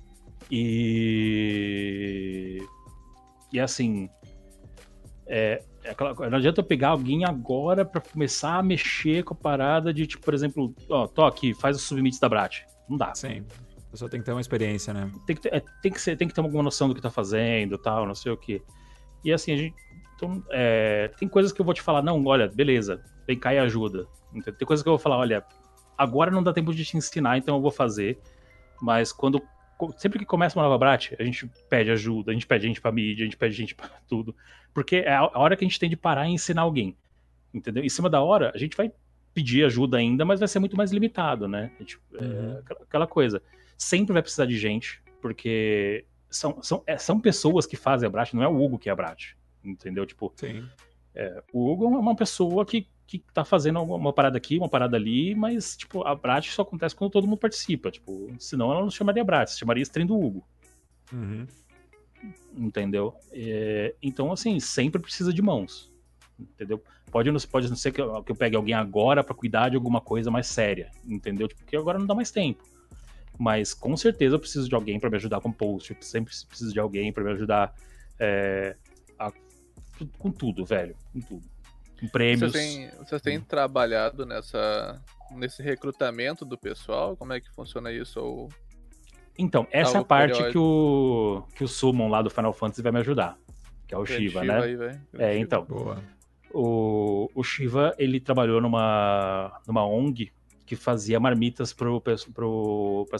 e assim, Não adianta eu pegar alguém agora pra começar a mexer com a parada de, tipo, por exemplo, ó, tô aqui, faz os submits da Brat. Não dá. Sim. A pessoa tem que ter uma experiência, né? Tem que ter alguma noção do que tá fazendo, tal, não sei o quê. E assim, a gente. Então, tem coisas que eu vou te falar, não, olha, beleza, vem cá e ajuda. Entendeu? Tem coisas que eu vou falar, olha, agora não dá tempo de te ensinar, então eu vou fazer. Mas sempre que começa uma nova Brat, a gente pede ajuda, a gente pede gente pra mídia, a gente pede gente pra tudo. Porque é a hora que a gente tem de parar e ensinar alguém. Entendeu? Em cima da hora, a gente vai pedir ajuda ainda, mas vai ser muito mais limitado, né? Aquela coisa. Sempre vai precisar de gente, porque são pessoas que fazem a Brat, não é o Hugo que é a Brat. Entendeu? Tipo, Sim. O Hugo é uma pessoa que tá fazendo uma parada aqui, uma parada ali, mas, tipo, a Brat só acontece quando todo mundo participa. Tipo, senão ela não chamaria Brat, chamaria Stream do Hugo. Uhum. Entendeu? Então, assim, sempre precisa de mãos. Entendeu? Pode não ser que eu pegue alguém agora pra cuidar de alguma coisa mais séria. Entendeu? Tipo, porque agora não dá mais tempo. Mas, com certeza, eu preciso de alguém pra me ajudar com post. Eu sempre preciso de alguém pra me ajudar com tudo, velho. Com tudo. Com prêmios. Vocês têm trabalhado nesse recrutamento do pessoal? Como é que funciona isso? Ou... Então, essa é a parte que o Summon lá do Final Fantasy vai me ajudar. Que é o Shiva, né? Aí, então. Boa. O Shiva, ele trabalhou numa ONG que fazia marmitas pros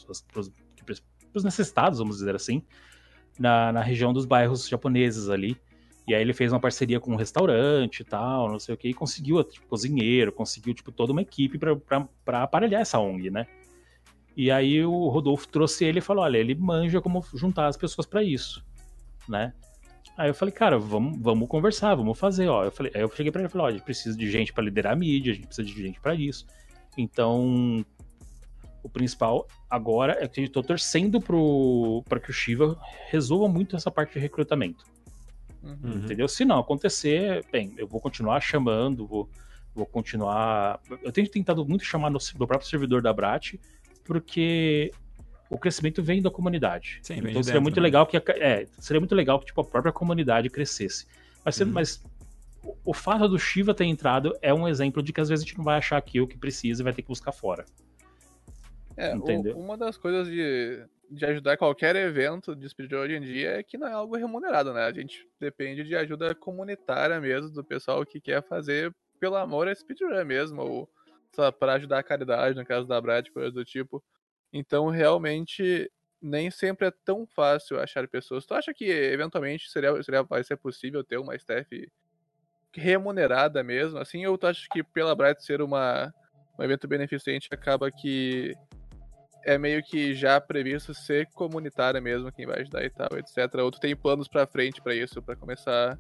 necessitados, vamos dizer assim, na região dos bairros japoneses ali. E aí ele fez uma parceria com um restaurante e tal, não sei o que, e conseguiu, tipo, cozinheiro, conseguiu, tipo, toda uma equipe pra aparelhar essa ONG, né? E aí o Rodolfo trouxe ele e falou, olha, ele manja como juntar as pessoas pra isso, né? Aí eu falei, cara, vamos conversar, vamos fazer, ó. Aí eu cheguei pra ele e falei, ó, a gente precisa de gente pra liderar a mídia, a gente precisa de gente pra isso. Então, o principal agora é que eu tô torcendo pra que o Shiva resolva muito essa parte de recrutamento. Uhum. Entendeu? Se não acontecer, bem, eu vou continuar chamando, vou continuar... Eu tenho tentado muito chamar no próprio servidor da Brat, porque o crescimento vem da comunidade. Sim, então seria muito legal que tipo, a própria comunidade crescesse. Mas o fato do Shiva ter entrado é um exemplo de que às vezes a gente não vai achar aqui o que precisa e vai ter que buscar fora. Entendeu? Uma das coisas de ajudar qualquer evento de speedrun hoje em dia é que não é algo remunerado, né? A gente depende de ajuda comunitária mesmo, do pessoal que quer fazer pelo amor a speedrun mesmo, ou para ajudar a caridade, no caso da Brat, coisa do tipo. Então, realmente, nem sempre é tão fácil achar pessoas. Tu acha que, eventualmente, vai ser possível ter uma staff remunerada mesmo, assim? Ou tu acha que, pela Brat ser um evento beneficente, acaba que é meio que já previsto ser comunitária mesmo, quem vai ajudar e tal, etc. Ou tu tem planos pra frente pra isso, pra começar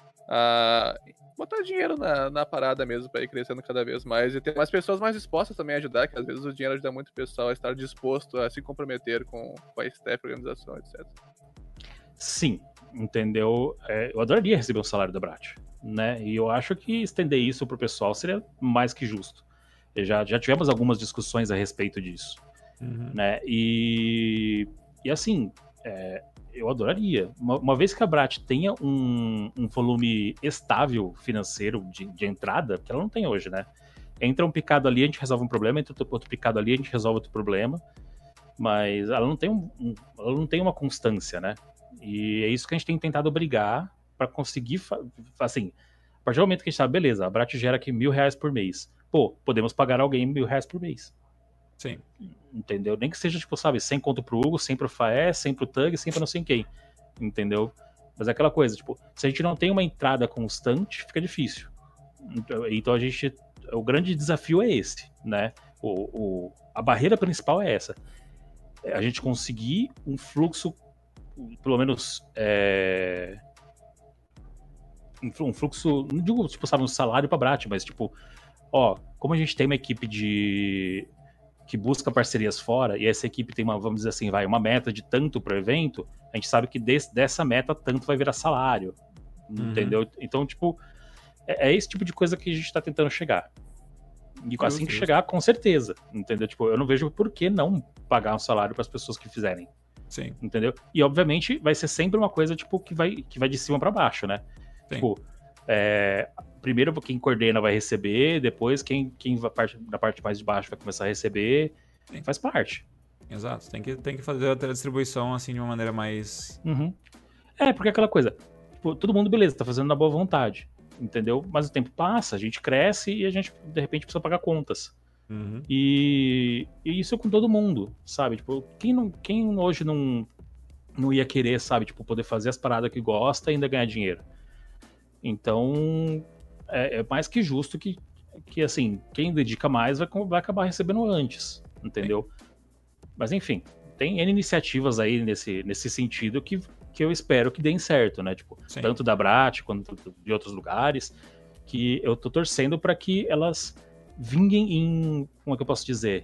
a botar dinheiro na parada mesmo, pra ir crescendo cada vez mais e ter mais pessoas mais dispostas também a ajudar, que às vezes o dinheiro ajuda muito o pessoal a estar disposto a se comprometer com a staff, a organização, etc. Sim, entendeu? Eu adoraria receber um salário da Brat, né? E eu acho que estender isso pro pessoal seria mais que justo. Já tivemos algumas discussões a respeito disso. Uhum. Né? E assim, eu adoraria. Uma vez que a Brat tenha um volume estável financeiro de entrada, que ela não tem hoje, né? Entra um picado ali, a gente resolve um problema, entra outro picado ali, a gente resolve outro problema, mas ela não tem, ela não tem uma constância, né? E é isso que a gente tem tentado brigar para conseguir, assim, a partir do momento que a gente sabe, beleza, a Brat gera aqui R$1.000 por mês. Pô, podemos pagar alguém R$1.000 por mês. Sim. Entendeu? Nem que seja, tipo, sabe, 100 conto pro Hugo, 100 pro Faé, 100 pro Tug, 100 pra não sei quem. Entendeu? Mas é aquela coisa, tipo, se a gente não tem uma entrada constante, fica difícil. Então a gente... O grande desafio é esse, né? A barreira principal é essa. A gente conseguir um fluxo, pelo menos... Um fluxo... Não digo, tipo, sabe, um salário pra Brat, mas, tipo... Ó, como a gente tem uma equipe que busca parcerias fora, e essa equipe tem vamos dizer assim, uma meta de tanto pro evento, a gente sabe que dessa meta tanto vai virar salário, entendeu? Então, tipo, é esse tipo de coisa que a gente tá tentando chegar. E assim que chegar, com certeza, entendeu? Tipo, eu não vejo por que não pagar um salário para as pessoas que fizerem. Sim. Entendeu? E, obviamente, vai ser sempre uma coisa, tipo, que vai de cima para baixo, né? Sim. Tipo, Primeiro quem coordena vai receber, depois quem na parte mais de baixo vai começar a receber. Sim. Faz parte. Exato, tem que fazer a distribuição assim de uma maneira mais... Uhum. Porque aquela coisa, tipo, todo mundo, beleza, tá fazendo na boa vontade, entendeu? Mas o tempo passa, a gente cresce e a gente, de repente, precisa pagar contas. Uhum. E isso com todo mundo, sabe? Tipo, quem hoje não ia querer, sabe? Tipo, poder fazer as paradas que gosta e ainda ganhar dinheiro. Então, é mais que justo que assim, quem dedica mais vai acabar recebendo antes, entendeu? Mas, enfim, tem N iniciativas aí nesse sentido que eu espero que deem certo, né? Tipo, Sim. tanto da Brat quanto de outros lugares, que eu tô torcendo para que elas vinguem em, como é que eu posso dizer?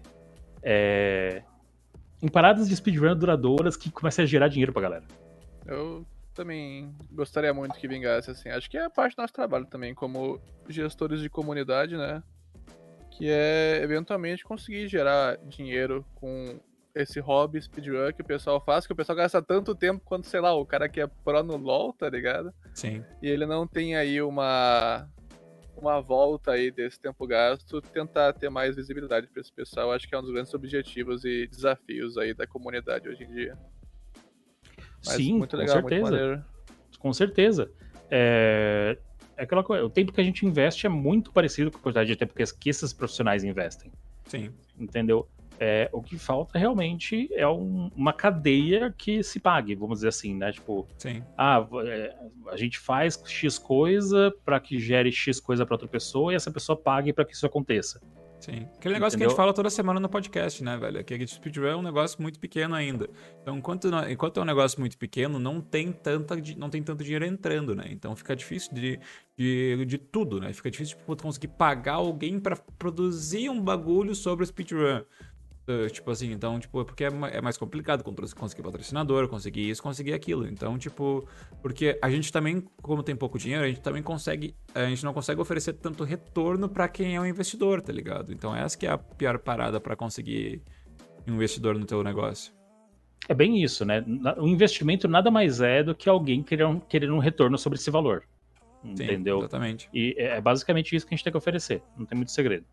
Em paradas de speedrun duradouras que comecem a gerar dinheiro pra galera. Eu também gostaria muito que vingasse, assim. Acho que é parte do nosso trabalho também, como gestores de comunidade, né? Que é, eventualmente, conseguir gerar dinheiro com esse hobby speedrun que o pessoal faz, que o pessoal gasta tanto tempo quanto, sei lá, o cara que é pro no LoL, tá ligado? Sim. E ele não tem aí uma volta aí desse tempo gasto, tentar ter mais visibilidade para esse pessoal. Acho que é um dos grandes objetivos e desafios aí da comunidade hoje em dia. Mas sim, muito com legal, certeza. muito maneiro. Com certeza. É aquela coisa, o tempo que a gente investe é muito parecido com a quantidade de tempo que esses profissionais investem. Sim. Entendeu? O que falta realmente é uma cadeia que se pague, vamos dizer assim, né? Tipo, Sim. A gente faz X coisa para que gere X coisa para outra pessoa e essa pessoa pague para que isso aconteça. Sim. Aquele negócio que a gente fala toda semana no podcast, né, velho? Que speedrun é um negócio muito pequeno ainda. Então, enquanto é um negócio muito pequeno, não tem tanto dinheiro entrando, né? Então fica difícil de tudo, né? Fica difícil tipo, conseguir pagar alguém pra produzir um bagulho sobre o speedrun. Tipo assim, então, tipo, porque é mais complicado conseguir patrocinador, conseguir isso, conseguir aquilo. Então, tipo, porque a gente também, como tem pouco dinheiro, a gente não consegue oferecer tanto retorno pra quem é um investidor, tá ligado? Então, essa que é a pior parada pra conseguir um investidor no teu negócio. É bem isso, né? O investimento nada mais é do que alguém querer um retorno sobre esse valor. Entendeu? Sim, exatamente. E é basicamente isso que a gente tem que oferecer. Não tem muito segredo.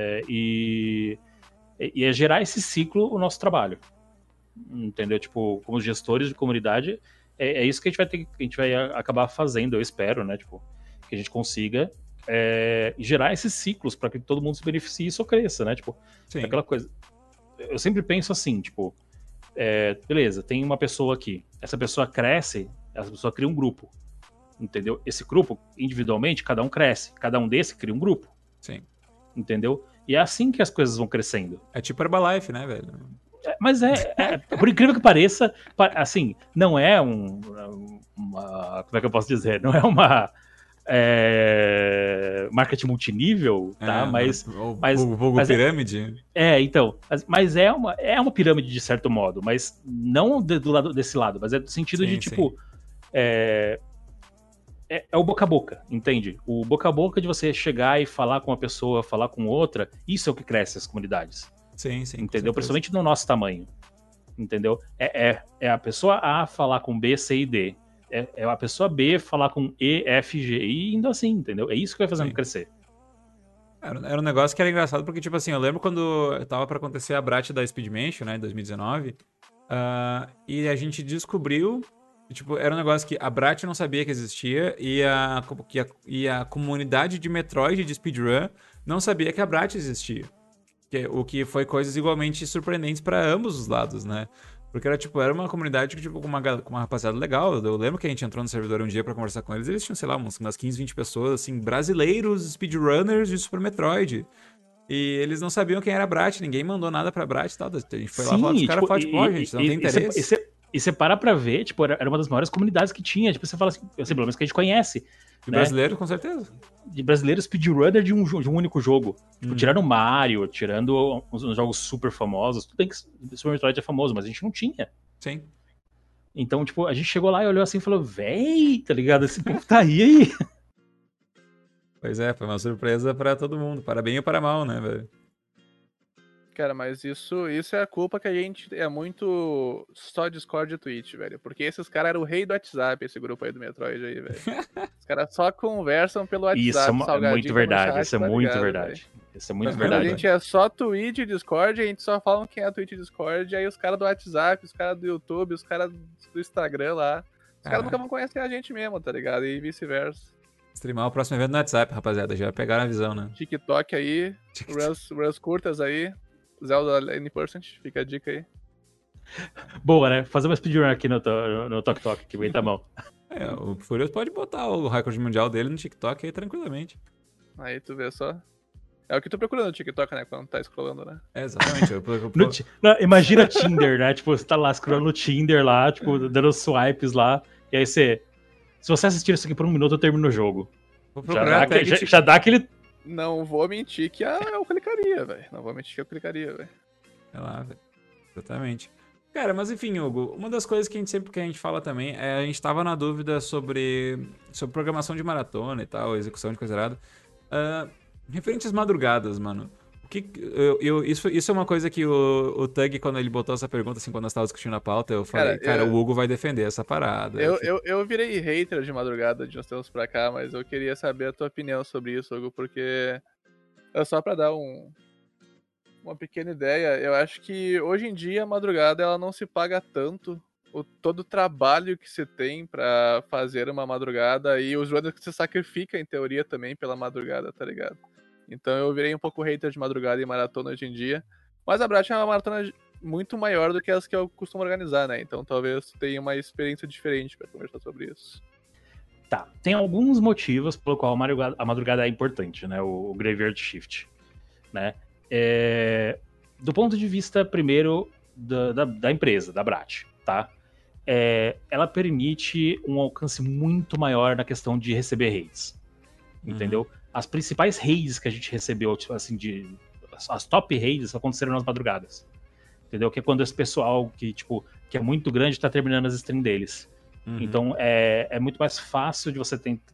E é gerar esse ciclo o nosso trabalho. Entendeu? Tipo, como gestores de comunidade, é isso que a gente vai acabar fazendo, eu espero, né? Tipo, que a gente consiga gerar esses ciclos para que todo mundo se beneficie e só cresça, né? Tipo, Sim. aquela coisa. Eu sempre penso assim, tipo, beleza, tem uma pessoa aqui. Essa pessoa cresce, essa pessoa cria um grupo. Entendeu? Esse grupo, individualmente, cada um cresce. Cada um desse cria um grupo. Sim. Entendeu? E é assim que as coisas vão crescendo. É tipo Herbalife, né, velho? Mas por incrível que pareça, assim, não é uma. Como é que eu posso dizer? Não é uma marketing multinível, tá? Mas vulgo pirâmide? Então. Mas é uma pirâmide de certo modo, mas não do lado desse lado, mas é do sentido de, tipo. É o boca a boca, entende? O boca a boca de você chegar e falar com uma pessoa, falar com outra, isso é o que cresce as comunidades. Sim, sim. Entendeu? Principalmente no nosso tamanho. Entendeu? É a pessoa A falar com B, C e D. É a pessoa B falar com E, F, G e indo assim, entendeu? É isso que vai fazendo crescer. Era um negócio que era engraçado porque, tipo assim, eu lembro quando tava pra acontecer a Brat da Speed Mansion, né, em 2019, e a gente descobriu, tipo, era um negócio que a Brat não sabia que existia e a comunidade de Metroid de speedrun não sabia que a Brat existia. O que foi coisas igualmente surpreendentes pra ambos os lados, né? Porque era uma comunidade tipo, com uma rapaziada legal. Eu lembro que a gente entrou no servidor um dia pra conversar com eles tinham, sei lá, umas 15, 20 pessoas, assim, brasileiros, speedrunners de Super Metroid. E eles não sabiam quem era a Brat, ninguém mandou nada pra Brat e tal. A gente foi lá falar com os caras, tipo, gente, não tem interesse. E você para ver, tipo, era uma das maiores comunidades que tinha. Tipo, você fala assim, pelo menos que a gente conhece. De brasileiro, com certeza. De brasileiro speedrunner de um único jogo. Tipo, tirando o Mario, tirando uns jogos super famosos. Tudo bem que Super Metroid é famoso, mas a gente não tinha. Sim. Então, tipo, a gente chegou lá e olhou assim e falou, véi, tá ligado? Esse povo tá aí. Pois é, foi uma surpresa pra todo mundo. Para bem ou para mal, né, velho? Cara, mas isso é a culpa que a gente é muito só Discord e Twitch, velho. Porque esses caras eram o rei do WhatsApp, esse grupo aí do Metroid aí, velho. Os caras só conversam pelo Isso WhatsApp, é muito salgadinho tá no verdade, chat, isso é tá muito ligado, velho. verdade. Isso é muito Mas quando a verdade. gente é só Twitch e Discord, a gente só fala quem é Twitch e Discord, aí os caras do WhatsApp, os caras do YouTube, os caras do Instagram lá, os caras nunca vão conhecer a gente mesmo, tá ligado? E vice-versa. Streamar o próximo evento no WhatsApp, rapaziada. Já pegaram a visão, né? TikTok aí, Runs curtas aí, Zelda N%, fica a dica aí. Boa, né? Fazer uma speedrun aqui no Tok Tok, que bem tá bom. O Furioso pode botar o recorde mundial dele no TikTok aí tranquilamente. Aí tu vê só. É o que tu procura no TikTok, né? Quando tá scrollando, né? Exatamente. Imagina Tinder, né? Tipo, você tá lá scrollando no Tinder lá, tipo, dando swipes lá, e aí você... Se você assistir isso aqui por 1 minuto, eu termino o jogo. Vou procurar já dá aquele... Não vou mentir que eu clicaria, velho. Não vou mentir que eu clicaria, velho. É lá, velho. Exatamente. Cara, mas enfim, Hugo, uma das coisas que a gente fala também é a gente tava na dúvida sobre programação de maratona e tal, execução de coisa errada. Referente às madrugadas, mano. Isso é uma coisa que o Tug, quando ele botou essa pergunta, assim, quando nós estávamos discutindo a pauta, eu falei, cara, o Hugo vai defender essa parada. Eu virei hater de madrugada de uns tempos pra cá, mas eu queria saber a tua opinião sobre isso, Hugo, porque é só pra dar uma pequena ideia. Eu acho que hoje em dia a madrugada ela não se paga tanto todo o trabalho que se tem pra fazer uma madrugada e os runners que se sacrifica em teoria também pela madrugada, tá ligado? Então eu virei um pouco hater de madrugada e maratona hoje em dia. Mas a Brat é uma maratona muito maior do que as que eu costumo organizar, né? Então talvez tenha uma experiência diferente pra conversar sobre isso. Tá, tem alguns motivos pelo qual a madrugada é importante, né? O Graveyard Shift, né? Do ponto de vista, primeiro, da empresa, da Brat, tá? Ela permite um alcance muito maior na questão de receber raids, entendeu? As principais raids que a gente recebeu, tipo assim, as top raids aconteceram nas madrugadas, entendeu? Que é quando esse pessoal que é muito grande tá terminando as streams deles. Então é muito mais fácil de você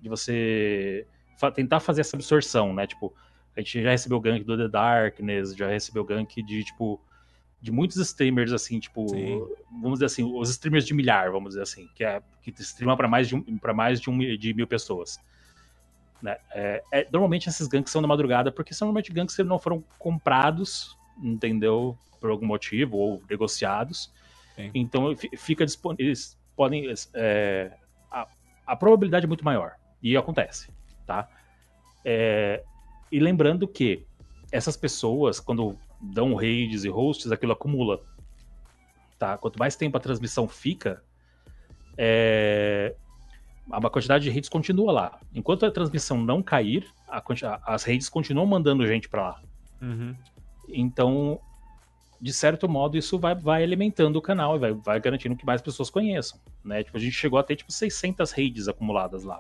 tentar fazer essa absorção, né? Tipo, a gente já recebeu gank do The Darkness, já recebeu gank de muitos streamers, assim, tipo, sim, vamos dizer assim, os streamers de milhar, vamos dizer assim, que streamam para mais de 1.000 pessoas. Né? Normalmente esses ganks são na madrugada, porque são normalmente ganks que não foram comprados, entendeu? Por algum motivo, ou negociados. Sim. Então fica disponível. Podem. A probabilidade é muito maior. E acontece, tá? E lembrando que essas pessoas, quando dão raids e hosts, aquilo acumula. Tá? Quanto mais tempo a transmissão fica, a quantidade de raids continua lá. Enquanto a transmissão não cair, as raids continuam mandando gente pra lá. Então, de certo modo, isso vai alimentando o canal e vai garantindo que mais pessoas conheçam, né? Tipo, a gente chegou a ter 600 raids acumuladas lá.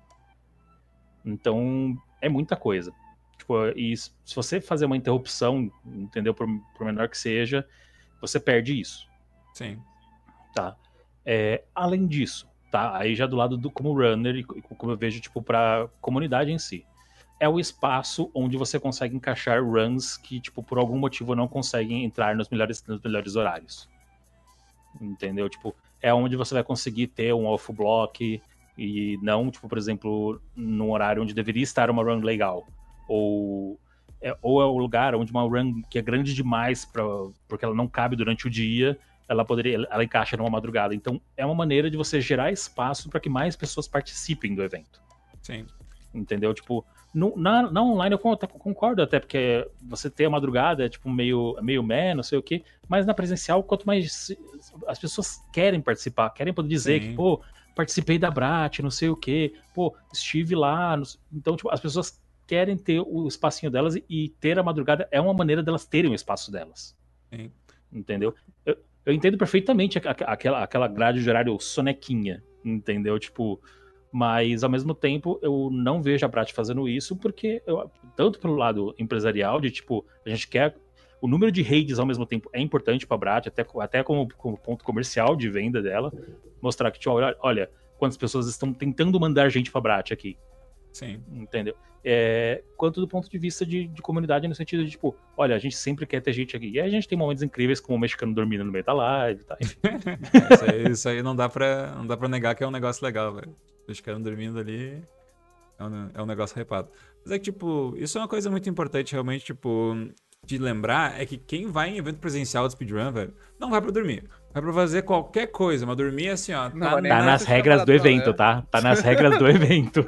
Então, é muita coisa. Tipo, e se você fazer uma interrupção, entendeu? Por menor que seja, você perde isso. Sim. Tá. Além disso, tá? Aí já do lado como runner e como eu vejo, tipo, pra comunidade em si. É o espaço onde você consegue encaixar runs que, tipo, por algum motivo não conseguem entrar nos melhores horários. Entendeu? Tipo, é onde você vai conseguir ter um off-block e não, tipo, por exemplo, num horário onde deveria estar uma run legal. Ou é o lugar onde uma run que é grande demais porque ela não cabe durante o dia, ela encaixa numa madrugada. Então, é uma maneira de você gerar espaço para que mais pessoas participem do evento. Sim. Entendeu? Tipo, na online eu concordo até, porque você ter a madrugada é tipo meio não sei o quê, mas na presencial, quanto mais as pessoas querem participar, querem poder dizer que, pô, participei da Brat, não sei o quê, pô, estive lá. Então, tipo, as pessoas querem ter o espacinho delas e ter a madrugada é uma maneira delas terem o espaço delas. Sim. Entendeu? Eu entendo perfeitamente aquela grade de horário sonequinha, entendeu? Tipo, mas ao mesmo tempo eu não vejo a Brat fazendo isso porque, tanto pelo lado empresarial, de tipo, a gente quer. O número de raids ao mesmo tempo é importante pra Brat, até como ponto comercial de venda dela, mostrar que, tipo, olha, quantas pessoas estão tentando mandar gente pra Brat aqui. Sim. Entendeu? Quanto do ponto de vista de comunidade, no sentido de, tipo, olha, a gente sempre quer ter gente aqui. E aí a gente tem momentos incríveis, como o mexicano dormindo no meio da live, tá? Isso aí não dá pra negar que é um negócio legal, velho. Os caras dormindo ali é um negócio hypado. Mas é que, tipo, isso é uma coisa muito importante, realmente, tipo, de lembrar, é que quem vai em evento presencial de speedrun, velho, não vai pra dormir. Vai pra fazer qualquer coisa, mas dormir, assim, ó, Não vai nem Tá pra nas assistir a regras do maratona, evento, né? tá? Tá nas regras do evento.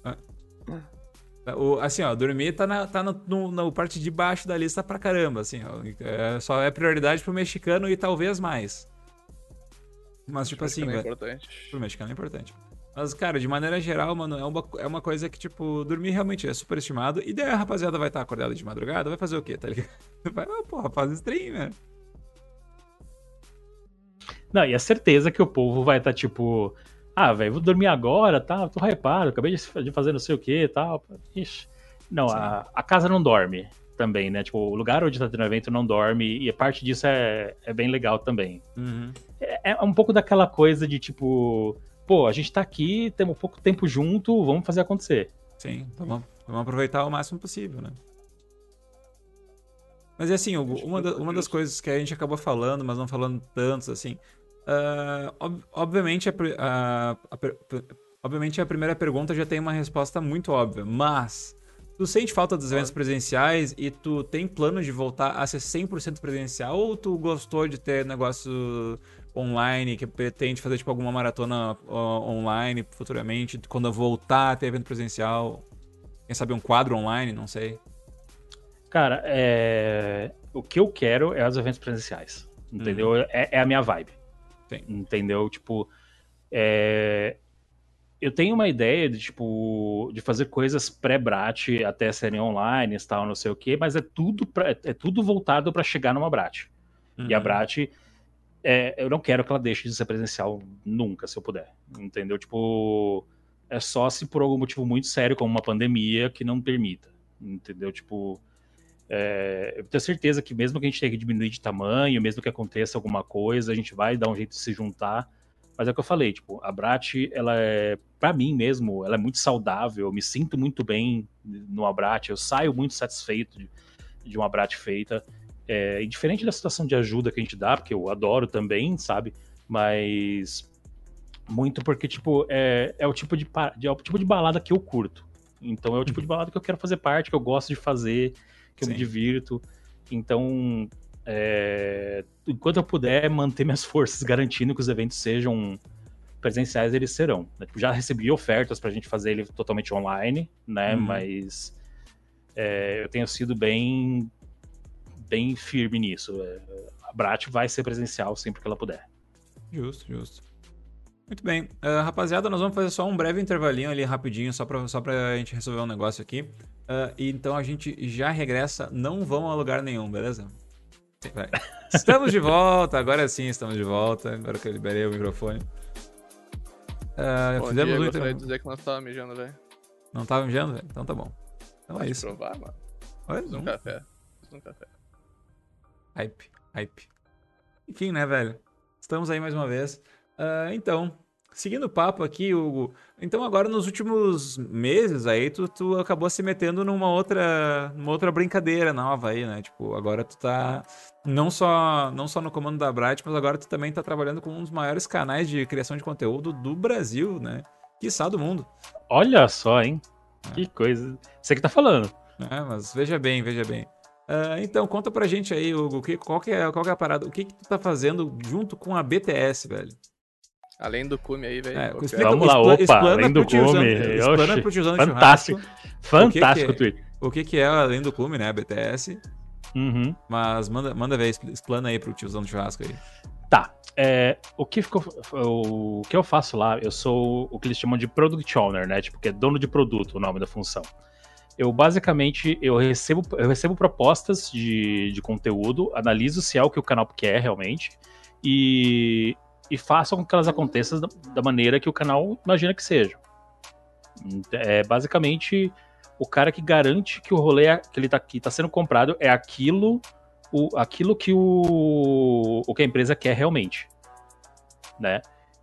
Assim, ó, dormir tá na parte de baixo da lista pra caramba, assim, ó. Só é prioridade pro mexicano e talvez mais. Mas, tipo Acho que assim, não é velho, importante. pro mexicano é importante. Mas, cara, de maneira geral, mano, é uma coisa que, tipo, dormir realmente é super estimado. E daí a rapaziada vai estar acordada de madrugada, vai fazer o quê, tá ligado? Vai, porra, faz stream, velho. Não, e a certeza que o povo vai estar, tipo, velho, vou dormir agora, tá? Tô hypado, acabei de fazer não sei o que e tal. Ixi. Não, Sim. a casa não dorme também, né? Tipo, o lugar onde tá tendo evento não dorme, e a parte disso é bem legal também. Uhum. É um pouco daquela coisa de, tipo, pô, a gente tá aqui, temos pouco tempo junto, vamos fazer acontecer. Sim, vamos aproveitar o máximo possível, né? Mas é assim, Hugo, uma das coisas que a gente acabou falando, mas não falando tantos, assim. Obviamente, obviamente a primeira pergunta já tem uma resposta muito óbvia, mas tu sente falta dos eventos presenciais e tu tem plano de voltar a ser 100% presencial ou tu gostou de ter negócio online que pretende fazer tipo alguma maratona online futuramente, quando voltar a ter evento presencial? Quem sabe um quadro online, não sei. Cara, o que eu quero é os eventos presenciais, entendeu? É a minha vibe. Sim. Entendeu? Tipo, eu tenho uma ideia de, tipo, de fazer coisas pré-Brat até serem online e tal, não sei o quê, mas é tudo voltado para chegar numa Brat. E a Brat, eu não quero que ela deixe de ser presencial nunca, se eu puder. Entendeu? Tipo, é só se por algum motivo muito sério, como uma pandemia, que não permita. Entendeu? Tipo, eu tenho certeza que mesmo que a gente tenha que diminuir de tamanho, mesmo que aconteça alguma coisa, a gente vai dar um jeito de se juntar. Mas é o que eu falei, tipo, a Brat, ela pra mim mesmo, ela é muito saudável, eu me sinto muito bem numa Brat, eu saio muito satisfeito de uma Brat feita. E diferente da situação de ajuda que a gente dá, porque eu adoro também, sabe? Mas muito porque, tipo, é o tipo de balada que eu curto. Então é o tipo de balada que eu quero fazer parte, que eu gosto de fazer, que eu me divirto. Então, enquanto eu puder manter minhas forças garantindo que os eventos sejam presenciais, eles serão. Já recebi ofertas pra gente fazer ele totalmente online, né? Mas eu tenho sido bem firme nisso. A Brat vai ser presencial sempre que ela puder. Justo. Muito bem. Rapaziada, nós vamos fazer só um breve intervalinho ali rapidinho, só pra gente resolver um negócio aqui. E então a gente já regressa, não vão a lugar nenhum, beleza? Vai. Estamos de volta, agora sim estamos de volta. Agora que eu liberei o microfone. Bom Fizemos dia, muito. gostaria de dizer que nós tava mijando, velho. Não tava mijando, velho? Então tá bom. Então Pode é isso. provar, mano. Oi? Fiz um café. Hype. Enfim, né, velho? Estamos aí mais uma vez. Então, seguindo o papo aqui, Hugo. Então, agora nos últimos meses aí, tu acabou se metendo numa outra brincadeira nova aí, né? Tipo, agora tu tá não só no comando da Bright, mas agora tu também tá trabalhando com um dos maiores canais de criação de conteúdo do Brasil, né? Quiçá do mundo. Olha só, hein? Que coisa. Você que tá falando. Mas veja bem. Então, conta pra gente aí, Hugo, qual que é a parada? O que tu tá fazendo junto com a BTS, velho? Além do cume aí, velho. Vamos lá, opa, além do cume. Explana pro tiozão do fantástico. churrasco. Fantástico o tweet. O que é além do cume, né, a BTS? Mas manda ver, explana aí pro tiozão do churrasco aí. Tá. O que eu faço lá, eu sou o que eles chamam de Product Owner, né? Tipo, que é dono de produto, o nome da função. Eu basicamente recebo propostas de conteúdo, analiso se é o que o canal quer realmente e faço com que elas aconteçam da maneira que o canal imagina que seja. Basicamente o cara que garante que o rolê que tá sendo comprado é aquilo que a empresa quer realmente, né?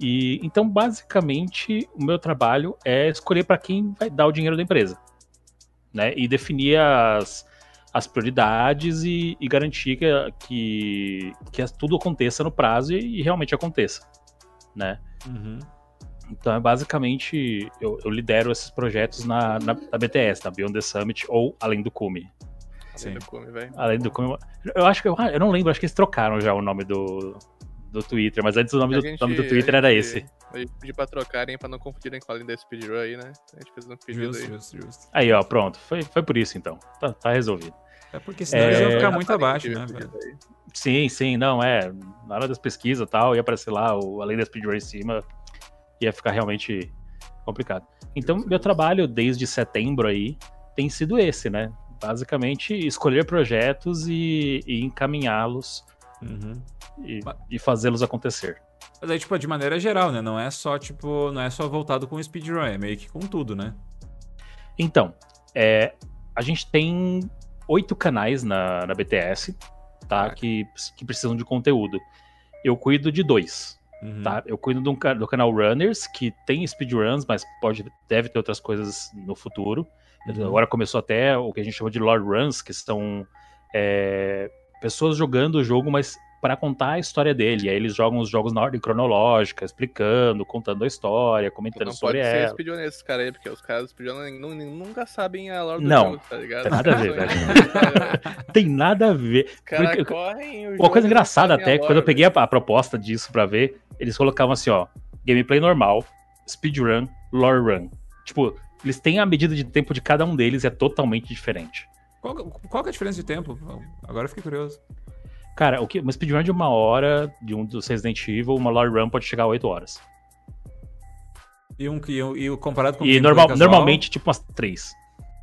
E então, basicamente, o meu trabalho é escolher para quem vai dar o dinheiro da empresa, né? E definir as prioridades e garantir que tudo aconteça no prazo e realmente aconteça, né? Uhum. Então, basicamente, eu lidero esses projetos na BTS, na Beyond the Summit, ou Além do Cume. Além do Cume, velho. Além do Cume. Eu acho que eu não lembro, acho que eles trocaram já o nome do Twitter, mas antes o nome do Twitter era esse. A gente pediu pra trocarem, pra não confundirem com a Além da Speedrun aí, né? A gente fez um pedido aí. Justo. Aí, ó, pronto. Foi por isso, então. Tá resolvido. É porque senão eles iam ficar muito abaixo, né, velho? Sim, não, na hora das pesquisas e tal, ia aparecer lá o Além da Speedrun em cima, ia ficar realmente complicado. Então, meu trabalho desde setembro aí tem sido esse, né? Basicamente, escolher projetos e encaminhá-los e fazê-los acontecer. Mas aí, tipo, de maneira geral, né? Não é só voltado com o speedrun, é meio que com tudo, né? Então, a gente tem 8 canais na BTS, tá? Que precisam de conteúdo. Eu cuido de 2. Tá? Eu cuido do canal Runners, que tem speedruns, mas deve ter outras coisas no futuro. Agora começou até o que a gente chama de lore runs, que são pessoas jogando o jogo, mas para contar a história dele. Aí eles jogam os jogos na ordem cronológica, explicando, contando a história, comentando sobre ela. Não pode ser speedrun esses caras aí, porque os caras do speedrun nunca sabem a lore do não, jogo, tá ligado? Tem nada a ver, velho. Tem nada a ver. Os caras correm o Uma coisa engraçada até, quando eu peguei a proposta disso pra ver, eles colocavam assim, ó, gameplay normal, speedrun, lore run. Tipo, eles têm a medida de tempo de cada um deles, é totalmente diferente. Qual que é a diferença de tempo? Agora eu fiquei curioso. Cara, uma speedrun de 1 hora, de um dos Resident Evil, uma lore run pode chegar a 8 horas. E comparado com o normalmente, tipo, umas 3.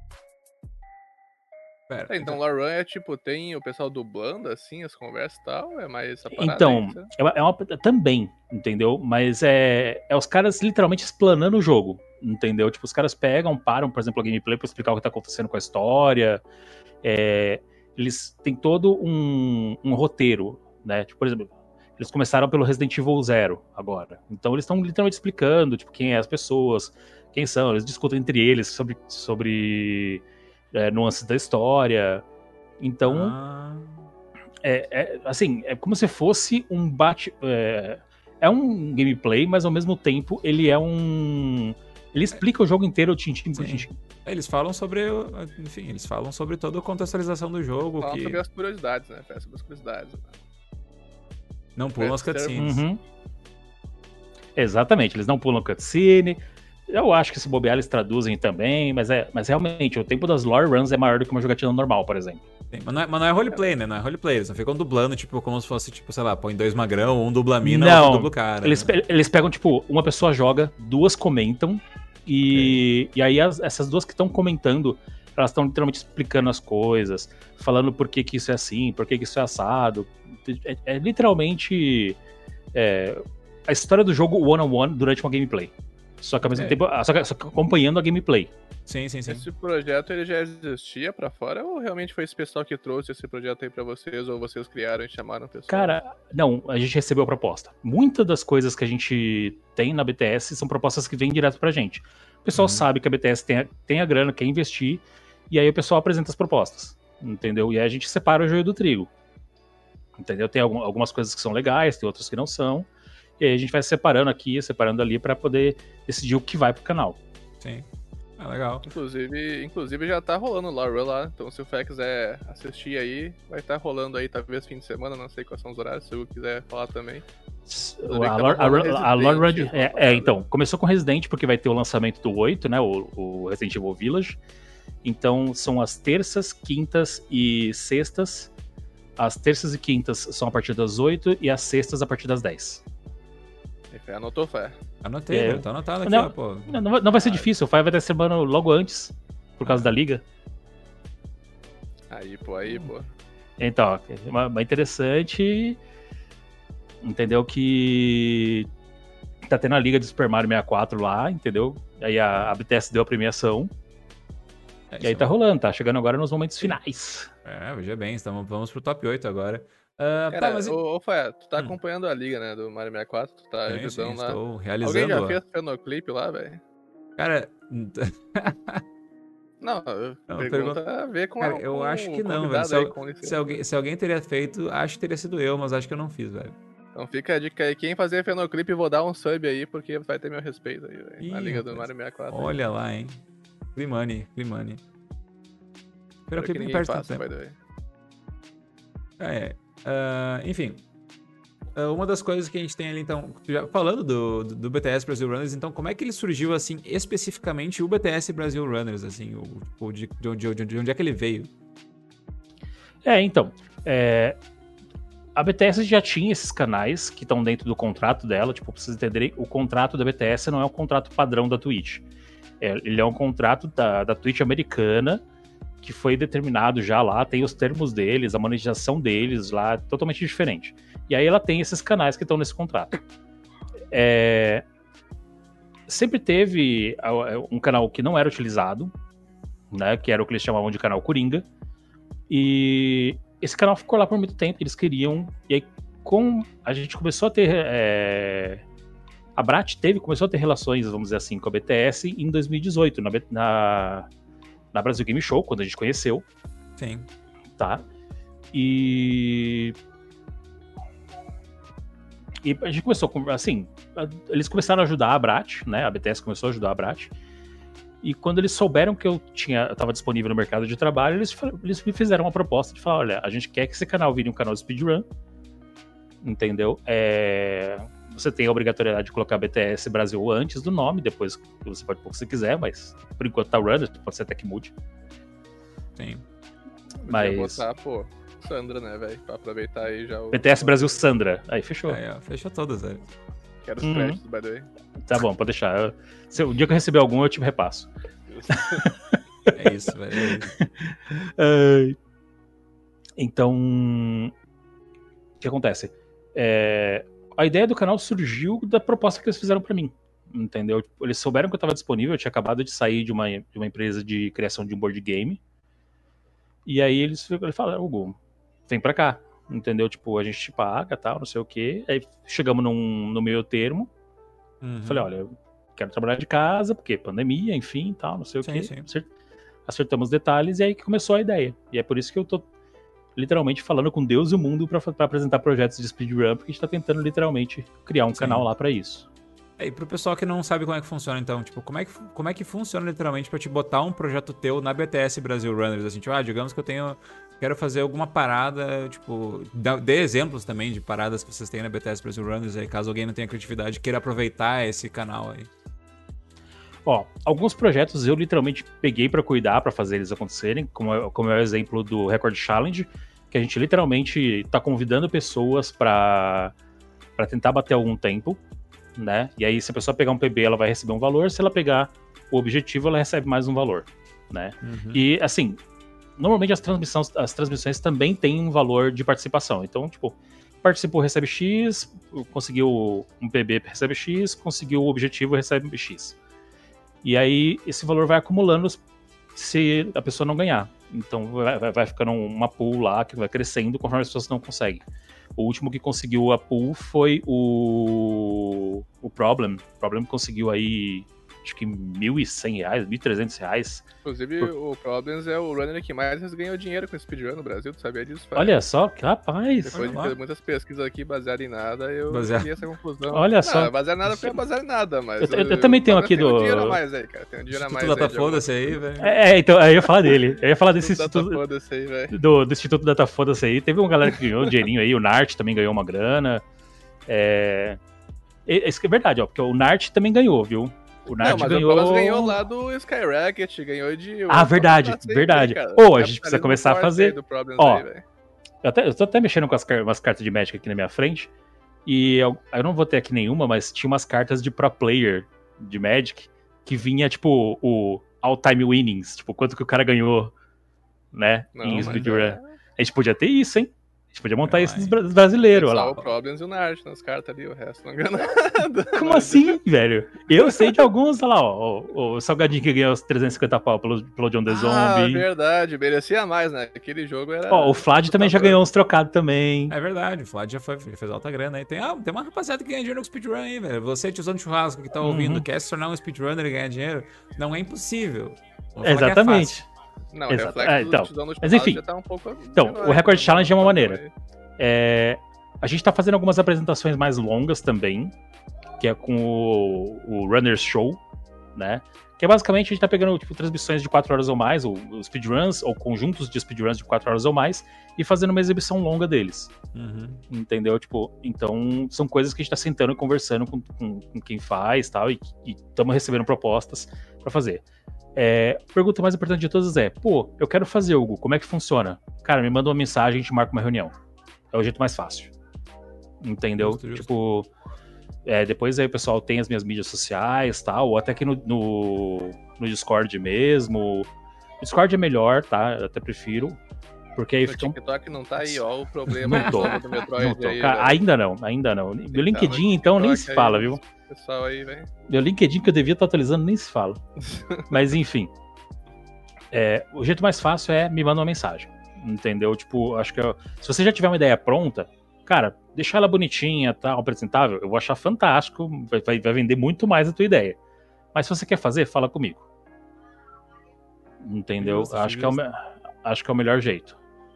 Então, lore run é tipo, tem o pessoal dublando, assim, as conversas e tal, é mais essa parada então, aí, também, entendeu? Mas é os caras literalmente explanando o jogo, entendeu? Tipo, os caras param, por exemplo, a gameplay pra explicar o que tá acontecendo com a história. Eles têm todo um roteiro, né? Tipo, por exemplo, eles começaram pelo Resident Evil 0 agora. Então eles estão literalmente explicando, tipo, quem é as pessoas, quem são. Eles discutem entre eles sobre nuances da história. Então, assim, é como se fosse um é um gameplay, mas ao mesmo tempo ele ele explica o jogo inteiro, tintim por tintim. Eles falam sobre, enfim, toda a contextualização do jogo. Falam sobre as curiosidades, né? Sobre as curiosidades. Não pulam as cutscenes. Exatamente, eles não pulam cutscene. Eu acho que se bobear eles traduzem também, mas realmente, o tempo das lore runs é maior do que uma jogatina normal, por exemplo. Sim, mas não é roleplay, né? Não é roleplay. Eles não ficam dublando, tipo, como se fosse, tipo, sei lá, põe 2 magrão, um dubla a mina, outro dubla o cara. Eles pegam, tipo, uma pessoa joga, 2 comentam, e aí essas 2 que estão comentando, elas estão literalmente explicando as coisas, falando por que isso é assim, por que isso é assado. É literalmente a história do jogo one-on-one durante uma gameplay. Só que ao mesmo tempo, só que acompanhando a gameplay. Sim. Esse projeto, ele já existia pra fora, ou realmente foi esse pessoal que trouxe esse projeto aí pra vocês, ou vocês criaram e chamaram o pessoal? Cara, não, a gente recebeu a proposta. Muitas das coisas que a gente tem na BTS são propostas que vêm direto pra gente. O pessoal sabe que a BTS tem a grana, quer investir, e aí o pessoal apresenta as propostas, entendeu? E aí a gente separa o joio do trigo, entendeu? Tem algumas coisas que são legais, tem outras que não são, e aí a gente vai separando aqui, separando ali pra poder decidir o que vai pro canal. Sim. Legal. Inclusive já tá rolando o Lore Run lá, então se o Fé quiser assistir aí, vai estar rolando aí talvez fim de semana, não sei quais são os horários, se o quiser falar também. A Lore Run, então, começou com Resident, porque vai ter o lançamento do 8, né, o Resident Evil Village. Então são as terças, quintas e sextas. As terças e quintas são a partir das 8 e as sextas a partir das 10. Anotou, Fé? Anotei, tá anotado aqui, ó, pô. Não vai ser difícil, o Fé vai estar semana logo antes, por causa da liga. Aí, pô. Então, é interessante, entendeu, que tá tendo a liga de Super Mario 64 lá, entendeu? Aí a BTS deu a premiação, e aí tá rolando, tá chegando agora nos momentos finais. Veja bem, vamos pro top 8 agora. Cara, mas ô Faia, tu tá Hum. acompanhando a liga, né, do Mario 64, tu tá sim, ajudando lá. estou Alguém realizando. já fez fenoclip lá, velho? Cara, Não, é uma pergunta pergunta. a ver com, Cara, eu acho com o que não, velho. convidado aí, com licença. Se alguém teria feito, acho que teria sido eu, mas acho que eu não fiz, velho. Então fica a dica aí, quem fazer fenoclip, vou dar um sub aí, porque vai ter meu respeito aí, velho, na Ih, liga do rapaz. Mario 64 aí. Olha lá, hein. Climane, Climane. Pelo Espero que clipe nem ninguém perde tanto faça, tempo. by the way. Enfim. Uma das coisas que a gente tem ali, então, já falando do BTS Brasil Runners, então, como é que ele surgiu, assim, especificamente o BTS Brasil Runners, assim, de onde é que ele veio? Então, a BTS já tinha esses canais que estão dentro do contrato dela, tipo, pra vocês entenderem, o contrato da BTS não é um contrato padrão da Twitch. Ele é um contrato da Twitch americana, que foi determinado já lá, tem os termos deles, a monetização deles lá, totalmente diferente. E aí ela tem esses canais que estão nesse contrato. Sempre teve um canal que não era utilizado, né, que era o que eles chamavam de canal Coringa, e esse canal ficou lá por muito tempo, eles queriam, e aí a gente começou a ter... A Brat começou a ter relações, vamos dizer assim, com a BTS em 2018, na Brasil Game Show, quando a gente conheceu. Sim. Tá? E a gente começou, assim, eles começaram a ajudar a Brat, né? A BTS começou a ajudar a Brat. E quando eles souberam que eu tava disponível no mercado de trabalho, eles me fizeram uma proposta de falar, olha, a gente quer que esse canal vire um canal de speedrun, entendeu? Você tem a obrigatoriedade de colocar BTS Brasil antes do nome, depois você pode pôr o que você quiser, mas por enquanto tá Runners, pode ser até que mude. Sim. Mas... Podia botar, Sandra, né, velho? Pra aproveitar aí já o... BTS Brasil Sandra. Aí, fechou. Fechou todas, velho. Quero os créditos, by the way. Tá bom, pode deixar. O dia que eu receber algum, eu te repasso. É isso, velho. É isso. Então, o que acontece? A ideia do canal surgiu da proposta que eles fizeram pra mim, entendeu? Eles souberam que eu tava disponível, eu tinha acabado de sair de uma empresa de criação de um board game, e aí eles falaram, Hugo, vem pra cá, entendeu? Tipo, a gente te paga, tal, não sei o quê. Aí chegamos no meio termo, falei, olha, eu quero trabalhar de casa, porque pandemia, enfim, tal, não sei o quê. Sim. Acertamos detalhes, e aí que começou a ideia. E é por isso que eu tô literalmente falando com Deus e o mundo pra apresentar projetos de speedrun, porque a gente tá tentando literalmente criar um canal lá pra isso. E pro pessoal que não sabe como é que funciona, então, tipo, como é que funciona literalmente pra te botar um projeto teu na BTS Brasil Runners, assim, tipo, digamos que quero fazer alguma parada, tipo, dê exemplos também de paradas que vocês têm na BTS Brasil Runners, aí caso alguém não tenha criatividade, queira aproveitar esse canal aí. Alguns projetos eu literalmente peguei pra cuidar, pra fazer eles acontecerem, como é o exemplo do Record Challenge, que a gente literalmente tá convidando pessoas pra tentar bater algum tempo, né? E aí, se a pessoa pegar um PB, ela vai receber um valor, se ela pegar o objetivo, ela recebe mais um valor, né? E, assim, normalmente as transmissões também têm um valor de participação. Então, tipo, participou, recebe X, conseguiu um PB, recebe X, conseguiu o objetivo, recebe X. E aí, esse valor vai acumulando se a pessoa não ganhar. Então, vai ficando uma pool lá que vai crescendo conforme as pessoas não conseguem. O último que conseguiu a pool foi o Problem. O Problem conseguiu aí, acho que R$1.100, R$1.300. Inclusive, o Problems é o runner que mais ganhou dinheiro com speedrun no Brasil, tu sabia disso? Olha só, que rapaz! Depois de fazer muitas pesquisas aqui baseadas em nada, eu cheguei a essa conclusão. Olha só. Baseado em nada porque é baseado em nada, mas... Eu também tenho aqui tem um dinheiro a mais aí, cara. Tem um dinheiro a mais aí. Instituto Datafoda-se aí, velho. Então, aí eu ia falar dele. Eu ia falar desse Instituto... Datafoda-se aí, velho. Do Instituto Datafoda-se aí. Teve uma galera que ganhou um dinheirinho aí, o Nart também ganhou uma grana. Isso que é verdade, ó, porque o Nart também ganhou, viu? O Nart ganhou... o ganhou lá do Skyrocket, ganhou de... verdade. A gente precisa começar a fazer... Eu tô até mexendo com umas cartas de Magic aqui na minha frente, e eu não vou ter aqui nenhuma, mas tinha umas cartas de pro player de Magic, que vinha, tipo, o all-time winnings, tipo, quanto que o cara ganhou, né, em speedrun. A gente podia ter isso, hein? A gente podia montar isso dos brasileiros, olha Só lá. o Problems e o Nart nas cartas ali, o resto não ganha nada. Como assim, velho? Eu sei de alguns, olha lá, ó, o Salgadinho que ganhou os 350 pau pelo John the Zombie. Verdade, merecia mais, né? Aquele jogo era... Ó, o Flad também já ganhou uns trocados também. É verdade, o Vlad já fez alta grana aí. Tem uma rapaziada que ganha dinheiro no speedrun aí, velho. Você, tiozão de churrasco que tá ouvindo, quer se tornar um speedrunner e ganhar dinheiro? Não é impossível. Exatamente. Não, o reflexo então, do Tizão no mas churrasco enfim, já tá um pouco... então, o Record Challenge é uma maneira. A gente tá fazendo algumas apresentações mais longas também, que é com o Runners Show, né? Que é basicamente a gente tá pegando tipo, transmissões de 4 horas ou mais, ou speedruns, ou conjuntos de speedruns de 4 horas ou mais, e fazendo uma exibição longa deles. Entendeu? Tipo, então são coisas que a gente tá sentando e conversando com quem faz tal, e estamos recebendo propostas pra fazer. A pergunta mais importante de todas é, pô, eu quero fazer algo, como é que funciona? Cara, me manda uma mensagem, a gente marca uma reunião. É o jeito mais fácil. Entendeu? Justo. Tipo, depois aí o pessoal tem as minhas mídias sociais, tal, ou até aqui no Discord mesmo. O Discord é melhor, tá? Eu até prefiro. Porque aí fica. O TikTok não tá aí, ó, o problema Não tô. do Metroid Não tô. aí. Cara, ainda não. Meu LinkedIn, então, nem se fala, viu? Pessoal aí, velho. Meu LinkedIn que eu devia estar atualizando, nem se fala. Mas enfim. O jeito mais fácil é me mandar uma mensagem. Entendeu? Tipo, acho que se você já tiver uma ideia pronta, cara, deixar ela bonitinha, tal, apresentável, eu vou achar fantástico, vai vender muito mais a tua ideia. Mas se você quer fazer, fala comigo. Entendeu? Acho que é o melhor jeito.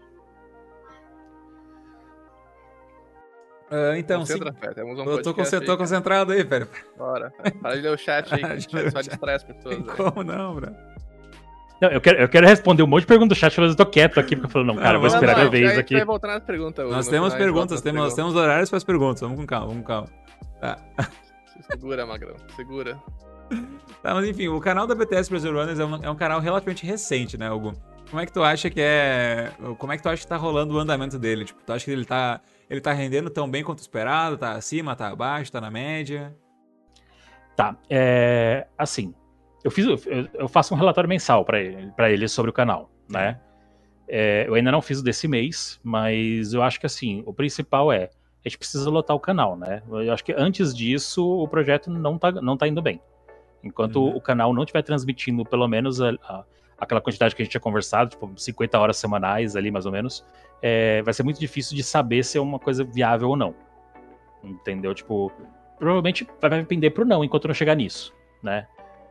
Então, eu tô concentrado aí, velho. Bora. Para de ler o chat aí, que o chat só distrai as pessoas. Tem como não, bro? Não, eu quero responder um monte de perguntas do chat, mas eu tô quieto aqui, porque eu falo, não, cara, vou esperar minha vez aqui. Vai voltar nas perguntas. Nós temos perguntas, temos horários para as perguntas. Vamos com calma. Tá. Segura, Magrão, segura. Tá, mas enfim, o canal da BTS Brasil Runners é um canal relativamente recente, né, Hugo? Como é que tu acha que tá rolando o andamento dele? Tipo, tu acha que ele tá rendendo tão bem quanto esperado? Tá acima, tá abaixo, tá na média? Tá, assim, eu faço um relatório mensal pra ele sobre o canal, né? Eu ainda não fiz o desse mês, mas eu acho que assim, o principal a gente precisa lotar o canal, né? Eu acho que antes disso o projeto não tá indo bem. Enquanto o canal não estiver transmitindo pelo menos aquela quantidade que a gente tinha conversado, tipo 50 horas semanais ali mais ou menos, vai ser muito difícil de saber se é uma coisa viável ou não. Entendeu? Tipo, provavelmente vai pender pro não enquanto não chegar nisso, né?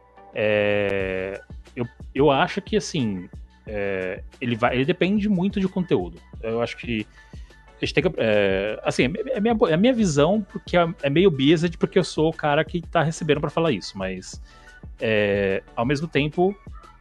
Eu acho que assim, ele depende muito de conteúdo. Eu acho que a gente tem que, assim, é a minha visão, porque é meio biased, porque eu sou o cara que tá recebendo pra falar isso, mas ao mesmo tempo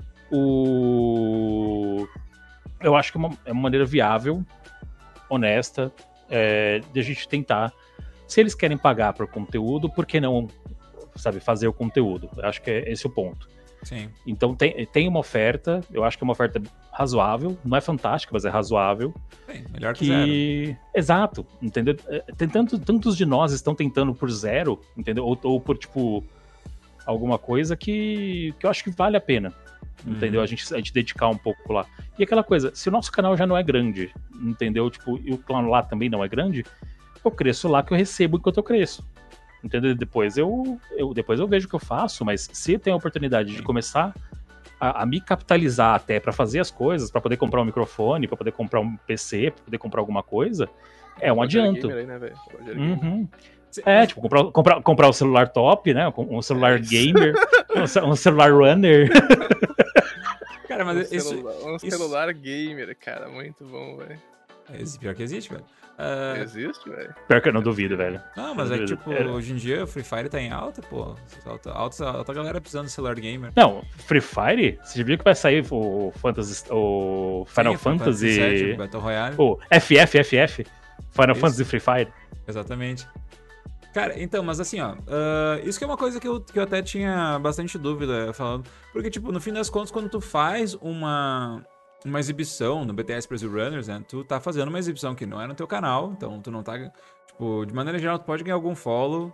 eu acho que é uma maneira viável, honesta, de a gente tentar. Se eles querem pagar por conteúdo, por que não, sabe, fazer o conteúdo? Eu acho que é esse o ponto. Sim. Então tem uma oferta, eu acho que é uma oferta razoável, não é fantástica, mas é razoável. Sim, melhor que zero. Exato, entendeu? Tem tantos de nós estão tentando por zero, entendeu? Ou por, tipo, alguma coisa que eu acho que vale a pena, entendeu? A gente dedicar um pouco lá. E aquela coisa, se o nosso canal já não é grande, entendeu? Tipo, e o plano lá também não é grande, eu cresço lá que eu recebo enquanto eu cresço. Entendeu? Depois eu vejo o que eu faço, mas se eu tenho a oportunidade de começar a me capitalizar até pra fazer as coisas, pra poder comprar um microfone, pra poder comprar um PC, pra poder comprar alguma coisa, é um adianto. Aí, né, tipo, comprar um celular top, né? Um celular gamer, um celular runner. Cara, mas celular gamer, cara, muito bom, velho. Pior que existe, velho. Existe, velho? Pior que eu não duvido, velho. Não, mas tipo, hoje em dia o Free Fire tá em alta, pô. Alta galera precisando de celular gamer. Não, Free Fire, você viu que vai sair o Final Fantasy... VII, Battle Royale. O FF, Final Fantasy Free Fire. Exatamente. Cara, então, mas assim, ó, isso que é uma coisa que eu até tinha bastante dúvida falando. Porque, tipo, no fim das contas, quando tu faz uma exibição no BTS Brasil Runners, né? Tu tá fazendo uma exibição que não é no teu canal, então tu não tá... Tipo, de maneira geral, tu pode ganhar algum follow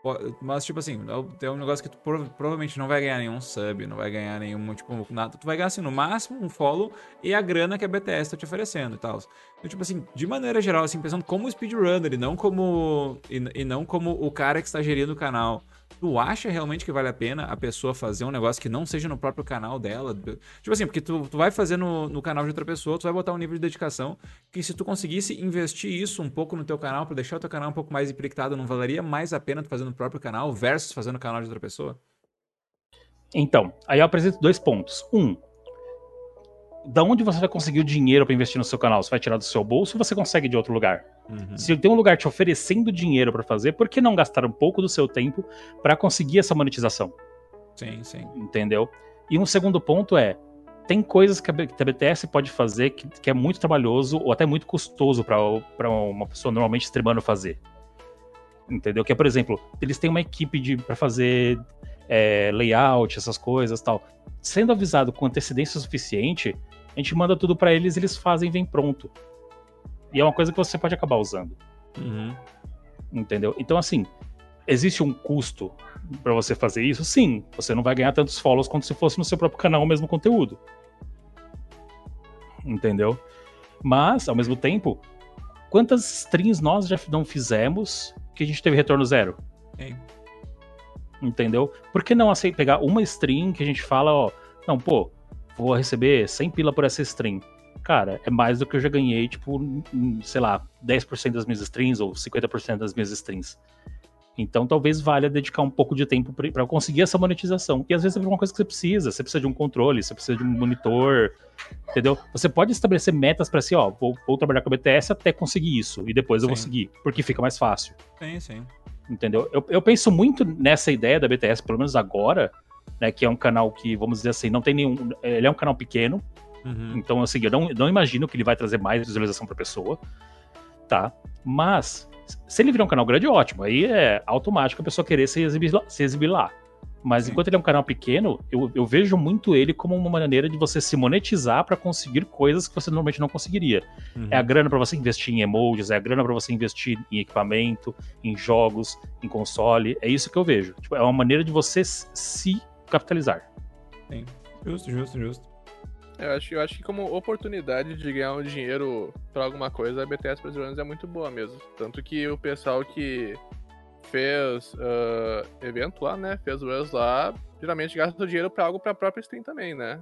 Mas, tipo assim, é um negócio que tu provavelmente não vai ganhar nenhum sub, não vai ganhar nenhum, tipo, nada. Tu vai ganhar, assim, no máximo um follow e a grana que a BTS tá te oferecendo e tal. Então, tipo assim, de maneira geral, assim, pensando como speedrunner e não como, e não como o cara que está gerindo o canal, tu acha realmente que vale a pena a pessoa fazer um negócio que não seja no próprio canal dela? Tipo assim, porque tu vai fazer no canal de outra pessoa, tu vai botar um nível de dedicação que se tu conseguisse investir isso um pouco no teu canal, pra deixar o teu canal um pouco mais empreitada, não valeria mais a pena tu fazer no próprio canal versus fazer no canal de outra pessoa? Então, aí eu apresento 2 pontos. Da onde você vai conseguir o dinheiro para investir no seu canal? Você vai tirar do seu bolso ou você consegue de outro lugar? Se tem um lugar te oferecendo dinheiro para fazer, por que não gastar um pouco do seu tempo para conseguir essa monetização? Sim. Entendeu? E um segundo ponto tem coisas que a BTS pode fazer que é muito trabalhoso ou até muito custoso para uma pessoa normalmente streamando fazer. Entendeu? Que é, por exemplo, eles têm uma equipe para fazer layout, essas coisas e tal. Sendo avisado com antecedência suficiente, a gente manda tudo para eles, eles fazem e vem pronto. E é uma coisa que você pode acabar usando. Entendeu? Então, assim, existe um custo para você fazer isso? Sim. Você não vai ganhar tantos follows quanto se fosse no seu próprio canal o mesmo conteúdo. Entendeu? Mas, ao mesmo tempo, quantas streams nós já não fizemos que a gente teve retorno zero? Sim. Entendeu? Por que não pegar uma stream que a gente fala, não, pô, vou receber 100 pila por essa stream. Cara, é mais do que eu já ganhei, tipo, sei lá, 10% das minhas streams ou 50% das minhas streams. Então talvez valha dedicar um pouco de tempo para conseguir essa monetização. E às vezes é uma coisa que você precisa de um controle, você precisa de um monitor, entendeu? Você pode estabelecer metas para si, vou trabalhar com a BTS até conseguir isso, e depois eu vou seguir, porque fica mais fácil. Sim. Entendeu? Eu penso muito nessa ideia da BTS, pelo menos agora, né, que é um canal que, vamos dizer assim, não tem nenhum... Ele é um canal pequeno, então, assim, eu não imagino que ele vai trazer mais visualização pra pessoa, tá? Mas, se ele virar um canal grande, ótimo. Aí é automático a pessoa querer se exibir lá. Mas enquanto ele é um canal pequeno, eu vejo muito ele como uma maneira de você se monetizar pra conseguir coisas que você normalmente não conseguiria. É a grana pra você investir em emojis, é a grana pra você investir em equipamento, em jogos, em console. É isso que eu vejo. Tipo, é uma maneira de você se capitalizar. Sim. Justo. Eu acho que como oportunidade de ganhar um dinheiro pra alguma coisa, a BTS Brasileiros é muito boa mesmo. Tanto que o pessoal que fez evento lá, né? Fez runs lá, geralmente gasta o dinheiro pra algo pra própria stream também, né?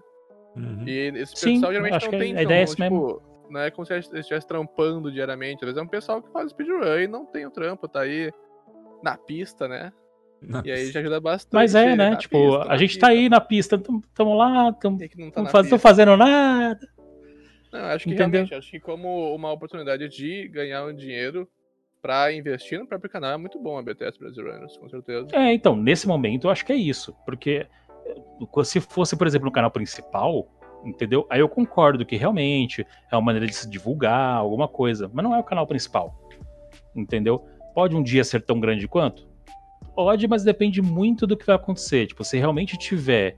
E esse pessoal geralmente não tem, a ideia é tipo, mesmo. não é como se eles estivessem trampando diariamente. Às vezes é um pessoal que faz speedrun e não tem o trampo, tá aí na pista, né? E aí já ajuda bastante. Mas né? Tipo, a gente tá aí na pista, tamo lá, tamo fazendo nada. Não, acho que entendeu? Realmente, acho que como uma oportunidade de ganhar um dinheiro pra investir no próprio canal é muito bom a BTS Brasileiros, com certeza. Então, nesse momento eu acho que é isso. Porque se fosse, por exemplo, no canal principal, entendeu? Aí eu concordo que realmente é uma maneira de se divulgar, alguma coisa. Mas não é o canal principal, entendeu? Pode um dia ser tão grande quanto? Pode, mas depende muito do que vai acontecer. Tipo, se realmente tiver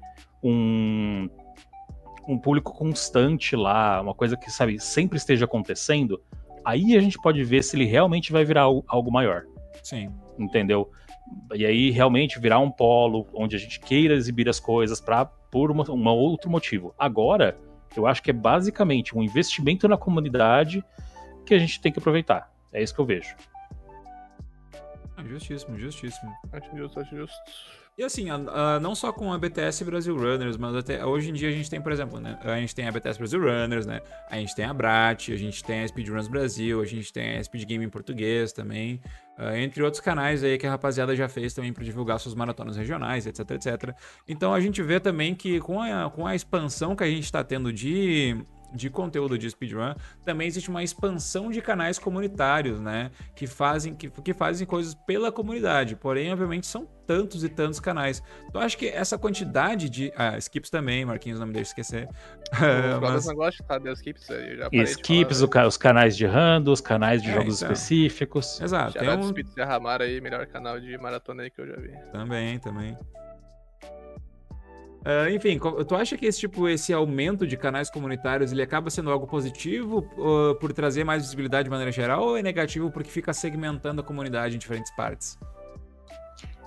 um público constante lá, uma coisa que, sabe, sempre esteja acontecendo, aí a gente pode ver se ele realmente vai virar algo maior. Sim. Entendeu? E aí realmente virar um polo onde a gente queira exibir as coisas por um outro motivo. Agora, eu acho que é basicamente um investimento na comunidade que a gente tem que aproveitar. É isso que eu vejo. Justíssimo. Acho justo. E assim, não só com a BTS Brasil Runners, mas até hoje em dia a gente tem, por exemplo, né? A gente tem a BTS Brasil Runners, né? A gente tem a Brat, a gente tem a Speedruns Brasil, a gente tem a Speed Game em português também, entre outros canais aí que a rapaziada já fez também para divulgar suas maratonas regionais, etc. Então a gente vê também que com a expansão que a gente está tendo de conteúdo de speedrun, também existe uma expansão de canais comunitários, né? Que fazem coisas pela comunidade. Porém, obviamente, são tantos e tantos canais. Então, acho que essa quantidade de... Skips também, Marquinhos, não me deixa esquecer. O Brothers não gosta de falar de Skips, eu já parei Skips, de falar, os canais de random, os canais de jogos específicos. Exato. Tem Spitz e Ramar aí, melhor canal de maratona aí que eu já vi. Também. Enfim, tu acha que esse aumento de canais comunitários ele acaba sendo algo positivo por trazer mais visibilidade de maneira geral ou é negativo porque fica segmentando a comunidade em diferentes partes?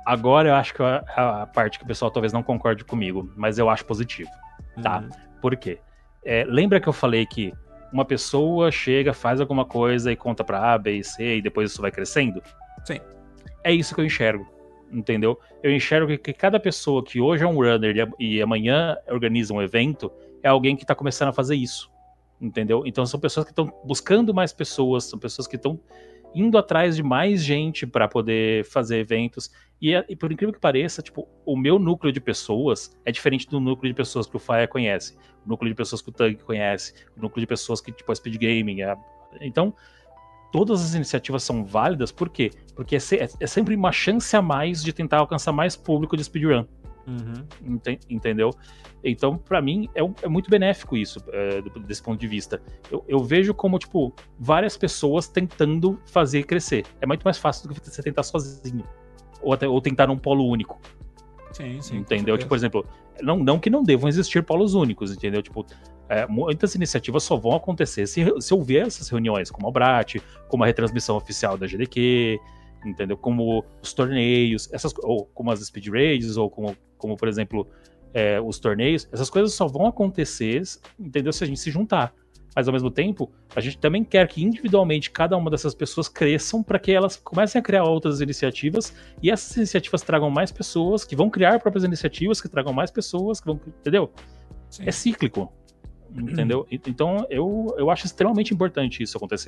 Agora eu acho que é a parte que o pessoal talvez não concorde comigo, mas eu acho positivo, tá? Por quê? Lembra que eu falei que uma pessoa chega, faz alguma coisa e conta pra A, B e C e depois isso vai crescendo? Sim. É isso que eu enxergo, entendeu? Eu enxergo que cada pessoa que hoje é um runner e amanhã organiza um evento é alguém que tá começando a fazer isso, entendeu? Então são pessoas que estão buscando mais pessoas, são pessoas que estão indo atrás de mais gente para poder fazer eventos. E por incrível que pareça, tipo, o meu núcleo de pessoas é diferente do núcleo de pessoas que o Faia conhece, o núcleo de pessoas que o Tug conhece, o núcleo de pessoas que, tipo, a Speed Gaming. Então, todas as iniciativas são válidas, por quê? Porque é sempre uma chance a mais de tentar alcançar mais público de speedrun. Entendeu? Então, pra mim, é muito benéfico isso, desse ponto de vista. Eu vejo como, tipo, várias pessoas tentando fazer crescer. É muito mais fácil do que você tentar sozinho. Ou tentar num polo único. Sim, sim. Entendeu? Tipo, por exemplo, não que não devam existir polos únicos, entendeu? Tipo, muitas iniciativas só vão acontecer se houver essas reuniões, como a Brat, como a retransmissão oficial da GDQ, entendeu? Como os torneios, ou como as speed raids, ou como por exemplo, os torneios. Essas coisas só vão acontecer, entendeu? Se a gente se juntar. Mas ao mesmo tempo, a gente também quer que individualmente cada uma dessas pessoas cresçam para que elas comecem a criar outras iniciativas e essas iniciativas tragam mais pessoas, que vão criar próprias iniciativas, que tragam mais pessoas, que vão, entendeu? Sim. É cíclico, entendeu? Então eu acho extremamente importante isso acontecer.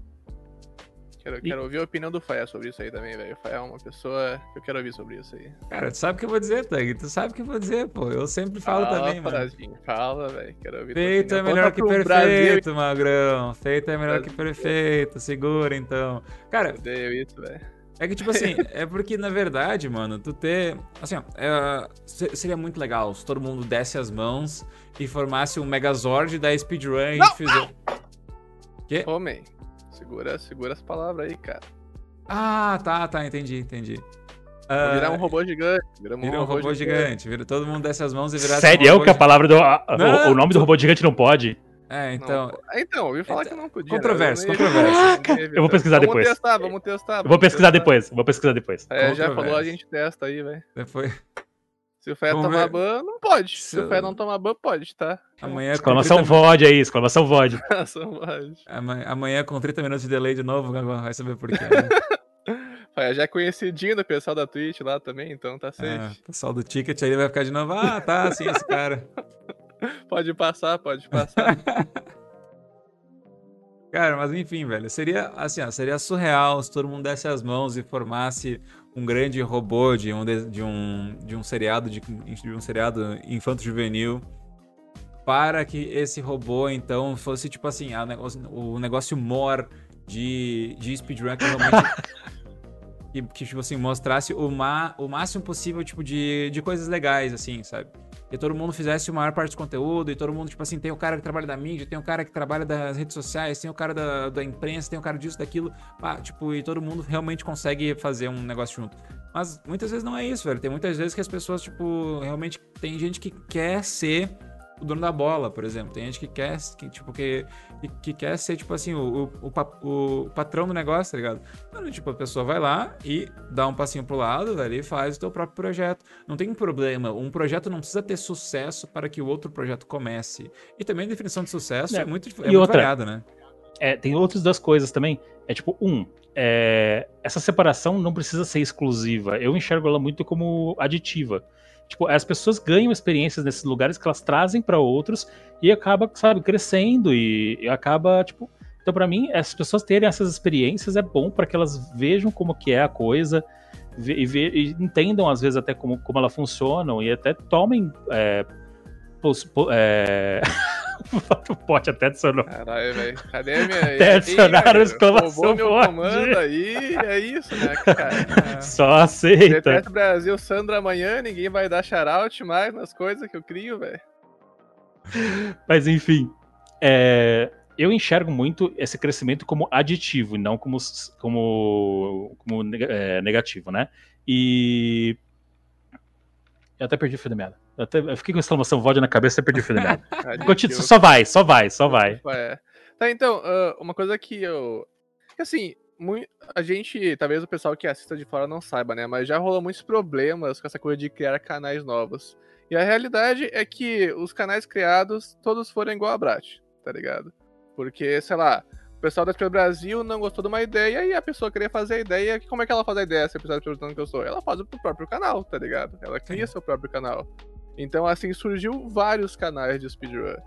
Quero ouvir a opinião do Faia sobre isso aí também, velho. O Faia é uma pessoa que eu quero ouvir sobre isso aí. Cara, tu sabe o que eu vou dizer, Tug? Tu sabe o que eu vou dizer, pô. Eu sempre falo também, mano. Fala, velho. Quero ouvir. Feito é melhor que perfeito, Magrão. Feito é melhor que perfeito. Segura, então. Cara... Eu odeio isso, velho. É que, tipo assim, é porque, na verdade, mano, tu ter... Assim, ó, seria muito legal se todo mundo desse as mãos e formasse um Megazord da Speedrun e a gente fizer... Quê? Ô, man. Segura as palavras aí, cara. Ah, tá, entendi. Vou virar um robô gigante. Vira um robô gigante. Todo mundo desce as mãos e virar... Sério, é que a palavra do... O nome do robô gigante não pode? Então... Então, ouvi falar que não podia. Controverso. Eu vou pesquisar depois. Vamos testar. Eu vou pesquisar depois. Já falou, a gente testa aí, velho. Depois... Se o Faia tomar ban, não pode. Se o Faia não tomar ban, pode, tá? Amanhã exclamação VOD aí, exclamação VOD. Amanhã com 30 minutos de delay de novo, vai saber por quê, né? Faia já é conhecidinho do pessoal da Twitch lá também, então tá safe. O pessoal do Ticket aí vai ficar de novo, tá, sim, esse cara. Pode passar. Cara, mas enfim, velho, seria assim, ó, seria surreal se todo mundo desse as mãos e formasse um grande robô de um seriado infanto-juvenil para que esse robô, então, fosse tipo assim, o negócio more de speedrun que realmente que tipo assim, mostrasse o máximo possível, tipo, de coisas legais, assim, sabe? Que todo mundo fizesse a maior parte do conteúdo e todo mundo, tipo assim, tem o cara que trabalha da mídia, tem o cara que trabalha das redes sociais, tem o cara da imprensa, tem o cara disso, daquilo, tipo, e todo mundo realmente consegue fazer um negócio junto. Mas muitas vezes não é isso, velho. Tem muitas vezes que as pessoas, tipo, realmente tem gente que quer ser o dono da bola, por exemplo. Tem gente que quer ser, tipo assim, o patrão do negócio, tá ligado? Então, tipo, a pessoa vai lá e dá um passinho pro lado, velho, e faz o teu próprio projeto. Não tem problema. Um projeto não precisa ter sucesso para que o outro projeto comece. E também a definição de sucesso é muito variada, né? Tem outras das coisas também. Essa separação não precisa ser exclusiva. Eu enxergo ela muito como aditiva. Tipo, as pessoas ganham experiências nesses lugares que elas trazem para outros e acaba, sabe, crescendo e acaba, tipo... Então, para mim, as pessoas terem essas experiências é bom para que elas vejam como que é a coisa e entendam, às vezes, até como ela funciona e até tomem... Pode até adicionar. Caralho, velho. Cadê a minha... Até adicionar a exclamação meu comando aí, é isso, né, cara? Só aceita. Deteste Brasil, Sandra amanhã, ninguém vai dar shout-out mais nas coisas que eu crio, velho. Mas, enfim. Eu enxergo muito esse crescimento como aditivo e não como negativo, né? E... Eu até perdi o fio da meada. Eu fiquei com exclamação VOD na cabeça e perdi o fio da meada. Só vai. Tá, então, uma coisa que eu... Assim, a gente, talvez o pessoal que assista de fora não saiba, né? Mas já rolou muitos problemas com essa coisa de criar canais novos. E a realidade é que os canais criados, todos foram igual a Brat, tá ligado? Porque, sei lá, o pessoal da SP Brasil não gostou de uma ideia e a pessoa queria fazer a ideia. Como é que ela faz a ideia se a pessoa da SP Brasil não gostou? Ela faz pro próprio canal, tá ligado? Ela cria seu próprio canal. Então, assim, surgiu vários canais de speedrun.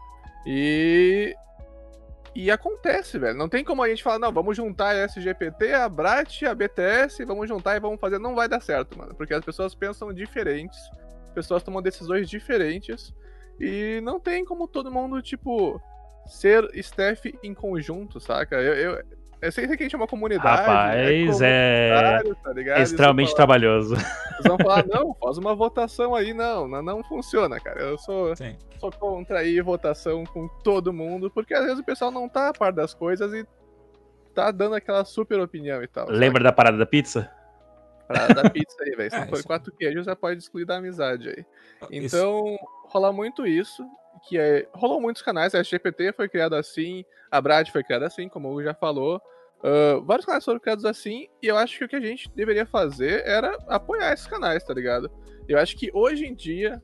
E acontece, velho. Não tem como a gente falar, não, vamos juntar a SGPT, a Brat, a BTS, vamos juntar e vamos fazer. Não vai dar certo, mano. Porque as pessoas pensam diferentes, as pessoas tomam decisões diferentes, e não tem como todo mundo, tipo, ser staff em conjunto, saca? Eu sei que a gente é uma comunidade. Rapaz, tá ligado? extremamente trabalhoso. Eles vão falar, não, faz uma votação aí. Não funciona, cara. Eu sou contra aí votação com todo mundo, porque às vezes o pessoal não tá a par das coisas e tá dando aquela super opinião e tal. Lembra da parada da pizza? Parada da pizza aí, velho. Se não for 4 queijos, já pode excluir da amizade aí. Então, rola muito isso. Rolou muitos canais, a SGPT foi criada assim, a Brat foi criada assim, como o Hugo já falou. Vários canais foram criados assim, e eu acho que o que a gente deveria fazer era apoiar esses canais, tá ligado? Eu acho que hoje em dia,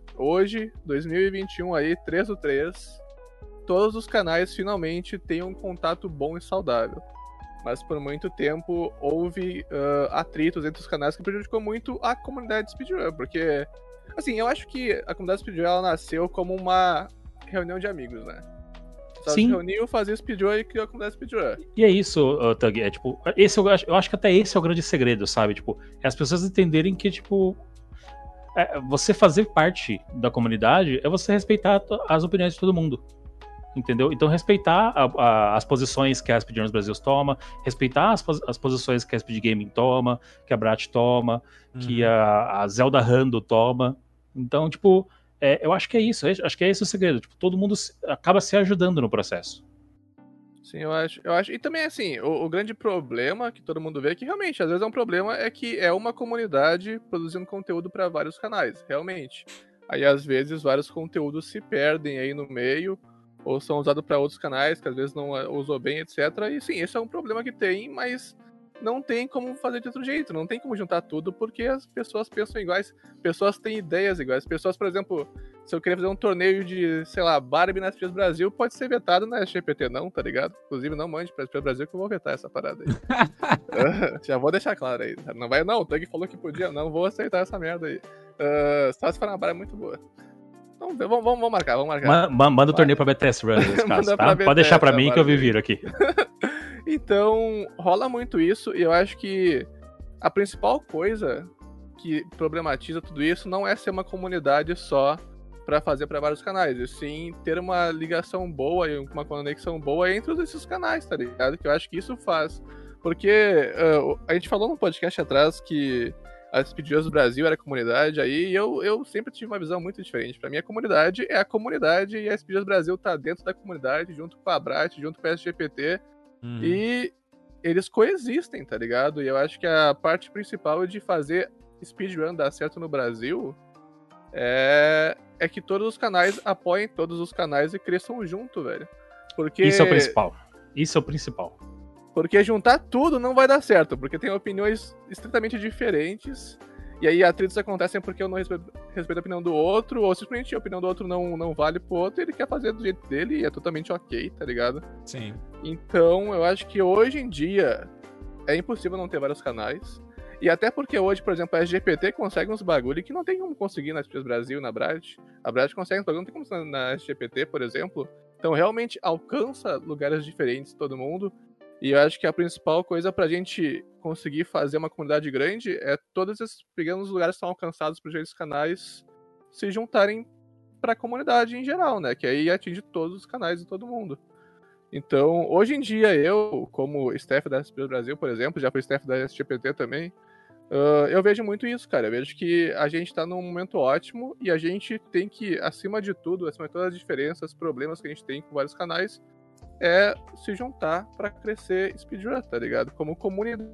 2021 aí, 3/3, todos os canais finalmente têm um contato bom e saudável. Mas por muito tempo houve atritos entre os canais que prejudicou muito a comunidade de speedrun, porque, assim, eu acho que a comunidade de speedrun ela nasceu como uma reunião de amigos, né? Só se reuniu, fazia speedrun e criou a comunidade de speedrun. E é isso, Tug, tipo, eu acho que até esse é o grande segredo, sabe? Tipo, é as pessoas entenderem que, tipo, você fazer parte da comunidade é você respeitar as opiniões de todo mundo. Entendeu? Então respeitar as posições que a Speedrunners Brasil toma, respeitar as posições que a Speed Gaming toma, que a Brat toma, que a Zelda Rando toma. Então, tipo, eu acho que é isso. Acho que é esse o segredo. Tipo, todo mundo acaba se ajudando no processo. Sim, eu acho. E também, assim, o grande problema que todo mundo vê, que realmente, às vezes é um problema, é que é uma comunidade produzindo conteúdo para vários canais, realmente. Aí, às vezes, vários conteúdos se perdem aí no meio, ou são usados para outros canais, que às vezes não usou bem, etc. E sim, esse é um problema que tem, mas não tem como fazer de outro jeito, não tem como juntar tudo, porque as pessoas pensam iguais, pessoas têm ideias iguais. Pessoas, por exemplo, se eu querer fazer um torneio de, sei lá, Barbie na SPX Brasil, pode ser vetado na SGPT não, tá ligado? Inclusive, não mande pra SPX Brasil que eu vou vetar essa parada aí. Já vou deixar claro aí. Não vai, não, o Tug falou que podia, não vou aceitar essa merda aí. Só se for uma Barbie é muito boa. Então, vamos marcar. Manda o torneio pra BTS Run nesse caso, tá? Pode deixar pra mim que eu me viro aqui. Então, rola muito isso, e eu acho que a principal coisa que problematiza tudo isso não é ser uma comunidade só pra fazer pra vários canais, e sim ter uma ligação boa e uma conexão boa entre esses canais, tá ligado? Que eu acho que isso faz. Porque a gente falou num podcast atrás que a Speedrunners do Brasil era comunidade, aí eu sempre tive uma visão muito diferente. Pra mim, a comunidade é a comunidade, e a Speedrunners Brasil tá dentro da comunidade, junto com a Brat, junto com a SGPT, e eles coexistem, tá ligado? E eu acho que a parte principal de fazer speedrun dar certo no Brasil é que todos os canais apoiem todos os canais e cresçam junto, velho. Porque... Isso é o principal. Porque juntar tudo não vai dar certo, porque tem opiniões estritamente diferentes, e aí atritos acontecem porque eu não respeito a opinião do outro, ou simplesmente a opinião do outro não vale pro outro, e ele quer fazer do jeito dele, e é totalmente ok, tá ligado? Sim. Então, eu acho que hoje em dia é impossível não ter vários canais, e até porque hoje, por exemplo, a SGPT consegue uns bagulho que não tem como conseguir na SPX Brasil, na Brat. A Brat consegue uns bagulho, não tem como na SGPT, por exemplo. Então, realmente alcança lugares diferentes, todo mundo. E eu acho que a principal coisa pra gente conseguir fazer uma comunidade grande é todos esses pequenos lugares que são alcançados por esses canais se juntarem pra comunidade em geral, né? Que aí atinge todos os canais de todo mundo. Então, hoje em dia, eu, como staff da SPX Brasil, por exemplo, já fui staff da SGPT também, eu vejo muito isso, cara. Eu vejo que a gente tá num momento ótimo e a gente tem que, acima de tudo, acima de todas as diferenças, problemas que a gente tem com vários canais, se juntar pra crescer speedrun, tá ligado? Como comunidade.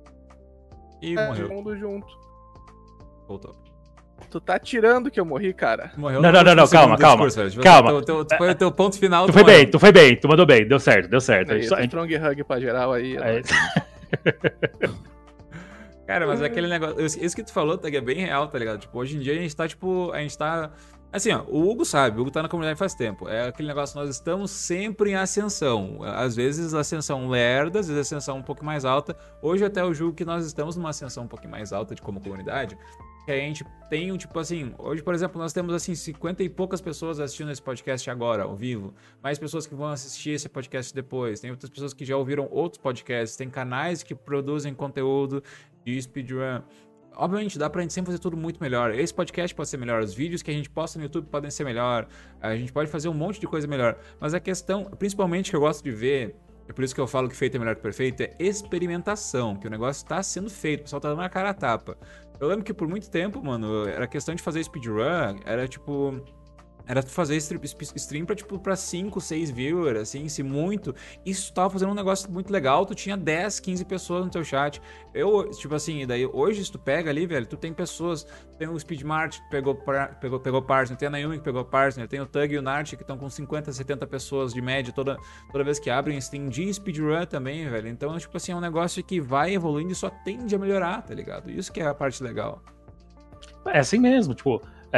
E morreu. Todo mundo junto. Voltou. Tu tá tirando que eu morri, cara. Morreu. Não, calma. Calma. Foi o teu ponto final. Tu foi bem, tu mandou bem, deu certo. Strong hug pra geral aí. Cara, mas é aquele negócio. Isso que tu falou, Tag, é bem real, tá ligado? Tipo, hoje em dia a gente tá, tipo. A gente tá. Assim, ó, o Hugo sabe, o Hugo tá na comunidade faz tempo. É aquele negócio, nós estamos sempre em ascensão. Às vezes ascensão lerda, às vezes ascensão um pouco mais alta. Hoje até eu julgo que nós estamos numa ascensão um pouquinho mais alta de como comunidade. Que a gente tem, tipo assim, hoje, por exemplo, nós temos, assim, 50 e poucas pessoas assistindo esse podcast agora, ao vivo. Mais pessoas que vão assistir esse podcast depois. Tem outras pessoas que já ouviram outros podcasts. Tem canais que produzem conteúdo de speedrun. Obviamente, dá pra gente sempre fazer tudo muito melhor. Esse podcast pode ser melhor, os vídeos que a gente posta no YouTube podem ser melhor, a gente pode fazer um monte de coisa melhor. Mas a questão, principalmente, que eu gosto de ver, é por isso que eu falo que feito é melhor que perfeito, é experimentação, que o negócio tá sendo feito, o pessoal tá dando a cara a tapa. Eu lembro que por muito tempo, mano, era questão de fazer speedrun, era tipo... Era fazer stream pra, tipo, pra 5, 6 viewers, assim, se muito. Isso tu tava fazendo um negócio muito legal, tu tinha 10, 15 pessoas no teu chat. Eu, tipo assim, daí hoje se tu pega ali, velho, tu tem pessoas, tem o Speedmart que pegou partner, tem a Naomi que pegou partner, tem o Tug e o Nart que estão com 50, 70 pessoas de média toda vez que abrem stream de speedrun também, velho. Então, tipo assim, é um negócio que vai evoluindo e só tende a melhorar, tá ligado? Isso que é a parte legal. É assim mesmo, tipo,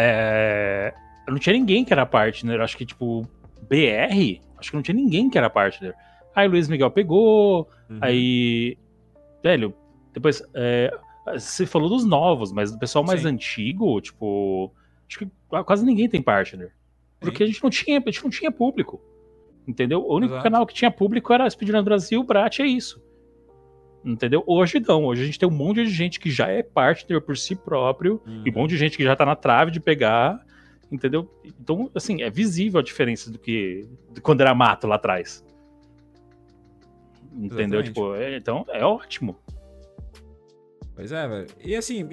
não tinha ninguém que era partner, acho que, tipo, BR, acho que não tinha ninguém que era partner. Aí o Luiz Miguel pegou, aí, velho, depois, você falou dos novos, mas do pessoal mais antigo, tipo, acho que quase ninguém tem partner. Porque a gente não tinha público, entendeu? O único canal que tinha público era Speedrun Brasil, Brat, é isso. Entendeu? Hoje não, hoje a gente tem um monte de gente que já é partner por si próprio, e um monte de gente que já tá na trave de pegar, entendeu? Então, assim, é visível a diferença de quando era mato lá atrás. Entendeu? Tipo, então é ótimo. Pois é, velho. E assim,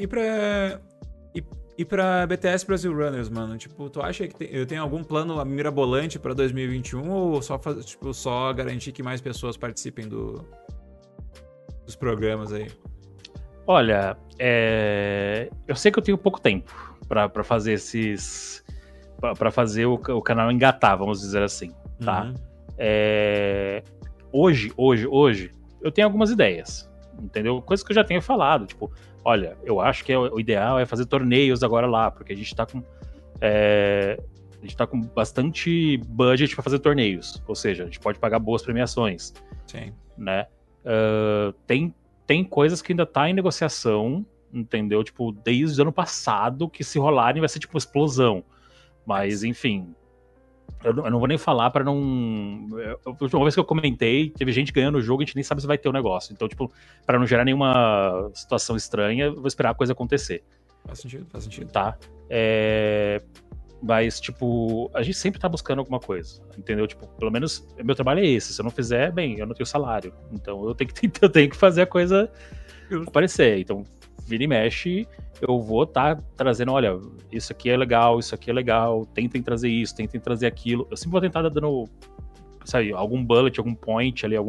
e pra BTS Brasil Runners, mano? Tipo, tu acha que eu tenho algum plano mirabolante pra 2021 ou só garantir que mais pessoas participem dos programas aí? Olha, eu sei que eu tenho pouco tempo pra fazer pra fazer o canal engatar, vamos dizer assim, tá? Hoje, eu tenho algumas ideias, entendeu? Coisas que eu já tenho falado, tipo, olha, eu acho que o ideal é fazer torneios agora lá, porque a gente tá com bastante budget pra fazer torneios, ou seja, a gente pode pagar boas premiações. Sim. Né? Tem coisas que ainda tá em negociação, entendeu? Tipo, desde o ano passado, que se rolarem vai ser tipo uma explosão. Mas, enfim, eu não vou nem falar pra não... Uma vez que eu comentei, teve gente ganhando o jogo, a gente nem sabe se vai ter o negócio. Então, tipo, pra não gerar nenhuma situação estranha, eu vou esperar a coisa acontecer. Faz sentido. Tá? Mas, tipo, a gente sempre tá buscando alguma coisa, entendeu? Tipo, pelo menos, meu trabalho é esse. Se eu não fizer, bem, eu não tenho salário. Então, eu tenho que fazer a coisa aparecer. Então, vira e mexe, eu vou trazendo, olha, isso aqui é legal, tentem trazer isso, tentem trazer aquilo. Eu sempre vou tentar dando, sabe, algum bullet, algum point ali,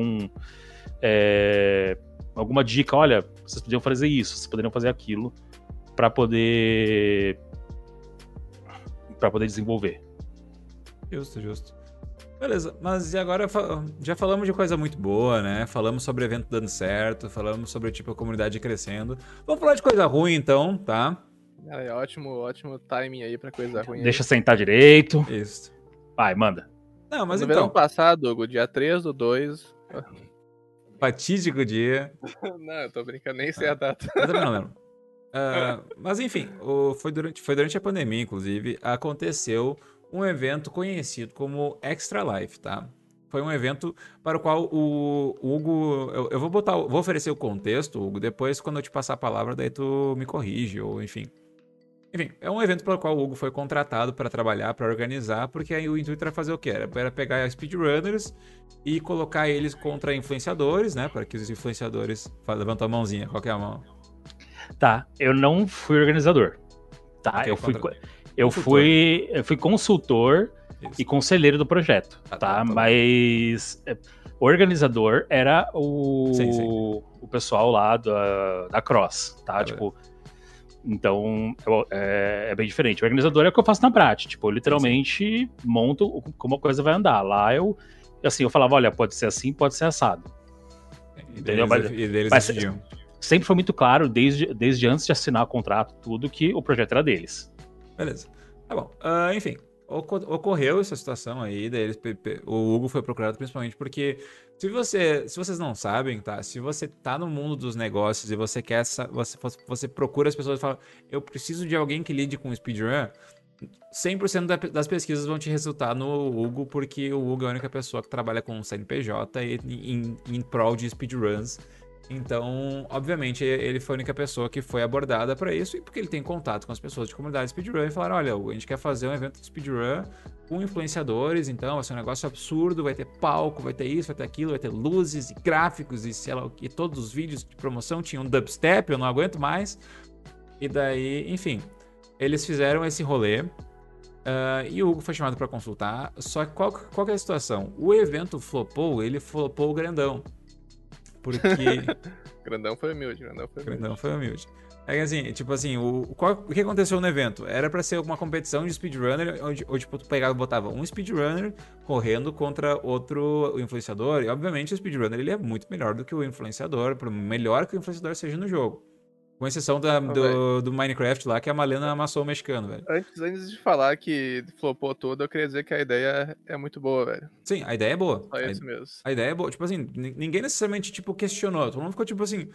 alguma dica, olha, vocês poderiam fazer isso, vocês poderiam fazer aquilo, pra poder desenvolver. Justo. Beleza, mas e agora já falamos de coisa muito boa, né? Falamos sobre o evento dando certo, falamos sobre, tipo, a comunidade crescendo. Vamos falar de coisa ruim, então, tá? Ótimo timing aí pra coisa ruim. Deixa sentar direito. Isso. Vai, manda. Não, mas no então... verão passado, Hugo, dia 3/2... Fatídico dia. Não, eu tô brincando, nem sei a data. Eu também não lembro. Mas enfim, foi durante a pandemia, inclusive, aconteceu um evento conhecido como Extra Life, tá? Foi um evento para o qual o Hugo... Eu vou oferecer o contexto, Hugo, depois quando eu te passar a palavra, daí tu me corrige, ou enfim. Enfim, é um evento para o qual o Hugo foi contratado para trabalhar, para organizar, porque aí o intuito era fazer o quê? Era pegar speedrunners e colocar eles contra influenciadores, né? Para que os influenciadores... Levanta a mãozinha, qual que é a mão? Tá, eu não fui organizador, tá? Okay, eu fui consultor e conselheiro do projeto, tá? Mas o organizador era o pessoal lá da Cross, tá? Tipo, então é bem diferente. O organizador é o que eu faço na Brat, tipo, eu literalmente monto como a coisa vai andar. Lá eu falava, olha, pode ser assim, pode ser assado. Entendeu? E deles Mas decidiam. sempre foi muito claro, desde antes de assinar o contrato, tudo, que o projeto era deles. Beleza. Tá bom. Enfim, ocorreu essa situação aí, daí o Hugo foi procurado principalmente porque se vocês não sabem, tá? Se você tá no mundo dos negócios e você quer você procura as pessoas e fala, eu preciso de alguém que lide com speedrun, 100% das pesquisas vão te resultar no Hugo, porque o Hugo é a única pessoa que trabalha com CNPJ em prol de speedruns. Então, obviamente, ele foi a única pessoa que foi abordada para isso, e porque ele tem contato com as pessoas de comunidade speedrun e falaram: olha, a gente quer fazer um evento de speedrun com influenciadores, então vai ser um negócio absurdo, vai ter palco, vai ter isso, vai ter aquilo, vai ter luzes e gráficos e sei lá o que. Todos os vídeos de promoção tinham dubstep, eu não aguento mais. E daí, enfim, eles fizeram esse rolê. E o Hugo foi chamado para consultar. Só que qual que é a situação? O evento flopou, ele flopou o grandão. Porque. Grandão foi humilde. Grandão foi humilde. É que assim, tipo assim, o que aconteceu no evento? Era pra ser uma competição de speedrunner, onde tipo, tu pegava e botava um speedrunner correndo contra outro influenciador. E obviamente o speedrunner ele é muito melhor do que o influenciador, por melhor que o influenciador seja no jogo. Com exceção do Minecraft lá, que a Malena amassou o mexicano, velho. Antes de falar que flopou tudo, eu queria dizer que a ideia é muito boa, velho. Sim, a ideia é boa. Só isso mesmo. A ideia é boa. Tipo assim, ninguém necessariamente, tipo, questionou. Todo mundo ficou tipo assim...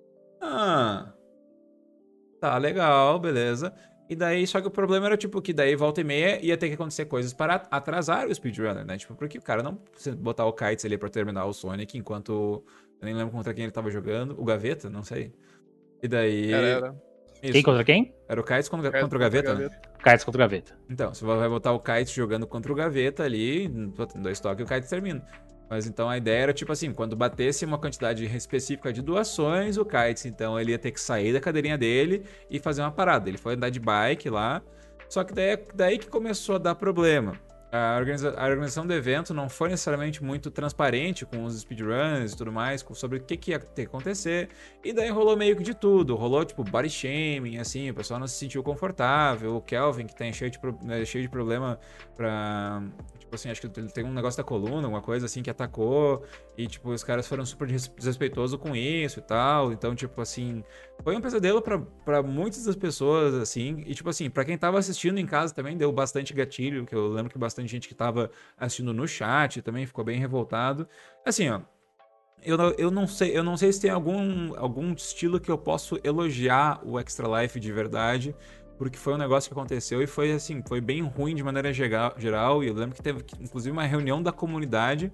Tá, legal, beleza. E daí, só que o problema era, tipo, que daí, volta e meia, ia ter que acontecer coisas para atrasar o speedrunner, né? Tipo, porque o cara não precisa botar o Kites ali pra terminar o Sonic, enquanto... Eu nem lembro contra quem ele tava jogando. O Gaveta? Não sei. E daí... Era. Isso. Quem contra quem? Era o Kites contra o Gaveta, né? Kites contra o Gaveta. Então, você vai botar o Kites jogando contra o Gaveta ali, em 2 toques, o Kites termina. Mas então a ideia era, tipo assim, quando batesse uma quantidade específica de doações, o Kites, então, ele ia ter que sair da cadeirinha dele e fazer uma parada. Ele foi andar de bike lá, só que daí que começou a dar problema. A organização do evento não foi necessariamente muito transparente com os speedruns e tudo mais, sobre o que ia ter que acontecer. E daí rolou meio que de tudo. Rolou, tipo, body shaming, assim, o pessoal não se sentiu confortável. O Kelvin, que tá cheio de problema pra... Tipo assim, acho que ele tem um negócio da coluna, alguma coisa assim, que atacou. E, tipo, os caras foram super desrespeitosos com isso e tal. Então, tipo assim, foi um pesadelo pra muitas das pessoas, assim. E, tipo assim, pra quem tava assistindo em casa também deu bastante gatilho, que eu lembro que bastante gente que tava assistindo no chat também ficou bem revoltado. Assim, ó, eu não sei se tem algum estilo que eu posso elogiar o Extra Life de verdade, porque foi um negócio que aconteceu e foi assim, foi bem ruim de maneira geral, e eu lembro que teve inclusive uma reunião da comunidade,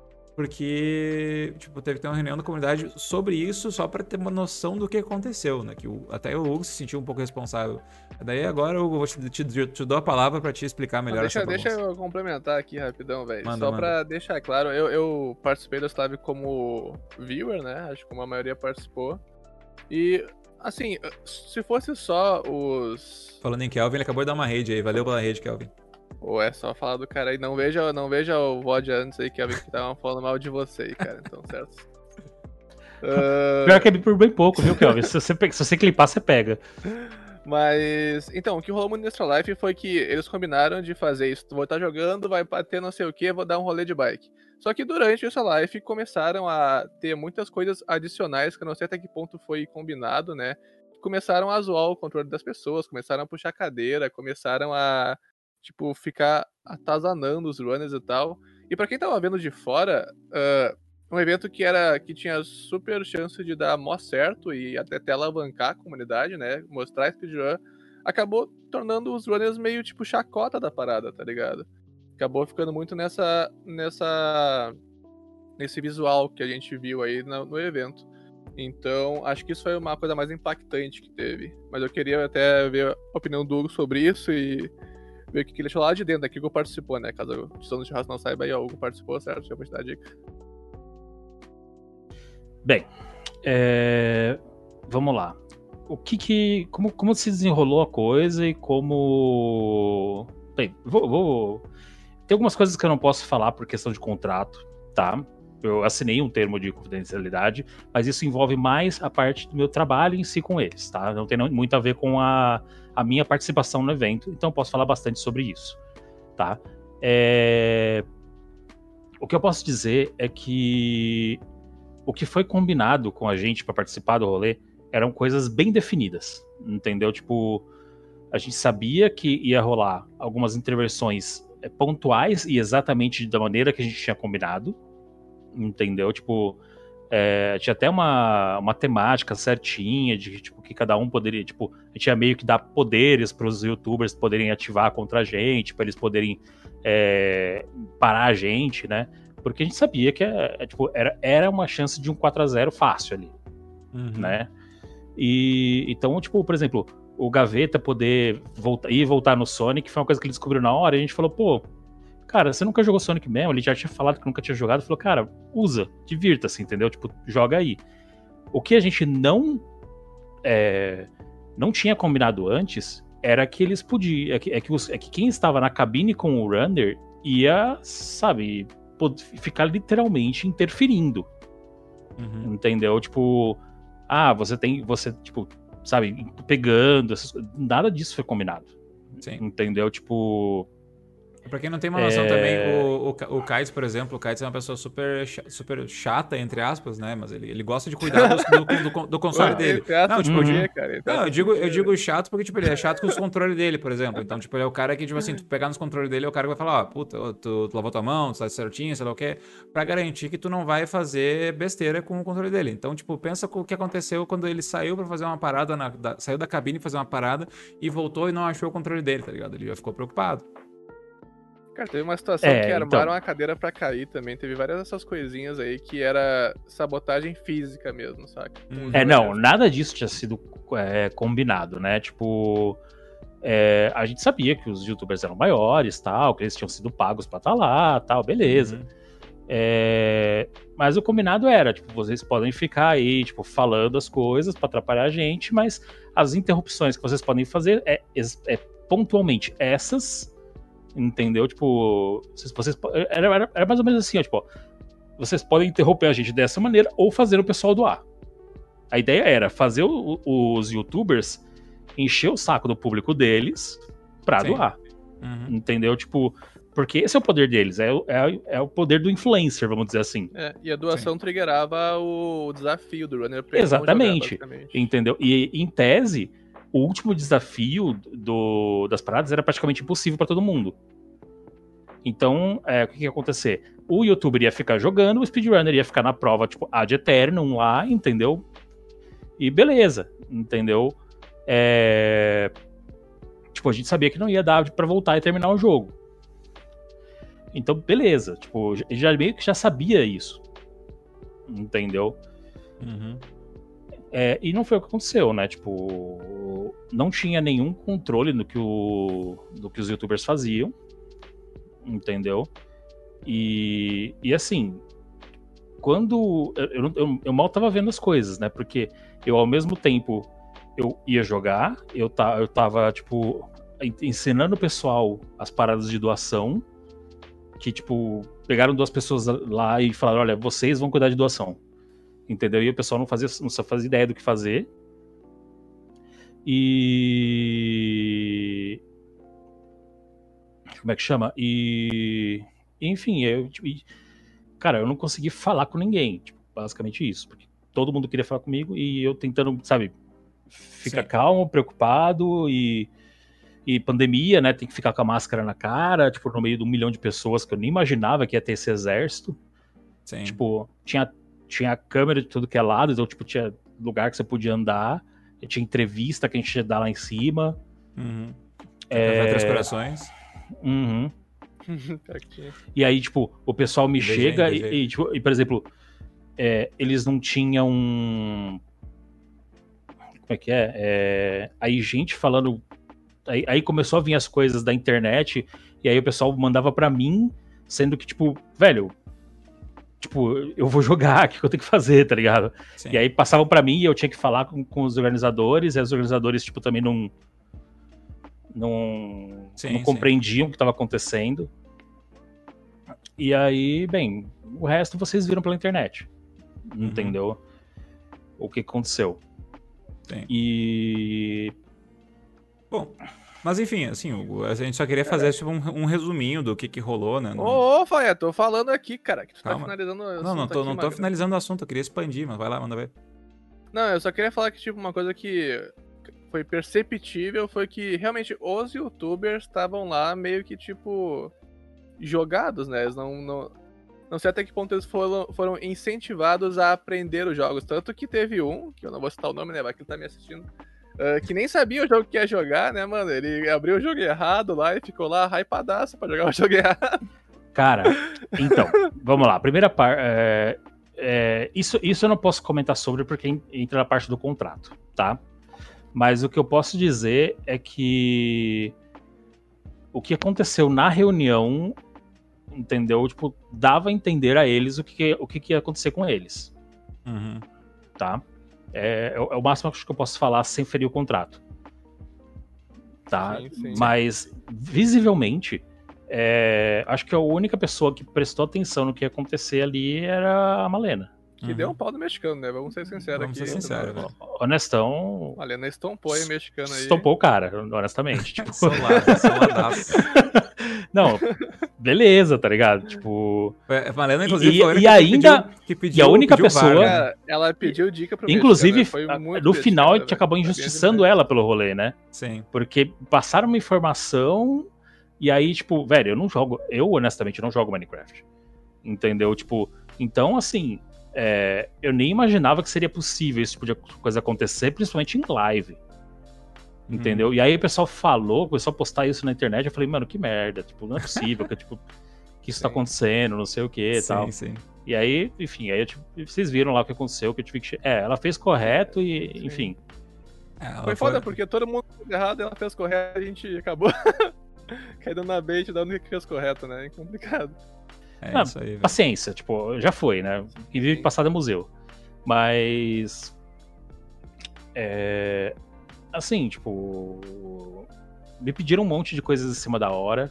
porque, tipo, teve que ter uma reunião da comunidade sobre isso, só pra ter uma noção do que aconteceu, né? Que até o Hugo se sentiu um pouco responsável. Daí agora, Hugo, vou te dou a palavra pra te explicar melhor essa bagunça. Deixa eu complementar aqui rapidão, velho. Manda. Pra deixar claro, eu participei da live como viewer, né? Acho que como a maioria participou. E, assim, se fosse só os... Falando em Kelvin, ele acabou de dar uma rede aí. Valeu pela rede, Kelvin. Ou é só falar do cara aí. Não veja o VOD antes aí, Kelvin, que tava falando mal de você aí, cara. Então, certo? Pior que é por bem pouco, viu, Kelvin? Se você clipar, você pega. Mas, então, o que rolou muito no Extra Life foi que eles combinaram de fazer isso. Vou estar jogando, vai bater não sei o que, vou dar um rolê de bike. Só que durante o Extra Life começaram a ter muitas coisas adicionais, que eu não sei até que ponto foi combinado, né? Começaram a zoar o controle das pessoas, começaram a puxar cadeira, começaram a, tipo, ficar atazanando os runners e tal. E pra quem tava vendo de fora, um evento que tinha super chance de dar mó certo e até alavancar a comunidade, né? Mostrar speedrun, acabou tornando os runners meio tipo chacota da parada, tá ligado? Acabou ficando muito nesse visual que a gente viu aí no evento. Então, acho que isso foi uma coisa mais impactante que teve. Mas eu queria até ver a opinião do Hugo sobre isso e ver o que ele achou lá de dentro, né? Que o Hugo participou, né? Caso o Tistão do Churrasco não saiba aí, o Hugo participou, certo? Já vou te dar a dica. Bem, vamos lá. Como se desenrolou a coisa e como... Bem, tem algumas coisas que eu não posso falar por questão de contrato, tá? Eu assinei um termo de confidencialidade, mas isso envolve mais a parte do meu trabalho em si com eles, tá? Não tem muito a ver com a minha participação no evento, então eu posso falar bastante sobre isso, tá? O que eu posso dizer é que o que foi combinado com a gente pra participar do rolê eram coisas bem definidas, entendeu? Tipo, a gente sabia que ia rolar algumas intervenções pontuais e exatamente da maneira que a gente tinha combinado, entendeu? Tipo, tinha até uma temática certinha de tipo, que cada um poderia, tipo, a gente ia meio que dar poderes para os youtubers poderem ativar contra a gente, para eles poderem parar a gente, né? Porque a gente sabia que tipo, era uma chance de um 4-0 fácil ali, né? E então, tipo, por exemplo, o Gaveta poder voltar no Sonic foi uma coisa que ele descobriu na hora, e a gente falou, pô, cara, você nunca jogou Sonic mesmo? Ele já tinha falado que nunca tinha jogado, falou, cara, usa, divirta-se, entendeu? Tipo, joga aí. O que a gente não tinha combinado antes era que eles podiam, que quem estava na cabine com o Runner ia, sabe, ficar literalmente interferindo, entendeu? Tipo, você tipo, sabe, pegando, nada disso foi combinado. Sim. Entendeu? Tipo... Pra quem não tem uma noção também, o Kites, por exemplo, o Kites é uma pessoa super chata, entre aspas, né? Mas ele gosta de cuidar do console dele. Não, tipo, eu digo chato porque, tipo, ele é chato com os controles dele, por exemplo. Então, tipo, ele é o cara que, tipo assim, tu pegar nos controles dele, é o cara que vai falar, puta, tu lavou tua mão, tu tá certinho, sei lá o quê, pra garantir que tu não vai fazer besteira com o controle dele. Então, tipo, pensa com o que aconteceu quando ele saiu pra fazer uma parada, saiu da cabine fazer uma parada e voltou e não achou o controle dele, tá ligado? Ele já ficou preocupado. Cara, teve uma situação que armaram a cadeira pra cair também. Teve várias dessas coisinhas aí que era sabotagem física mesmo, saca? Não, nada disso tinha sido combinado, né? Tipo, a gente sabia que os youtubers eram maiores, tal, que eles tinham sido pagos pra estar lá, tal, beleza. Mas o combinado era, tipo, vocês podem ficar aí, tipo, falando as coisas pra atrapalhar a gente, mas as interrupções que vocês podem fazer pontualmente essas... Entendeu? Tipo, era mais ou menos assim, ó, tipo, vocês podem interromper a gente dessa maneira ou fazer o pessoal doar. A ideia era fazer os youtubers encher o saco do público deles pra doar. Entendeu? Tipo, porque esse é o poder deles, é o poder do influencer, vamos dizer assim. E a doação triggerava o desafio do runner pra exatamente, jogar, entendeu? E em tese, o último desafio das paradas era praticamente impossível pra todo mundo. Então, o que ia acontecer? O youtuber ia ficar jogando, o speedrunner ia ficar na prova, tipo, ad eternum lá, entendeu? E beleza, entendeu? Tipo, a gente sabia que não ia dar pra voltar e terminar o jogo. Então, beleza. Tipo, meio que já sabia isso. Entendeu? E não foi o que aconteceu, né? Tipo, não tinha nenhum controle do que os youtubers faziam. Entendeu? E assim, quando... Eu mal tava vendo as coisas, né? Porque eu, ao mesmo tempo, eu ia jogar, eu tava, tipo, ensinando o pessoal as paradas de doação, que, tipo, pegaram 2 pessoas lá e falaram, olha, vocês vão cuidar de doação. Entendeu? E o pessoal não só fazia ideia do que fazer. E... Como é que chama? Enfim, cara, eu não consegui falar com ninguém. Tipo, basicamente isso. Porque todo mundo queria falar comigo e eu tentando, sabe, ficar calmo, preocupado e pandemia, né? Tem que ficar com a máscara na cara, tipo, no meio de 1 milhão de pessoas que eu nem imaginava que ia ter esse exército. Tipo, tinha câmera de tudo que é lado, então, tipo, tinha lugar que você podia andar, tinha entrevista que a gente ia dar lá em cima. Café Três Corações. E aí, tipo, o pessoal me chega tipo, por exemplo, eles não tinham... Como é que aí gente falando... Aí começou a vir as coisas da internet, e aí o pessoal mandava pra mim, sendo que, tipo, velho, tipo, eu vou jogar, o que eu tenho que fazer, tá ligado? E aí passavam pra mim e eu tinha que falar com os organizadores, e os organizadores, tipo, também não compreendiam o que estava acontecendo. E aí, bem, o resto vocês viram pela internet. Entendeu? O que aconteceu. Sim. E... Bom, Mas enfim, assim, Hugo, a gente só queria fazer tipo, um resuminho do que rolou, né? Ô, Faia, tô falando aqui, cara, que tu tá Calma. finalizando o Não, assunto aqui, não tô Magno. finalizando o assunto, eu queria expandir, mas vai lá, manda ver. Não, eu só queria falar que, tipo, uma coisa que foi perceptível foi que realmente os youtubers estavam lá meio que, tipo, jogados, né? Eles não sei até que ponto eles foram incentivados a aprender os jogos. Tanto que teve um, que eu não vou citar o nome, né? Vai que ele tá me assistindo. Que nem sabia o jogo que ia jogar, né, mano? Ele abriu o jogo errado lá e ficou lá hypadaço pra jogar o jogo errado. Cara, então, vamos lá. Primeira parte. Isso eu não posso comentar sobre porque entra na parte do contrato, tá? Mas o que eu posso dizer é que o que aconteceu na reunião, entendeu? Tipo, dava a entender a eles o que ia acontecer com eles. Uhum. Tá? É o máximo que eu posso falar sem ferir o contrato. Tá? Sim. Mas, visivelmente, acho que a única pessoa que prestou atenção no que ia acontecer ali era a Malena. Que deu um pau do mexicano, né? Vamos ser sinceros aqui. Vamos ser sinceros, velho. Honestão. A Malena estompou aí o mexicano aí. Estompou o cara, honestamente. Tipo... Soladaço. Não, beleza, tá ligado? Tipo. A Malena, inclusive, foi e ainda. que pediu, e a única pessoa. VAR, né? Cara, ela pediu dica pro inclusive, mexicano, né? Foi muito no final, a gente dedicada, acabou injustiçando ela pelo rolê, né? Sim. Porque passaram uma informação. E aí, tipo, velho, eu honestamente não jogo Minecraft. Entendeu? Tipo, então, assim, eu nem imaginava que seria possível esse tipo de coisa acontecer, principalmente em live. Entendeu? E aí o pessoal começou a postar isso na internet, eu falei, mano, que merda, tipo, não é possível que isso tá acontecendo, não sei o que e tal. Sim. E aí, enfim, vocês viram lá o que aconteceu, que eu tive que... ela fez correto e, enfim. Foi foda, porque todo mundo fez errado, ela fez correto e a gente acabou caindo na bait da única que fez correto, né? É complicado. Isso aí, velho. Paciência, tipo, já foi, né? Quem vive passado é museu. Mas... assim, tipo... me pediram um monte de coisas em cima da hora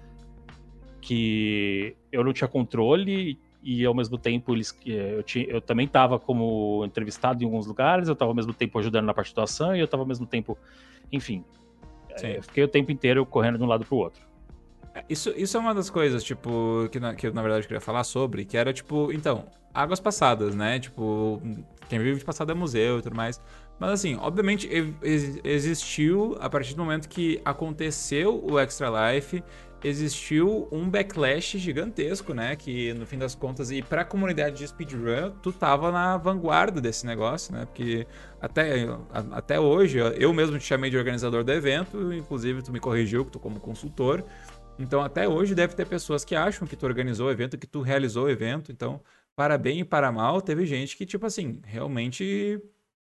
que eu não tinha controle e ao mesmo tempo eu também tava como entrevistado em alguns lugares, eu tava ao mesmo tempo ajudando na parte de doação e eu tava ao mesmo tempo, enfim, eu fiquei o tempo inteiro correndo de um lado pro outro. Isso é uma das coisas, tipo, que eu na verdade queria falar sobre, que era, tipo, então, águas passadas, né? Tipo, quem vive de passado é museu e tudo mais. Mas, assim, obviamente existiu, a partir do momento que aconteceu o Extra Life, existiu um backlash gigantesco, né? Que, no fim das contas, e pra comunidade de speedrun, tu tava na vanguarda desse negócio, né? Porque até hoje, eu mesmo te chamei de organizador do evento, inclusive tu me corrigiu, que tu como consultor. Então, até hoje, deve ter pessoas que acham que tu organizou o evento, que tu realizou o evento. Então, para bem e para mal, teve gente que, tipo assim, realmente...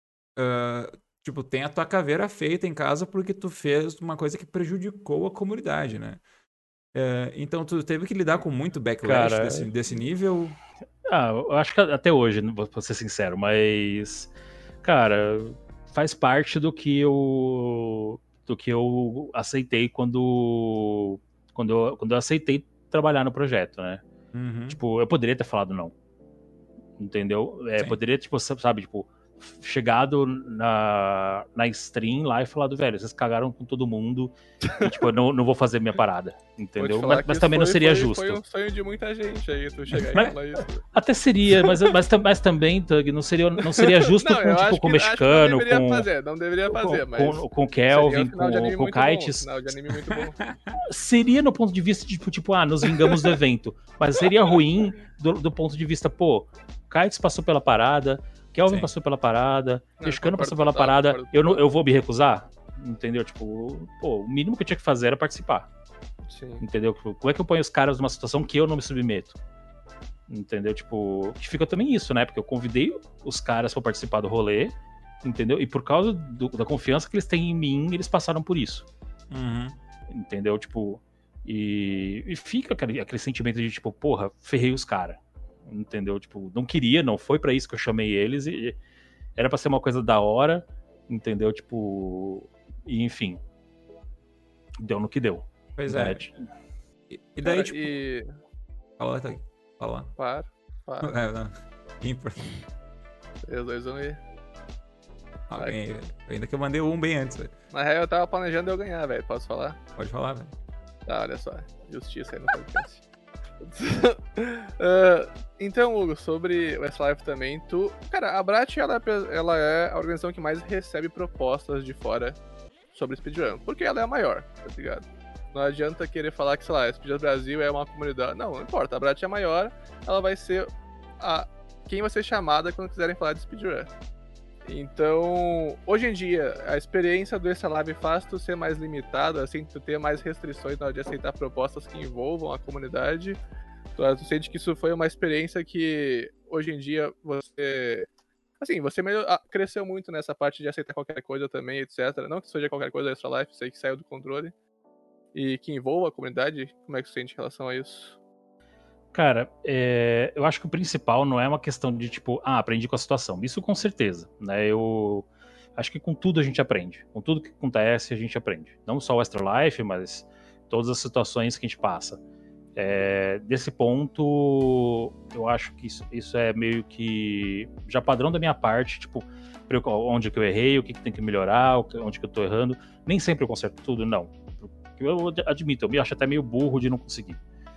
tipo, tem a tua caveira feita em casa porque tu fez uma coisa que prejudicou a comunidade, né? Então, tu teve que lidar com muito backlash, cara, desse nível? Eu acho que até hoje, vou ser sincero, mas... cara, faz parte do que eu aceitei quando eu aceitei trabalhar no projeto, né? Uhum. Tipo, eu poderia ter falado não. Entendeu? Poderia, tipo, sabe, tipo, chegado na stream lá e falado, velho, vocês cagaram com todo mundo e, tipo, eu não vou fazer minha parada. Entendeu? Mas também não seria justo. Foi um sonho de muita gente aí, tu chegar e falar isso. Até seria, mas também, Tug, não seria justo com o mexicano, não deveria fazer, mas com o Kelvin, com o Kites. Final de anime muito bom. Seria no ponto de vista de, tipo, nos vingamos do evento. Mas seria ruim do ponto de vista, pô, Kites passou pela parada, Kelvin passou pela parada, o mexicano passou pela parada, eu vou me recusar? Entendeu? Tipo, pô, o mínimo que eu tinha que fazer era participar. Sim. Entendeu? Como é que eu ponho os caras numa situação que eu não me submeto? Entendeu? Tipo, que fica também isso, né? Porque eu convidei os caras pra participar do rolê, entendeu? E por causa da confiança que eles têm em mim, eles passaram por isso. Uhum. Entendeu? Tipo, e fica aquele sentimento de, tipo, porra, ferrei os caras. Entendeu? Tipo, não foi pra isso que eu chamei eles e era pra ser uma coisa da hora, entendeu? Tipo, e enfim, deu no que deu. Pois né? E daí, tipo... Fala. Para. Ímpar. 3, 2, 1 e... Ganhei, velho. Ainda que eu mandei um bem antes, velho. Na real, eu tava planejando eu ganhar, velho. Posso falar? Pode falar, velho. Tá, olha só. Justiça aí no podcast. Então, Hugo, sobre o Westlife também, Cara, a Brat, ela é a organização que mais recebe propostas de fora sobre speedrun. Porque ela é a maior, tá ligado? Não adianta querer falar que, sei lá, a Speedrun Brasil é uma comunidade. Não importa. A Brat é a maior, ela vai ser quem vai ser chamada quando quiserem falar de speedrun. Então, hoje em dia, a experiência do Extra-Live faz tu ser mais limitado, assim, tu ter mais restrições na hora de aceitar propostas que envolvam a comunidade. Tu sente que isso foi uma experiência que, hoje em dia, você cresceu muito nessa parte de aceitar qualquer coisa também, etc. Não que seja qualquer coisa Extra-Life, sei que saiu do controle. E que envolva a comunidade, como é que você sente em relação a isso? Cara, eu acho que o principal não é uma questão de, tipo, aprendi com a situação. Isso com certeza, né? Eu acho que com tudo a gente aprende. Com tudo que acontece, a gente aprende. Não só o Extra Life, mas todas as situações que a gente passa. Desse ponto, eu acho que isso é meio que já padrão da minha parte, tipo, onde que eu errei, o que tem que melhorar, onde que eu tô errando. Nem sempre eu conserto tudo, não. Eu admito, eu me acho até meio burro de não conseguir.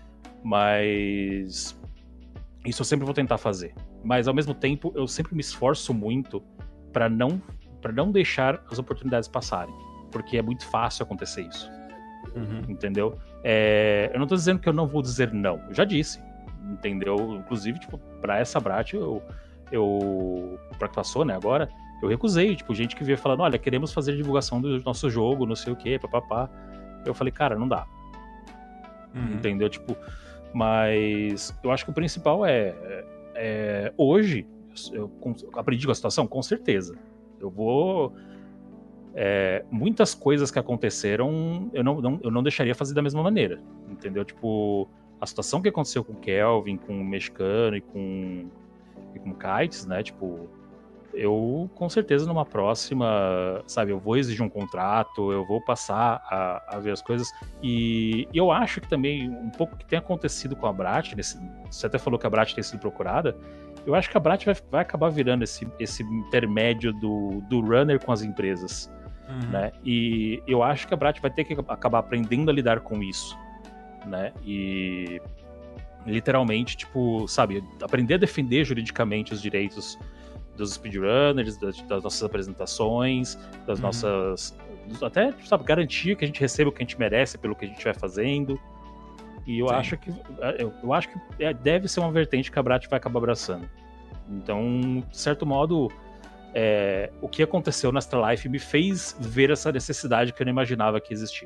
Mas isso eu sempre vou tentar fazer. Mas ao mesmo tempo, eu sempre me esforço muito para não deixar as oportunidades passarem. Porque é muito fácil acontecer isso. Entendeu? Eu não tô dizendo que eu não vou dizer não. Eu já disse. Entendeu? Inclusive, tipo, pra essa Brat, pra que passou, né, agora, eu recusei. Tipo, gente que veio falando, olha, queremos fazer divulgação do nosso jogo, não sei o quê, papapá. Eu falei, cara, não dá. Entendeu? Tipo, mas eu acho que o principal hoje, eu aprendi com a situação, com certeza. Eu vou... muitas coisas que aconteceram, eu não deixaria fazer da mesma maneira. Entendeu? Tipo, a situação que aconteceu com o Kelvin, com o Mexicano e com o Kites, né? Tipo... Eu, com certeza, numa próxima, sabe, eu vou exigir um contrato, eu vou passar a ver as coisas. E eu acho que também, um pouco que tem acontecido com a Brat, você até falou que a Brat tem sido procurada, eu acho que a Brat vai acabar virando esse intermédio do runner com as empresas, né? E eu acho que a Brat vai ter que acabar aprendendo a lidar com isso, né? E, literalmente, tipo, sabe, aprender a defender juridicamente os direitos dos speedrunners, das nossas apresentações, das nossas... Até, sabe, garantir que a gente receba o que a gente merece pelo que a gente vai fazendo. E eu acho que deve ser uma vertente que a Brat vai acabar abraçando. Então, de certo modo, o que aconteceu na Extra Life me fez ver essa necessidade que eu não imaginava que existia.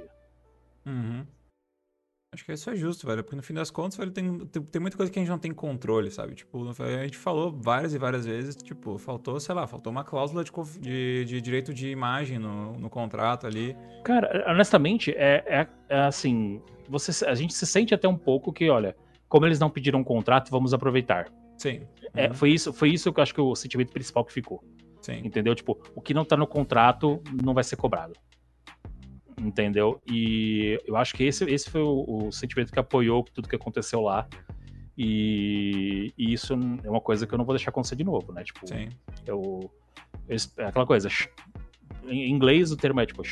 Acho que isso é justo, velho, porque no fim das contas, velho, tem muita coisa que a gente não tem controle, sabe? Tipo, a gente falou várias e várias vezes, tipo, faltou uma cláusula de direito de imagem no contrato ali. Cara, honestamente, assim, a gente se sente até um pouco que, olha, como eles não pediram um contrato, vamos aproveitar. Sim. Foi isso que eu acho que é o sentimento principal que ficou. Sim. Entendeu? Tipo, o que não tá no contrato não vai ser cobrado. Entendeu? E eu acho que esse foi o sentimento que apoiou tudo que aconteceu lá. E isso é uma coisa que eu não vou deixar acontecer de novo, né? Tipo, sim. É aquela coisa. Em inglês o termo é tipo.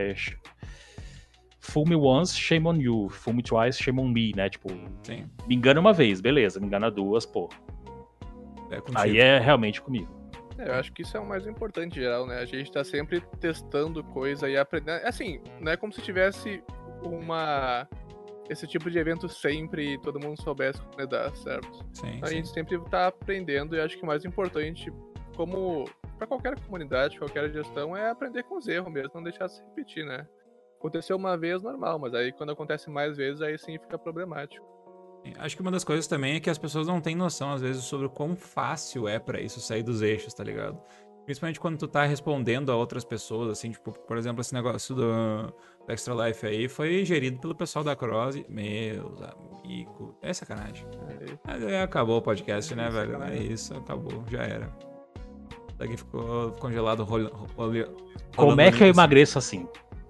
Fool me once, shame on you. Fool me twice, shame on me, né? Tipo, sim. Me engana uma vez, beleza. Me engana duas, pô. Aí é realmente comigo. Eu acho que isso é o mais importante em geral, né? A gente tá sempre testando coisa e aprendendo. Assim, não é como se tivesse esse tipo de evento sempre e todo mundo soubesse como lidar, certo? Sim, a gente sempre tá aprendendo e acho que o mais importante, como pra qualquer comunidade, qualquer gestão, é aprender com os erros mesmo, não deixar se repetir, né? Aconteceu uma vez, normal, mas aí quando acontece mais vezes, aí sim fica problemático. Acho que uma das coisas também é que as pessoas não têm noção, às vezes, sobre o quão fácil é pra isso sair dos eixos, tá ligado? Principalmente quando tu tá respondendo a outras pessoas, assim, tipo, por exemplo, esse negócio do Extra Life aí foi gerido pelo pessoal da Cross. Meus amigos, é sacanagem. Mas acabou o podcast, né, velho? Sacanagem. É isso, acabou, já era. Daqui ficou congelado Como é que eu emagreço assim?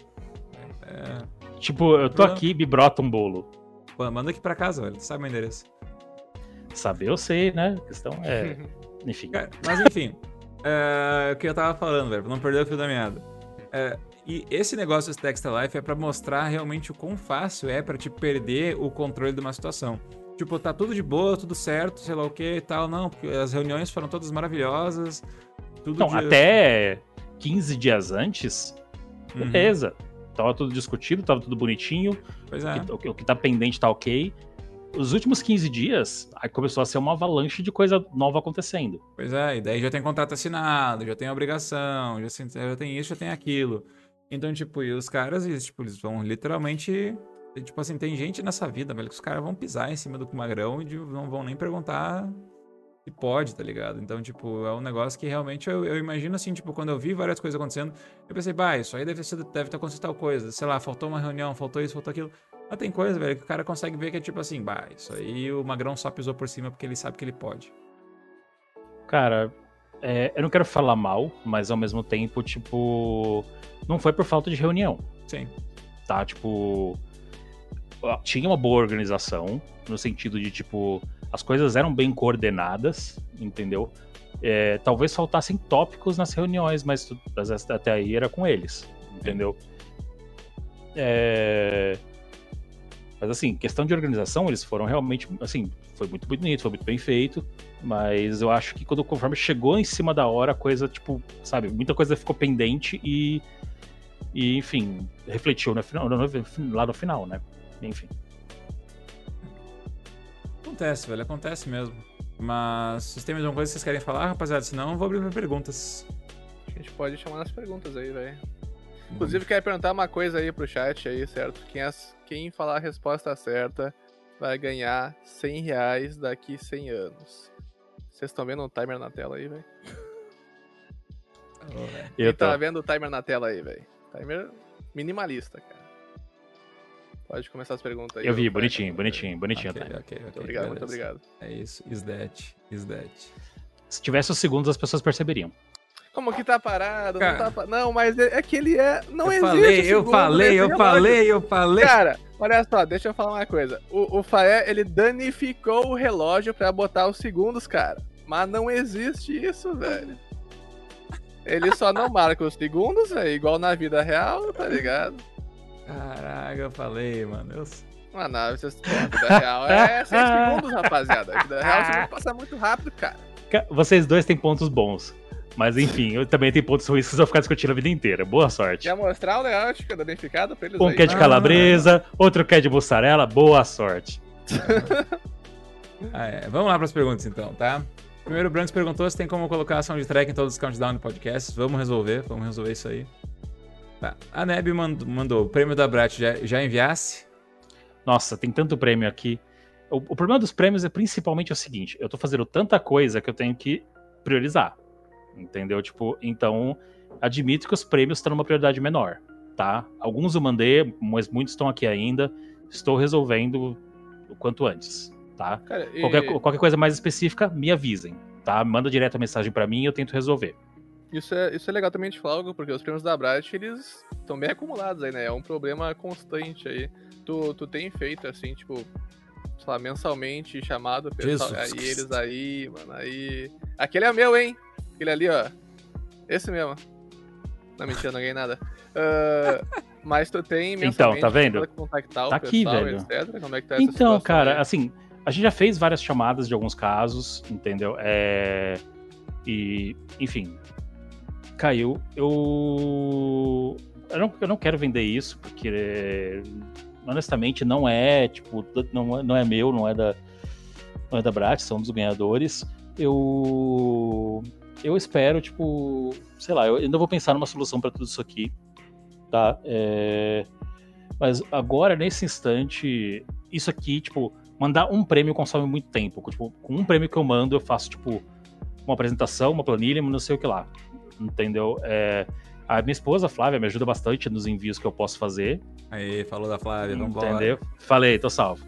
Tipo, eu tô aqui e me brota um bolo. Pô, manda aqui pra casa, velho. Tu sabe meu endereço. Saber eu sei, né? A questão é... Enfim. Mas enfim. O que eu tava falando, velho, pra não perder o fio da meada. E esse negócio do Extra Life é pra mostrar realmente o quão fácil é pra te perder o controle de uma situação. Tipo, tá tudo de boa, tudo certo, sei lá o que e tal. Não, porque as reuniões foram todas maravilhosas. Tudo Então, até 15 dias antes, beleza. Tava tudo discutido, tava tudo bonitinho. Pois é. O que tá pendente tá ok. Os últimos 15 dias, aí começou a ser uma avalanche de coisa nova acontecendo. Pois é, e daí já tem contrato assinado, já tem obrigação, já tem isso, já tem aquilo. Então, tipo, e os caras, eles vão literalmente... Tipo assim, tem gente nessa vida, velho, que os caras vão pisar em cima do magrão e não vão nem perguntar se pode, tá ligado? Então, tipo, é um negócio que realmente eu imagino assim, tipo, quando eu vi várias coisas acontecendo, eu pensei, isso aí deve ter acontecido tal coisa. Sei lá, faltou uma reunião, faltou isso, faltou aquilo. Mas tem coisa, velho, que o cara consegue ver que é tipo assim, isso aí o magrão só pisou por cima porque ele sabe que ele pode. Cara, eu não quero falar mal, mas ao mesmo tempo, tipo, não foi por falta de reunião. Sim. Tá, tipo, tinha uma boa organização, no sentido de, tipo, as coisas eram bem coordenadas, entendeu? Talvez faltassem tópicos nas reuniões, mas até aí era com eles, entendeu? Mas assim, questão de organização, eles foram realmente, assim, foi muito bonito, foi muito bem feito, mas eu acho que conforme chegou em cima da hora, a coisa, tipo, sabe, muita coisa ficou pendente e enfim, refletiu lá no final, né? Enfim. Acontece, velho, acontece mesmo. Mas se tem mais alguma coisa que vocês querem falar, rapaziada, senão eu vou abrir pra perguntas. A gente pode chamar nas perguntas aí, velho. Inclusive, quero perguntar uma coisa aí pro chat aí, certo? Quem falar a resposta certa vai ganhar R$100 daqui 100 anos. Vocês estão vendo o timer na tela aí, velho? Quem tá vendo o timer na tela aí, velho? Timer minimalista, cara. Pode começar as perguntas aí. Eu vi, bonitinho. Ok, muito obrigado, muito obrigado. É isso, is that. Se tivesse os segundos, as pessoas perceberiam. Como que tá parado? Cara, não, mas é que ele é... Não eu existe eu falei. Cara, olha só, deixa eu falar uma coisa. O Faé, ele danificou o relógio pra botar os segundos, cara. Mas não existe isso, velho. Ele só não marca os segundos, igual na vida real, tá ligado? Caraca, eu falei, mano. A vida real é 6 segundos, rapaziada. A vida real você vai passar muito rápido, cara. Vocês dois têm pontos bons. Mas enfim, eu também tenho pontos ruins que vocês vão ficar discutindo a vida inteira. Boa sorte. Quer mostrar o layout que é danificado pra eles Um aí? quer de calabresa, outro quer de mussarela. Boa sorte. Vamos lá pras perguntas então, tá? Primeiro, o Branks perguntou se tem como colocar a soundtrack em todos os countdown do podcast. Vamos resolver isso aí. Tá. A Neb mandou o prêmio da Brat, já enviasse? Nossa, tem tanto prêmio aqui. O problema dos prêmios é principalmente o seguinte: eu tô fazendo tanta coisa que eu tenho que priorizar. Entendeu? Tipo, então, admito que os prêmios estão numa prioridade menor, tá? Alguns eu mandei, mas muitos estão aqui ainda. Estou resolvendo o quanto antes, tá? Cara, qualquer coisa mais específica, me avisem, tá? Manda direto a mensagem pra mim e eu tento resolver. Isso é legal também de falar, porque os prêmios da Brat, eles estão bem acumulados aí, né? É um problema constante aí. Tu tem feito, assim, tipo, sei lá, mensalmente chamado o pessoal, aí eles aí, mano, aí... Aquele é meu, hein? Aquele ali, ó. Esse mesmo. Não, mentira, não ganhei nada. Mas tu tem mensalmente... Então, tá vendo? Contactar tá o aqui, pessoal, velho. etc. Como é que tá essa situação cara, aí? Assim, a gente já fez várias chamadas de alguns casos, entendeu? E, enfim, caiu. Eu não quero vender isso, porque honestamente não é, tipo, não é meu, não é da Brat, são dos ganhadores. Eu espero, tipo, sei lá, eu ainda vou pensar numa solução para tudo isso aqui, tá? Mas agora, nesse instante, isso aqui, tipo, mandar um prêmio consome muito tempo. Tipo, com um prêmio que eu mando, eu faço, tipo, uma apresentação, uma planilha, não sei o que lá, entendeu? A minha esposa, a Flávia, me ajuda bastante nos envios que eu posso fazer. Aí, falou da Flávia, vambora. Entendeu? Falei, tô salvo.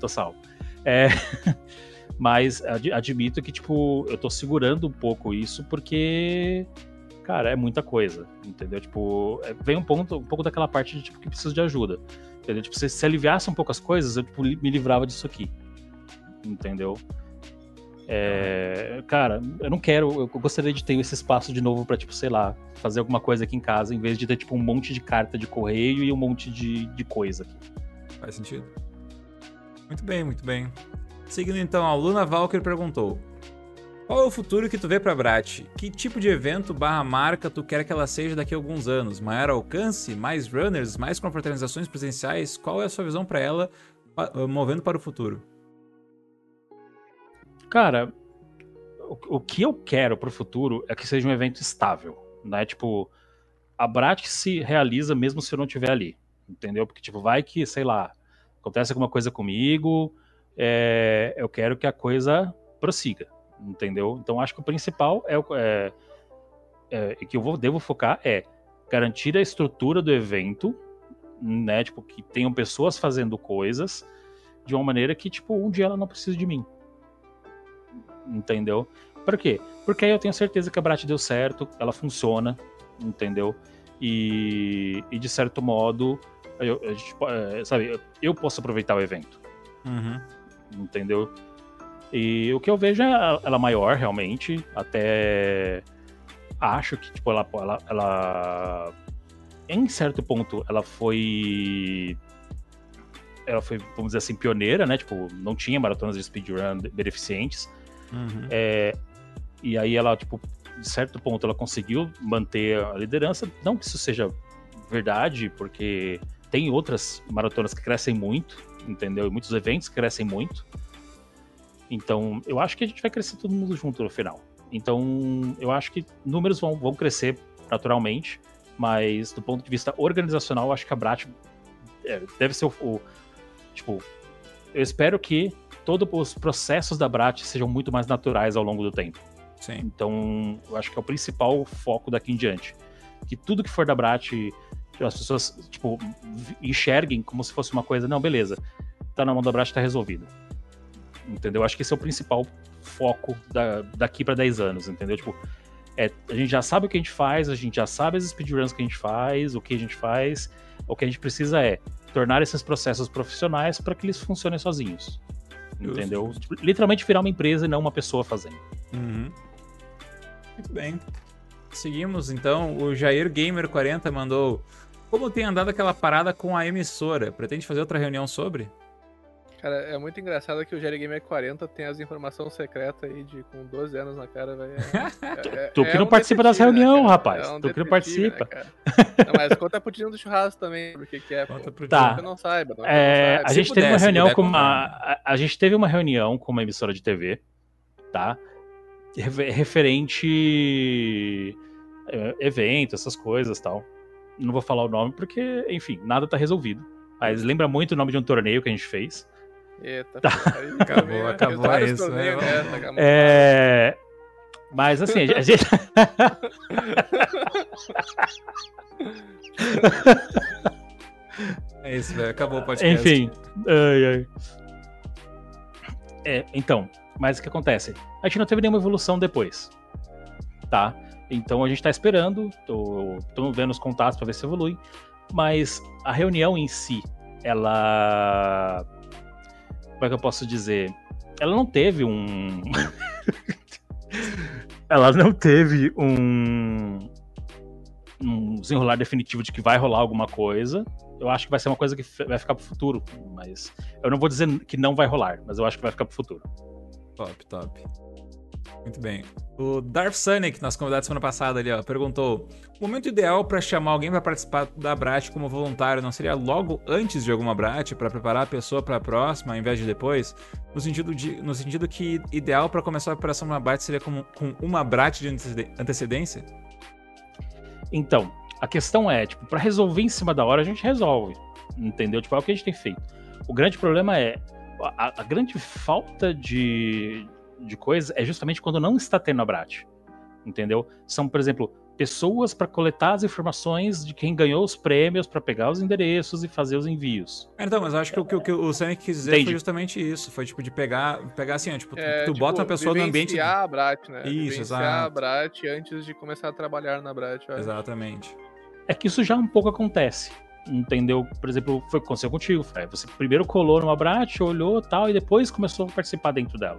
Mas admito que, tipo, eu tô segurando um pouco isso porque, cara, é muita coisa, entendeu? Tipo, vem um pouco daquela parte de, tipo, que preciso de ajuda, entendeu? Tipo, se aliviasse um pouco as coisas, eu, tipo, me livrava disso aqui, entendeu? Cara, eu gostaria de ter esse espaço de novo pra, tipo, sei lá, fazer alguma coisa aqui em casa, em vez de ter, tipo, um monte de carta de correio e um monte de coisa aqui. Faz sentido. Muito bem, muito bem. Seguindo então, a Luna Valkyrie perguntou: qual é o futuro que tu vê pra Brat? Que tipo de evento / marca tu quer que ela seja daqui a alguns anos? Maior alcance? Mais runners? Mais confraternizações presenciais? Qual é a sua visão pra ela movendo para o futuro? Cara, o que eu quero pro futuro é que seja um evento estável, né? Tipo, a Brat se realiza mesmo se eu não estiver ali, entendeu? Porque, tipo, vai que, sei lá, acontece alguma coisa comigo, eu quero que a coisa prossiga, entendeu? Então, acho que o principal e que eu devo focar é garantir a estrutura do evento, né? Tipo, que tenham pessoas fazendo coisas de uma maneira que, tipo, um dia ela não precisa de mim. Entendeu? Por quê? Porque aí eu tenho certeza que a Brat deu certo, ela funciona, entendeu? E de certo modo, eu posso aproveitar o evento. Uhum. Entendeu? E o que eu vejo é ela maior, realmente. Até acho que, tipo, ela em certo ponto, ela foi, vamos dizer assim, pioneira, né? Tipo, não tinha maratonas de speedrun beneficentes. Uhum. E aí ela, tipo, de certo ponto, ela conseguiu manter a liderança. Não que isso seja verdade, porque tem outras maratonas que crescem muito, entendeu? E muitos eventos que crescem muito. Então, eu acho que a gente vai crescer todo mundo junto no final. Então, eu acho que números vão crescer naturalmente, mas do ponto de vista organizacional, eu acho que a Brat deve ser tipo, eu espero que todos os processos da Brat sejam muito mais naturais ao longo do tempo. Sim. Então, eu acho que é o principal foco daqui em diante. Que tudo que for da Brat, as pessoas, tipo, enxerguem como se fosse uma coisa, não, beleza, tá na mão da Brat, tá resolvido. Entendeu? Eu acho que esse é o principal foco daqui pra 10 anos, entendeu? Tipo, a gente já sabe o que a gente faz, a gente já sabe as speedruns que a gente faz, o que a gente faz, o que a gente precisa é tornar esses processos profissionais para que eles funcionem sozinhos. Entendeu? Tipo, literalmente virar uma empresa e não uma pessoa fazendo. Uhum. Muito bem. Seguimos então. O Jair Gamer 40 mandou: como tem andado aquela parada com a emissora? Pretende fazer outra reunião sobre? Cara, é muito engraçado que o Jerry Gamer 40 tem as informações secretas aí com 12 anos na cara, velho. Tu que não participa das reuniões, né, rapaz. Tu que não participa. Né, não, mas conta pro Tidinho do churrasco também, porque que é. Conta pro tá. Tidinho. Que eu não saiba. A gente teve uma reunião com a gente teve uma reunião com uma emissora de TV, tá? Referente evento, essas coisas, tal. Não vou falar o nome porque, enfim, nada tá resolvido. Mas lembra muito o nome de um torneio que a gente fez. Eita, tá. Aí, acabou isso. Mas assim, a gente. É isso, velho. Acabou o podcast. Enfim. Então, mas o que acontece? A gente não teve nenhuma evolução depois. Tá? Então a gente tá esperando. Tô vendo os contatos pra ver se evolui. Mas a reunião em si, ela. Como é que eu posso dizer? Ela não teve um. Ela não teve um desenrolar definitivo de que vai rolar alguma coisa. Eu acho que vai ser uma coisa que vai ficar pro futuro. Mas eu não vou dizer que não vai rolar, mas eu acho que vai ficar pro futuro. Top. Muito bem. O Darth Sonic, nosso convidado semana passada ali, ó, perguntou: o momento ideal pra chamar alguém pra participar da Brat como voluntário não seria logo antes de alguma Brat, pra preparar a pessoa pra próxima, ao invés de depois? No sentido que ideal pra começar a operação de uma Brat seria com uma Brat de antecedência? Então, a questão é, tipo, pra resolver em cima da hora, a gente resolve. Entendeu? Tipo, é o que a gente tem feito. O grande problema é a grande falta de coisa é justamente quando não está tendo a Brat, entendeu? São, por exemplo, pessoas para coletar as informações de quem ganhou os prêmios, para pegar os endereços e fazer os envios. Então, mas eu acho que o que o Sonic quis dizer foi justamente isso. Foi tipo de pegar assim, tipo, tu bota uma pessoa no ambiente. Vivenciar a Brat, né? Isso, vivenciar a Brat antes de começar a trabalhar na Brat. Exatamente. É que isso já um pouco acontece. Entendeu? Por exemplo, foi o que aconteceu contigo, Fred. Você primeiro colou numa Brat, olhou e tal, e depois começou a participar dentro dela.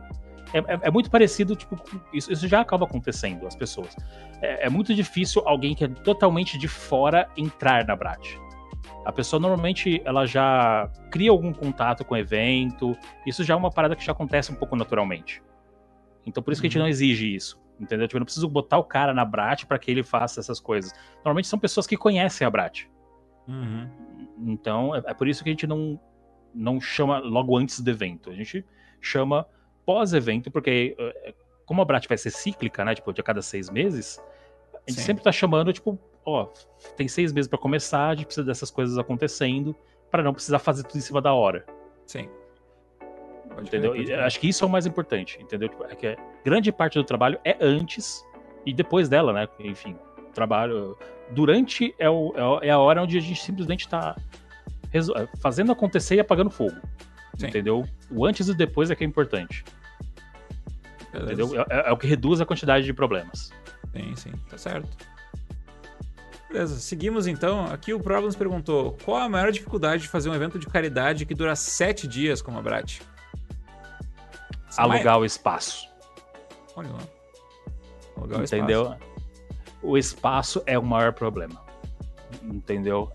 É muito parecido, tipo, isso já acaba acontecendo, as pessoas. É muito difícil alguém que é totalmente de fora entrar na Brat. A pessoa normalmente ela já cria algum contato com o evento, isso já é uma parada que já acontece um pouco naturalmente. Então por isso que a gente não exige isso, entendeu? Tipo, eu não preciso botar o cara na Brat para que ele faça essas coisas. Normalmente são pessoas que conhecem a Brat. Então é por isso que a gente não chama logo antes do evento. A gente chama pós-evento, porque como a Brat vai ser cíclica, né? Tipo, de a cada 6 meses, a gente sempre tá chamando, tipo, ó, tem 6 meses pra começar, a gente precisa dessas coisas acontecendo pra não precisar fazer tudo em cima da hora. Sim. Entendeu? Acho que isso é o mais importante, entendeu? Tipo, é que grande parte do trabalho é antes e depois dela, né? Enfim, trabalho... Durante é a hora onde a gente simplesmente tá fazendo acontecer e apagando fogo. Sim. Entendeu? O antes e o depois é que é importante. Beleza. Entendeu? É o que reduz a quantidade de problemas. Sim, tá certo. Beleza, seguimos então. Aqui o Problems perguntou: qual a maior dificuldade de fazer um evento de caridade que dura 7 dias como a Brat? Alugar o espaço. Olha lá. Alugar entendeu? O espaço. O espaço é o maior problema. Entendeu?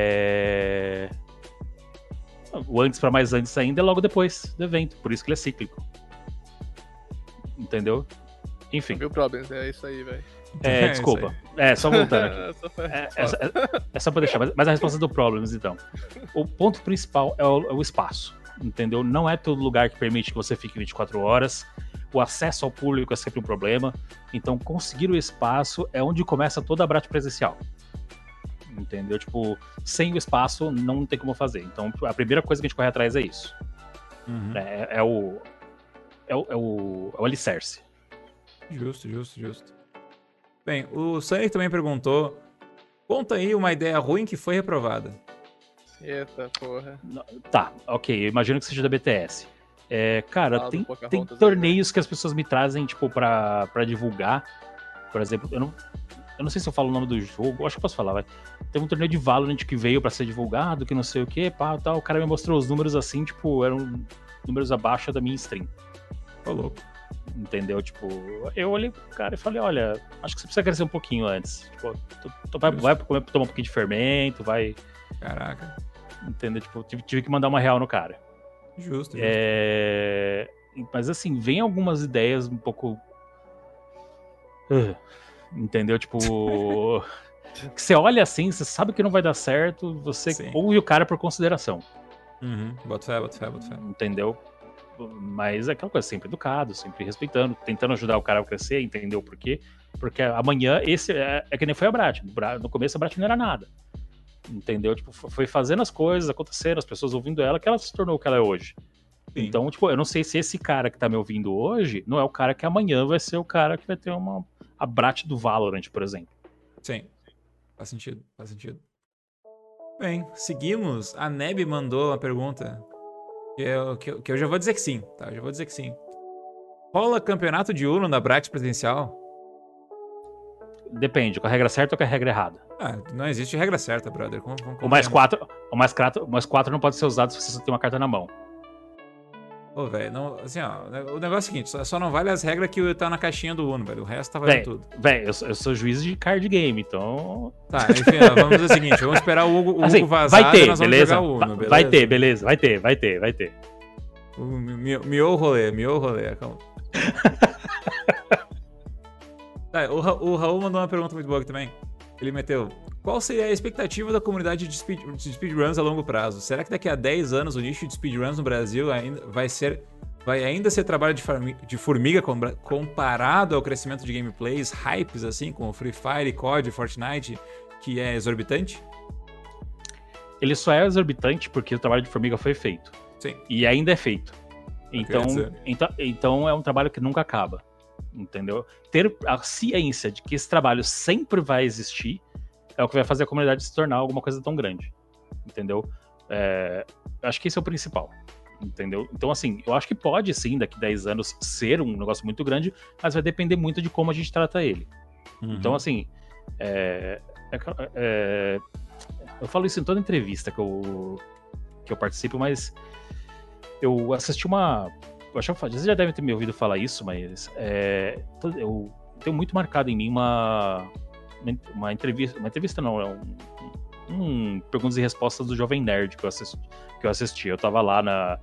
O antes para mais antes ainda é logo depois do evento. Por isso que ele é cíclico. Entendeu? Enfim. Viu, Problems? É isso aí, velho. Desculpa. Só voltando aqui. É só pra deixar. Mas a resposta do Problems, então. O ponto principal é o espaço. Entendeu? Não é todo lugar que permite que você fique 24 horas. O acesso ao público é sempre um problema. Então, conseguir o espaço é onde começa toda a Brat presencial. Entendeu? Tipo, sem o espaço não tem como fazer. Então, a primeira coisa que a gente corre atrás é isso. É o alicerce. Justo. Bem, o Sunny também perguntou: conta aí uma ideia ruim que foi reprovada. Eita porra. Tá, ok, eu imagino que seja da BTS. Cara, tem torneios que as pessoas me trazem, tipo, pra divulgar. Por exemplo, eu não sei se eu falo o nome do jogo, acho que eu posso falar, vai. Teve um torneio de Valorant que veio pra ser divulgado, que não sei o que, pá, tal. O cara me mostrou os números assim, tipo, eram números abaixo da minha stream. Ô, louco. Entendeu? Tipo, eu olhei pro cara e falei, olha, acho que você precisa crescer um pouquinho antes. Tipo, vai tomar um pouquinho de fermento, vai... Caraca. Entendeu? Tipo, tive que mandar uma real no cara. Justo. Mas assim, vem algumas ideias um pouco... entendeu? Tipo... que você olha assim, você sabe que não vai dar certo, você ouve o cara por consideração. Bota fé. Entendeu? Mas é aquela coisa, sempre educado, sempre respeitando, tentando ajudar o cara a crescer, entender o porquê. Porque amanhã, esse é que nem foi a Brat. No começo a Brat não era nada. Entendeu? Tipo, foi fazendo as coisas, aconteceram, as pessoas ouvindo ela, que ela se tornou o que ela é hoje. Sim. Então, tipo, eu não sei se esse cara que tá me ouvindo hoje não é o cara que amanhã vai ser o cara que vai ter a Brat do Valorant, por exemplo. Sim. Faz sentido. Bem, seguimos. A Neb mandou uma pergunta que eu já vou dizer que sim, tá? Já vou dizer que sim. Rola campeonato de Uno na Brat presencial? Depende, com a regra certa ou com a regra errada. Não existe regra certa, brother. O mais 4 não pode ser usado se você só tem uma carta na mão. Ô, velho, assim, ó, o negócio é o seguinte, só não vale as regras que tá na caixinha do Uno, velho. O resto tá valendo tudo. Velho, eu sou juiz de card game, então... Tá, enfim, vamos fazer o seguinte, vamos esperar o Hugo vazar vai ter, e nós vamos beleza? jogar o Uno, beleza? Vai ter, beleza, vai ter. Miou o rolê, calma. Tá, o Raul mandou uma pergunta muito boa aqui também. Ele meteu: qual seria a expectativa da comunidade de speedruns a longo prazo? Será que daqui a 10 anos o nicho de speedruns no Brasil ainda vai ainda ser trabalho de formiga comparado ao crescimento de gameplays, hypes assim, como Free Fire, COD, Fortnite, que é exorbitante? Ele só é exorbitante porque o trabalho de formiga foi feito. Sim. E ainda é feito. Então é um trabalho que nunca acaba. Entendeu? Ter a ciência de que esse trabalho sempre vai existir é o que vai fazer a comunidade se tornar alguma coisa tão grande. Entendeu? Acho que esse é o principal. Entendeu? Então, assim, eu acho que pode sim, daqui 10 anos, ser um negócio muito grande, mas vai depender muito de como a gente trata ele. Então, assim, eu falo isso em toda entrevista que eu participo, mas eu assisti uma acho que vocês já devem ter me ouvido falar isso, mas eu tenho muito marcado em mim uma entrevista não, perguntas e respostas do Jovem Nerd que eu assisti. Eu tava lá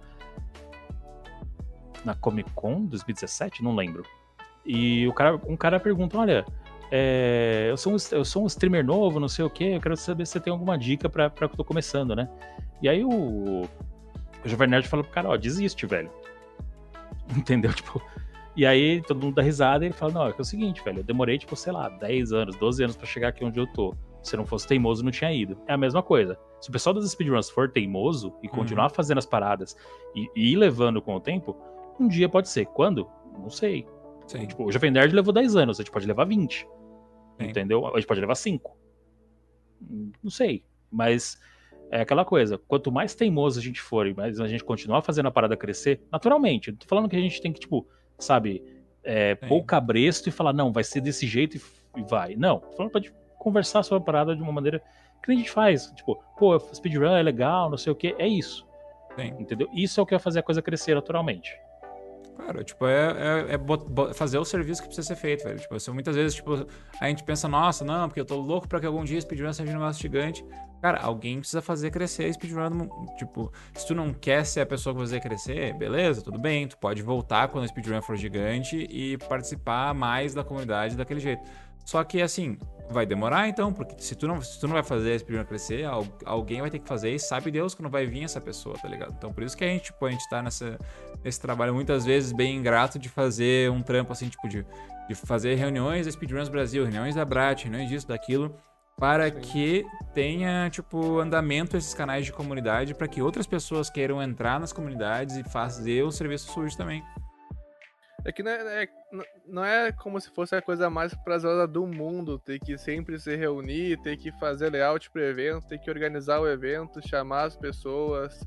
na Comic Con 2017, não lembro. E um cara pergunta, olha, eu sou um streamer novo, não sei o quê, eu quero saber se você tem alguma dica pra que eu tô começando, né? E aí o Jovem Nerd fala pro cara, ó, desiste, velho. Entendeu? Tipo, e aí todo mundo dá risada e ele fala, não, é que é o seguinte, velho, eu demorei, tipo, sei lá, 10 anos, 12 anos pra chegar aqui onde eu tô. Se não fosse teimoso, não tinha ido. É a mesma coisa. Se o pessoal das speedruns for teimoso e continuar fazendo as paradas e ir levando com o tempo, um dia pode ser. Quando? Não sei. Sim. Tipo, o Jovem Nerd levou 10 anos, a gente pode levar 20. Sim. Entendeu? A gente pode levar 5. Não sei. Mas é aquela coisa. Quanto mais teimoso a gente for e mais a gente continuar fazendo a parada crescer, naturalmente. Não tô falando que a gente tem que, tipo, sabe, pôr o cabresto e falar, não, vai ser desse jeito e vai. Não. Tô falando pra conversar sobre a parada de uma maneira que a gente faz. Tipo, pô, speedrun é legal, não sei o que. É isso. Sim. Entendeu? Isso é o que vai fazer a coisa crescer naturalmente. Claro, tipo, fazer o serviço que precisa ser feito, velho. Tipo, assim, muitas vezes, tipo, a gente pensa, nossa, não, porque eu tô louco pra que algum dia speedrun seja um negócio gigante. Cara, alguém precisa fazer crescer a speedrun. Tipo, se tu não quer ser a pessoa que vai fazer crescer, beleza, tudo bem. Tu pode voltar quando a speedrun for gigante e participar mais da comunidade daquele jeito. Só que, assim, vai demorar então, porque se tu não vai fazer a speedrun crescer, alguém vai ter que fazer e sabe Deus que não vai vir essa pessoa, tá ligado? Então por isso que a gente tá nesse trabalho muitas vezes bem ingrato de fazer um trampo assim, tipo, de fazer reuniões da Speedruns Brasil, reuniões da Brat, reuniões disso, daquilo, para que tenha, tipo, andamento esses canais de comunidade, para que outras pessoas queiram entrar nas comunidades e fazer o serviço sujo também. É que não é como se fosse a coisa mais prazerosa do mundo, ter que sempre se reunir, ter que fazer layout pro evento, ter que organizar o evento, chamar as pessoas,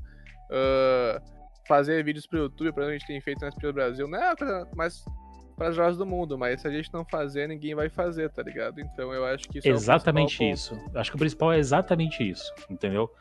fazer vídeos pro YouTube, por exemplo, a gente tem feito na Speedrun Brasil. Não é a coisa mais prazerosa do mundo, mas se a gente não fazer, ninguém vai fazer, tá ligado? Então eu acho que isso exatamente é o isso. Acho que o principal é exatamente isso, entendeu?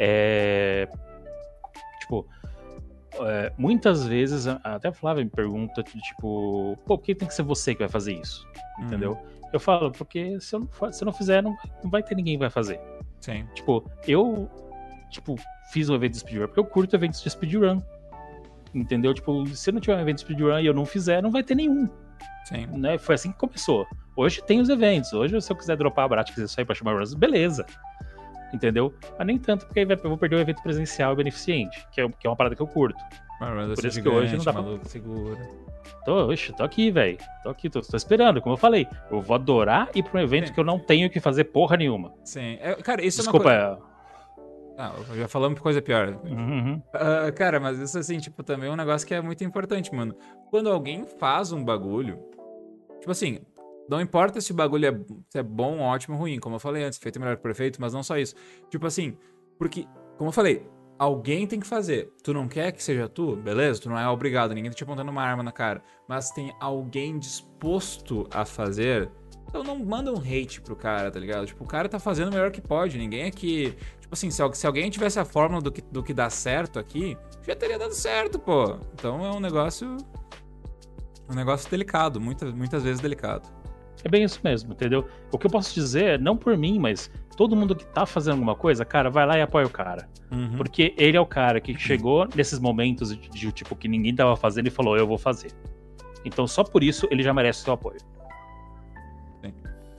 Tipo, muitas vezes, até a Flávia me pergunta, tipo, pô, por que tem que ser você que vai fazer isso? Entendeu? Eu falo, porque se eu não fizer, não vai ter ninguém que vai fazer. Sim. Tipo, eu fiz um evento de speedrun porque eu curto eventos de speedrun. Entendeu? Tipo, se não tiver um evento de speedrun e eu não fizer, não vai ter nenhum. Sim. Né? Foi assim que começou. Hoje tem os eventos. Hoje, se eu quiser dropar a Brat, quiser sair pra chamar runs, beleza. Entendeu? Mas nem tanto, porque aí eu vou perder o evento presencial e beneficente, que é uma parada que eu curto. Por isso gigante, que hoje não dá maluco, segura. Tô aqui, velho. Tô aqui, tô esperando, como eu falei. Eu vou adorar ir pra um evento que eu não tenho que fazer porra nenhuma. Sim. Cara, isso Desculpa, é uma coisa... já falamos coisa pior. Cara, mas isso assim, tipo, também é um negócio que é muito importante, mano. Quando alguém faz um bagulho, tipo assim, não importa se o bagulho se é bom, ótimo ou ruim, como eu falei antes, feito melhor que perfeito, mas não só isso. Tipo assim, porque, como eu falei, alguém tem que fazer. Tu não quer que seja tu, beleza? Tu não é obrigado, ninguém tá te apontando uma arma na cara. Mas tem alguém disposto a fazer, então não manda um hate pro cara, tá ligado? Tipo, o cara tá fazendo o melhor que pode, ninguém é que... Tipo assim, se alguém tivesse a fórmula do que dá certo aqui, já teria dado certo, pô. Então é um negócio delicado, muitas vezes delicado. É bem isso mesmo, entendeu? O que eu posso dizer, não por mim, mas todo mundo que tá fazendo alguma coisa, cara, vai lá e apoia o cara. Porque ele é o cara que chegou nesses momentos de tipo que ninguém tava fazendo e falou, eu vou fazer. Então só por isso ele já merece o seu apoio. Sim.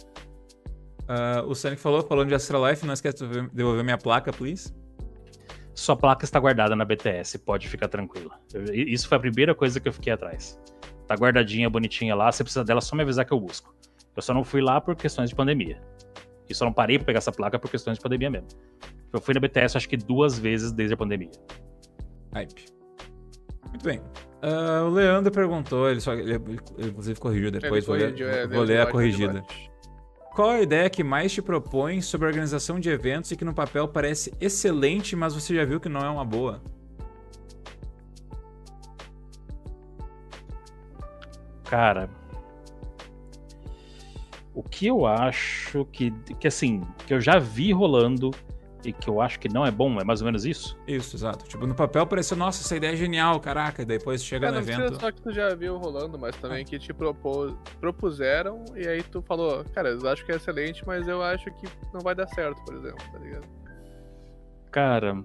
O Sonic falando de Astralife, não esquece de devolver minha placa, please. Sua placa está guardada na BTS, pode ficar tranquilo. Isso foi a primeira coisa que eu fiquei atrás. Tá guardadinha, bonitinha lá, se precisa dela, só me avisar que eu busco. Eu só não fui lá por questões de pandemia. E só não parei pra pegar essa placa por questões de pandemia mesmo. Eu fui na BTS acho que 2 vezes desde a pandemia. Hype. Muito bem. O Leandro perguntou, ele inclusive corrigiu depois, vou ler a corrigida. Qual a ideia que mais te propõe sobre a organização de eventos e que no papel parece excelente, mas você já viu que não é uma boa? Cara, o que eu acho que assim, que eu já vi rolando, e que eu acho que não é bom, é mais ou menos isso? Isso, exato. Tipo, no papel pareceu, nossa, essa ideia é genial, caraca. E depois chega no não evento. precisa só que tu já viu rolando, mas também que te propuseram e aí tu falou, cara, eu acho que é excelente, mas eu acho que não vai dar certo, por exemplo, tá ligado? Cara,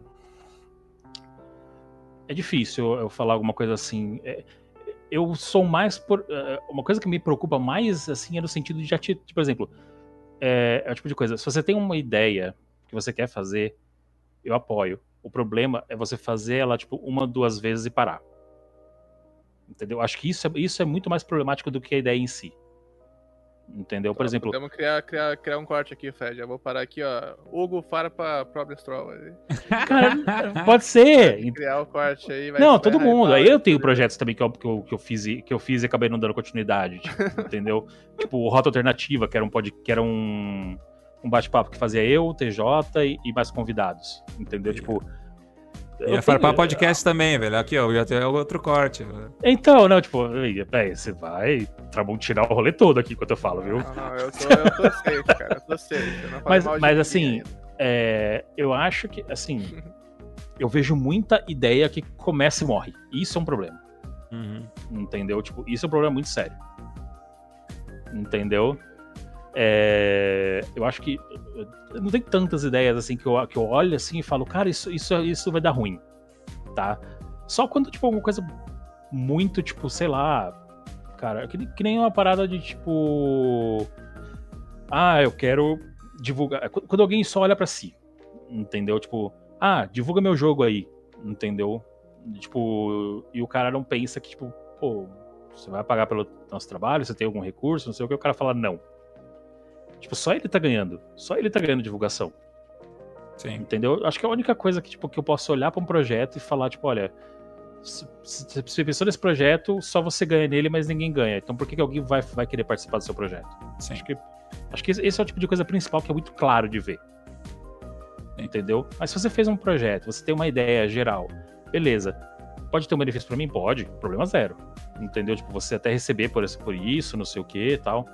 é difícil eu falar alguma coisa assim. Eu sou mais por... Uma coisa que me preocupa mais, assim, é no sentido de... Tipo, por exemplo, é o tipo de coisa. Se você tem uma ideia que você quer fazer, eu apoio. O problema é você fazer ela, tipo, 1, 2 vezes e parar. Entendeu? Acho que isso é muito mais problemático do que a ideia em si. Entendeu? Por exemplo... Podemos criar um corte aqui, Fred. Eu vou parar aqui, ó. Hugo Farpa Problem Stroll. Cara, pode ser. Criar o corte aí. Não, todo mundo. Aí eu tenho projetos também que eu fiz e acabei não dando continuidade. Tipo, entendeu? Tipo, Rota Alternativa, que era um bate-papo que fazia eu, TJ e mais convidados. Entendeu? Tipo... E a Farpar Podcast também, velho. Aqui, ó, já tem outro corte. Então, não, tipo, você vai tirar o rolê todo aqui enquanto eu falo, viu? Não, eu tô safe, cara. Eu tô safe. Mas assim, eu acho que, assim, eu vejo muita ideia que começa e morre. Isso é um problema. Uhum. Entendeu? Tipo, isso é um problema muito sério. Entendeu? Eu acho que não tem tantas ideias assim que eu olho assim e falo, cara, isso vai dar ruim, tá? Só quando, tipo, alguma coisa muito, tipo, sei lá, cara, que nem uma parada de, tipo, eu quero divulgar. Quando alguém só olha pra si, entendeu? Tipo, divulga meu jogo aí, entendeu? Tipo, e o cara não pensa que, tipo, pô, você vai pagar pelo nosso trabalho, você tem algum recurso, não sei o que, o cara fala não. Tipo, só ele tá ganhando divulgação. Sim. Entendeu? Acho que é a única coisa que, tipo, que eu posso olhar pra um projeto e falar, tipo, olha, se você pensou nesse projeto, só você ganha nele, mas ninguém ganha. Então por que alguém vai querer participar do seu projeto? Sim. Acho que esse é o tipo de coisa principal que é muito claro de ver. Sim. Entendeu? Mas se você fez um projeto, você tem uma ideia geral, beleza. Pode ter um benefício pra mim? Pode. Problema zero. Entendeu? Tipo, você até receber por isso, não sei o que e tal.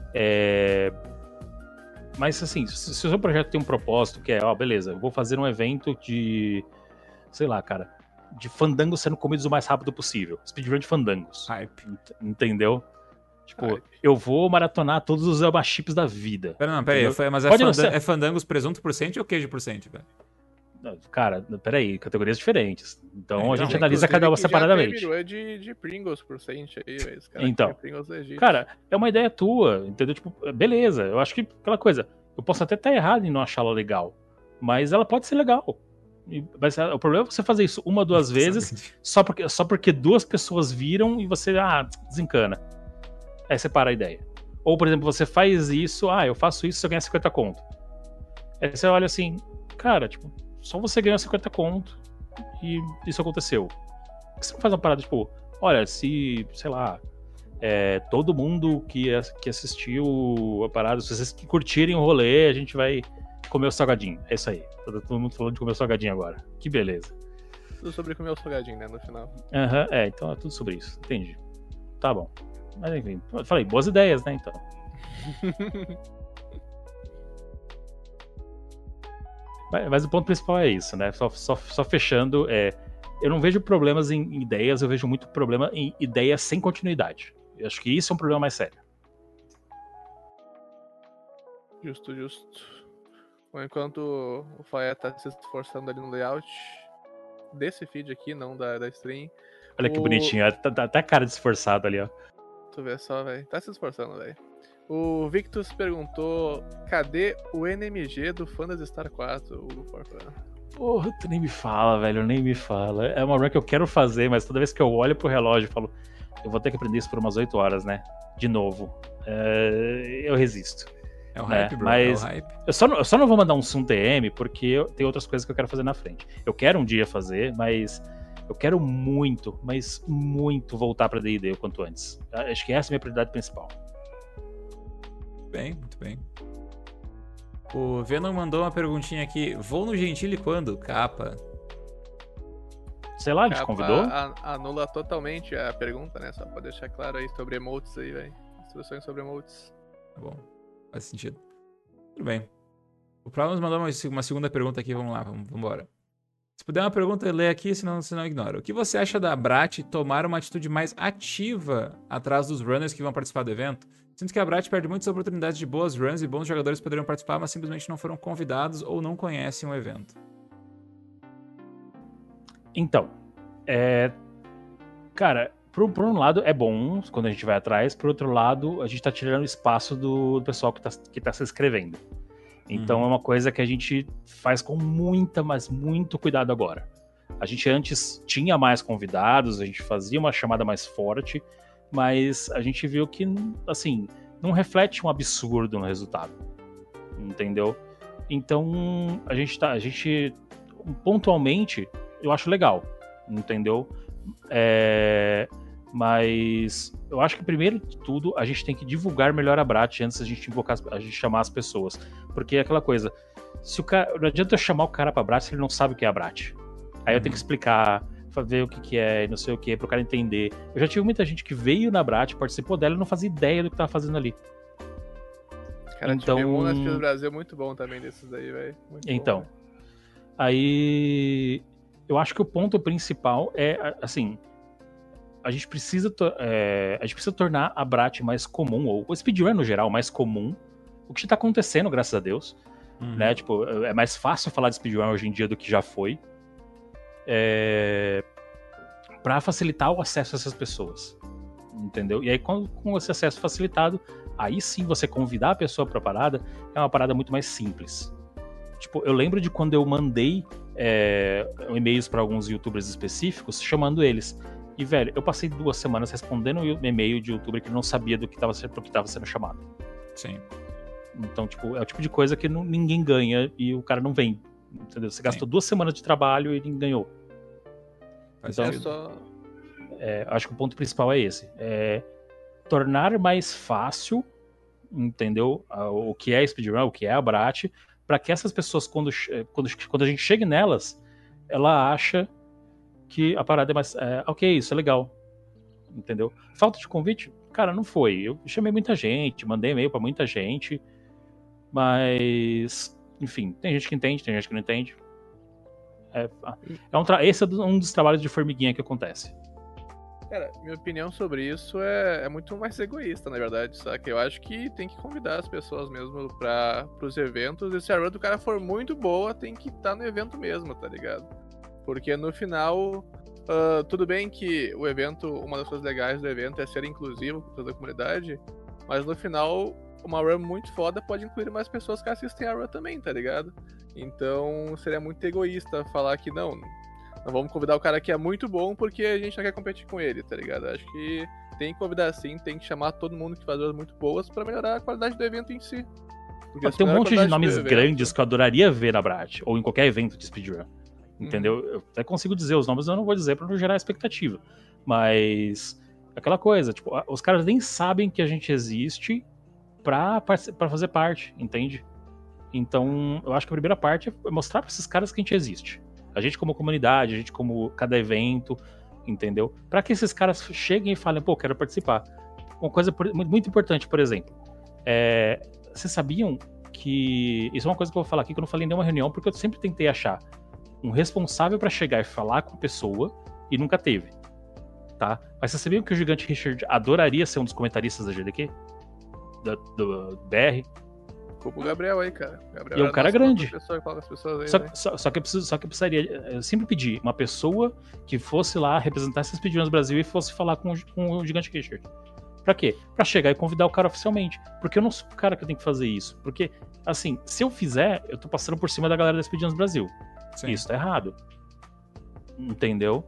Mas assim, se o seu projeto tem um propósito que é, beleza, eu vou fazer um evento de, sei lá, cara, de fandangos sendo comidos o mais rápido possível. Speedrun de fandangos. Hype. Entendeu? Tipo, eu vou maratonar todos os Elma Chips da vida. Peraí, mas é fandangos presunto por cento ou queijo por cento, velho? Cara, peraí, categorias diferentes. Então a gente analisa cada uma separadamente. De Pringles por cento aí, velho. Então, cara, é uma ideia tua, entendeu? Tipo, beleza, eu acho que aquela coisa, eu posso até estar errado em não achá-la legal, mas ela pode ser legal. Mas o problema é você fazer isso 1, 2 vezes só porque 2 pessoas viram e você, desencana. Aí você para a ideia. Ou, por exemplo, você faz isso, eu faço isso, você ganha 50 conto. Aí você olha assim, cara, tipo, só você ganhou 50 conto e isso aconteceu. Por que você não faz uma parada, tipo, olha, se, sei lá, todo mundo que assistiu a parada, se vocês curtirem o rolê, a gente vai comer o salgadinho. É isso aí. Tá todo mundo falando de comer o salgadinho agora. Que beleza. Tudo sobre comer o salgadinho, né, no final. Então é tudo sobre isso. Entendi. Tá bom. Mas enfim, eu falei, boas ideias, né, então. Mas o ponto principal é isso, né? Só fechando, eu não vejo problemas em ideias, eu vejo muito problema em ideias sem continuidade. Eu acho que isso é um problema mais sério. Justo. Bom, enquanto o Faé tá se esforçando ali no layout desse feed aqui, não da stream. Olha que bonitinho, tá até a cara de esforçado ali, ó. Tu vê só, velho. Tá se esforçando, velho. O Victus perguntou: cadê o NMG do Phantasy Star 4, Hugo Forfan? Porra, tu nem me fala, velho, nem me fala. É uma run que eu quero fazer, mas toda vez que eu olho pro relógio, eu falo, eu vou ter que aprender isso por umas 8 horas, né? De novo. Eu resisto. É o hype, bro. Mas é o hype. Eu só não vou mandar um Sun TM porque tem outras coisas que eu quero fazer na frente. Eu quero um dia fazer, mas eu quero muito, mas muito voltar pra D&D o quanto antes. Acho que essa é a minha prioridade principal. Muito bem. O Venom mandou uma perguntinha aqui. Vou no Gentili quando? Capa. Sei lá, ele te convidou? Anula totalmente a pergunta, né? Só pra deixar claro aí sobre emotes aí, velho. Instruções sobre emotes. Tá bom. Faz sentido. Tudo bem. O Problems mandou uma segunda pergunta aqui, vamos lá, vamos embora. Se puder uma pergunta, lê aqui, senão ignora. O que você acha da Brat tomar uma atitude mais ativa atrás dos runners que vão participar do evento? Sinto que a Brat perde muitas oportunidades de boas runs e bons jogadores poderiam participar, mas simplesmente não foram convidados ou não conhecem o evento. Então, cara, por um lado é bom quando a gente vai atrás, por outro lado a gente tá tirando espaço do pessoal que tá se inscrevendo. Então é uma coisa que a gente faz com mas muito cuidado agora. A gente antes tinha mais convidados, a gente fazia uma chamada mais forte, mas a gente viu que, assim, não reflete um absurdo no resultado, entendeu? Então a gente pontualmente, eu acho legal, entendeu? Mas eu acho que primeiro de tudo a gente tem que divulgar melhor a Brat antes da gente chamar as pessoas. Porque é aquela coisa, não adianta eu chamar o cara pra Brat se ele não sabe o que é a Brat. Aí eu tenho que explicar, ver o que é, não sei o que, pro cara entender. Eu já tive muita gente que veio na Brat, participou dela e não fazia ideia do que tava fazendo ali. Cara, então... tive um na FIA do Brasil muito bom também desses daí, velho. Então, bom, aí eu acho que o ponto principal é, assim, a gente precisa tornar a Brat mais comum, ou o speedrun no geral mais comum, o que está acontecendo, graças a Deus, né? Tipo, é mais fácil falar de speedrun hoje em dia do que já foi, para facilitar o acesso a essas pessoas, entendeu? E aí, com esse acesso facilitado, aí sim você convidar a pessoa para a parada é uma parada muito mais simples. Tipo, eu lembro de quando eu mandei e-mails para alguns youtubers específicos, chamando eles. E, velho, eu passei 2 semanas respondendo um e-mail de youtuber que não sabia do que estava sendo chamado. Sim. Então, tipo, é o tipo de coisa que ninguém ganha e o cara não vem, entendeu? Você gastou 2 semanas de trabalho e ninguém ganhou. Então, acho que o ponto principal é esse. Tornar mais fácil, entendeu? O que é speedrun, o que é a Brat, para que essas pessoas, quando a gente chegue nelas, ela acha que a parada é mais... ok, isso é legal. Entendeu? Falta de convite? Cara, não foi. Eu chamei muita gente, mandei e-mail pra muita gente, mas... Enfim, tem gente que entende, tem gente que não entende. Esse é um dos trabalhos de formiguinha que acontece. Cara, minha opinião sobre isso é muito mais egoísta, na verdade, saca? Eu acho que tem que convidar as pessoas mesmo pros eventos, e se a run do cara for muito boa, tem que estar no evento mesmo, tá ligado? Porque no final, tudo bem que o evento, uma das coisas legais do evento é ser inclusivo com toda a comunidade, mas no final, uma run muito foda pode incluir mais pessoas que assistem a run também, tá ligado? Então seria muito egoísta falar que não vamos convidar o cara que é muito bom porque a gente não quer competir com ele, tá ligado? Acho que tem que convidar sim, tem que chamar todo mundo que faz coisas muito boas pra melhorar a qualidade do evento em si. Tem um monte de nomes grandes que eu adoraria ver na Brat, ou em qualquer evento de speedrun. Entendeu? Eu até consigo dizer os nomes, eu não vou dizer pra não gerar expectativa. Mas aquela coisa, tipo, os caras nem sabem que a gente existe pra fazer parte, entende? Então, eu acho que a primeira parte é mostrar pra esses caras que a gente existe. A gente como comunidade, a gente como cada evento, entendeu? Pra que esses caras cheguem e falem, pô, quero participar. Uma coisa muito importante, por exemplo, vocês sabiam que... Isso é uma coisa que eu vou falar aqui que eu não falei em nenhuma reunião, porque eu sempre tentei achar um responsável pra chegar e falar com a pessoa e nunca teve, tá? Mas vocês sabiam que o Gigante Richard adoraria ser um dos comentaristas da GDQ? Do BR? Como o Gabriel aí, cara. E é um cara grande. Aí, só que eu precisaria... Eu sempre pedi uma pessoa que fosse lá representar esses speedruns do Brasil e fosse falar com o Gigante Richard. Pra quê? Pra chegar e convidar o cara oficialmente. Porque eu não sou o cara que tem que fazer isso. Porque, assim, se eu fizer, eu tô passando por cima da galera da Speedruns do Brasil. Sim. Isso tá errado. Entendeu?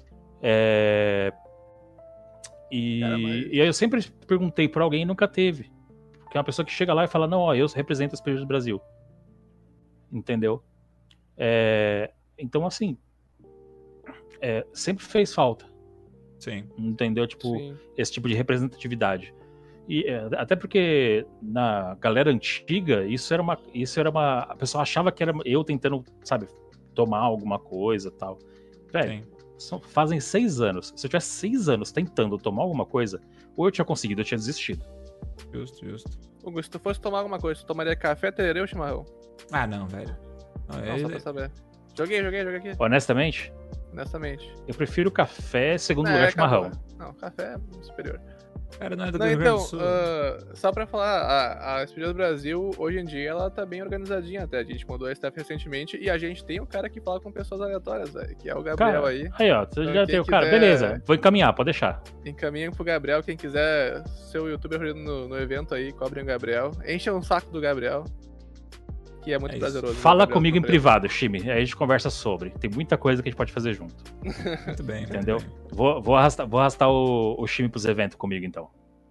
E aí eu sempre perguntei por alguém e nunca teve. Porque é uma pessoa que chega lá e fala, não, eu represento as Speedruns do Brasil. Entendeu? Então, assim, sempre fez falta. Sim. Entendeu? Tipo, Sim. Esse tipo de representatividade. E até porque na galera antiga, isso era uma... A pessoa achava que era eu tentando, sabe, tomar alguma coisa e tal. Velho, fazem 6 anos. Se eu tivesse 6 anos tentando tomar alguma coisa, ou eu tinha conseguido, eu tinha desistido. Justo. Hugo, se tu fosse tomar alguma coisa, tu tomaria café, tererê ou chimarrão? Ah, não, velho. Não, Não, só pra saber. Joguei aqui. Honestamente, Honestamente. eu prefiro café, segundo Não, lugar acabou. chimarrão. Não, café é superior. Cara, não é do Não, Rio Grande então, do Sul. só pra falar, a Speedrun do Brasil, hoje em dia, ela tá bem organizadinha até. A gente mudou a staff recentemente e a gente tem um cara que fala com pessoas aleatórias, velho, que é o Gabriel Cara, aí. ó, você Então, já quem tem o cara. quiser- Beleza, vou encaminhar, pode deixar. Encaminhem pro Gabriel, quem quiser ser o youtuber no evento aí, cobrem o Gabriel. Enchem um saco do Gabriel, que é muito É isso. prazeroso. ver o Fala Gabriel comigo em sofrendo. privado, Shimi. Aí a gente conversa sobre. Tem muita coisa que a gente pode fazer junto. Muito bem. muito Entendeu? bem. Vou arrastar o Shimi pros eventos comigo, então.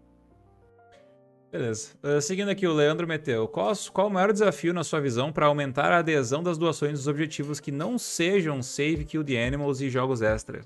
Beleza. Seguindo aqui, o Leandro meteu. Qual o maior desafio, na sua visão, para aumentar a adesão das doações dos objetivos que não sejam Save, Kill the Animals e jogos extra?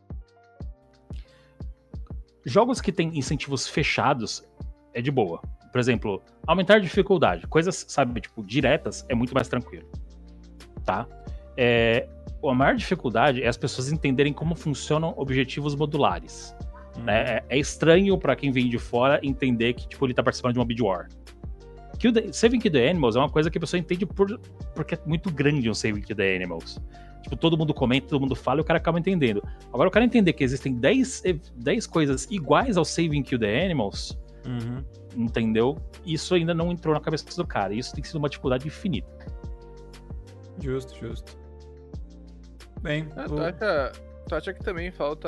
Jogos que têm incentivos fechados é de boa. Por exemplo, aumentar a dificuldade. Coisas, sabe, tipo, diretas é muito mais tranquilo. Tá? A maior dificuldade é as pessoas entenderem como funcionam objetivos modulares. Né? É estranho pra quem vem de fora entender que tipo, ele tá participando de uma bid war. Saving Kill the Animals é uma coisa que a pessoa entende porque é muito grande um Saving Kill the Animals. Tipo, todo mundo comenta, todo mundo fala e o cara acaba entendendo. Agora, o cara entender que existem 10 coisas iguais ao Saving Kill the Animals, entendeu? Isso ainda não entrou na cabeça do cara. Isso tem sido uma dificuldade infinita. Justo. Bem, Tu acha que também falta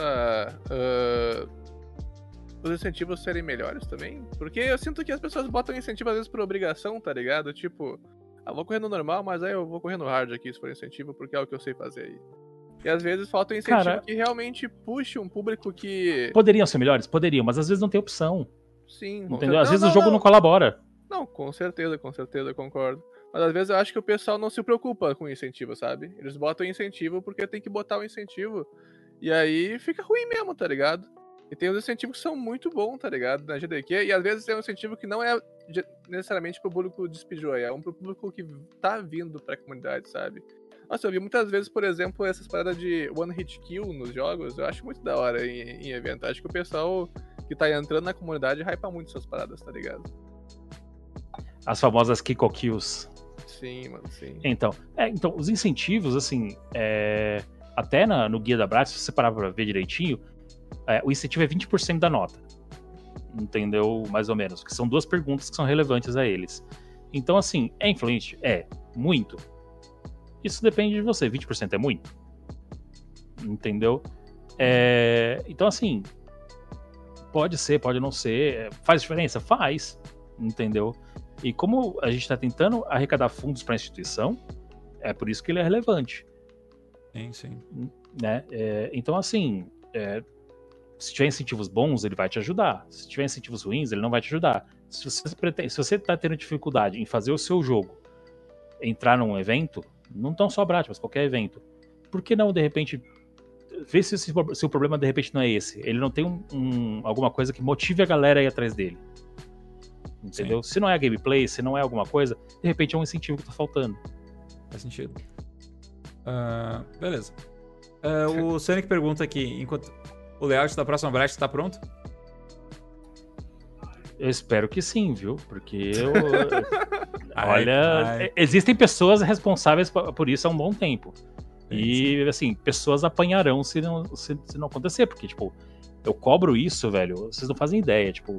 os incentivos serem melhores também? Porque eu sinto que as pessoas botam incentivo às vezes por obrigação, tá ligado? Tipo, vou correr no normal, mas aí eu vou correr no hard aqui se for incentivo, porque é o que eu sei fazer aí. E às vezes falta um incentivo que realmente puxe um público que... Poderiam ser melhores? Poderiam, mas às vezes não tem opção. Sim, entendeu? Às vezes o jogo não colabora. Não, com certeza, eu concordo. Mas às vezes eu acho que o pessoal não se preocupa com o incentivo, sabe? Eles botam incentivo porque tem que botar o incentivo. E aí fica ruim mesmo, tá ligado? E tem os incentivos que são muito bons, tá ligado? Na GDQ. E às vezes tem um incentivo que não é necessariamente pro público de speedrun, é um pro público que tá vindo pra comunidade, sabe? Nossa, eu vi muitas vezes, por exemplo, essas paradas de one hit kill nos jogos. Eu acho muito da hora em evento. Acho que o pessoal que tá entrando na comunidade hypa muito essas paradas, tá ligado? As famosas Kiko Kills. Sim, mano, sim. Então, os incentivos, assim, até no guia da Brat, se você parar pra ver direitinho, o incentivo é 20% da nota. Entendeu? Mais ou menos. Que são duas perguntas que são relevantes a eles. Então, assim, é influente? É. Muito. Isso depende de você. 20% é muito? Entendeu? Então, assim, pode ser, pode não ser. Faz diferença? Faz. Entendeu? E como a gente está tentando arrecadar fundos para a instituição, é por isso que ele é relevante. Sim. Né? Então, assim, se tiver incentivos bons, ele vai te ajudar. Se tiver incentivos ruins, ele não vai te ajudar. Se você está tendo dificuldade em fazer o seu jogo entrar num evento, não tão só Brat, mas qualquer evento, por que não, de repente, ver se o problema, de repente, não é esse? Ele não tem alguma coisa que motive a galera a ir atrás dele. Entendeu? Sim. Se não é a gameplay, se não é alguma coisa, de repente é um incentivo que tá faltando. Faz sentido. Beleza. O Sonic pergunta aqui, enquanto o layout da próxima Brat está pronto? Eu espero que sim, viu? Porque olha, existem pessoas responsáveis por isso há um bom tempo. E, assim, pessoas apanharão se não acontecer. Porque, tipo, eu cobro isso, velho, vocês não fazem ideia. Tipo,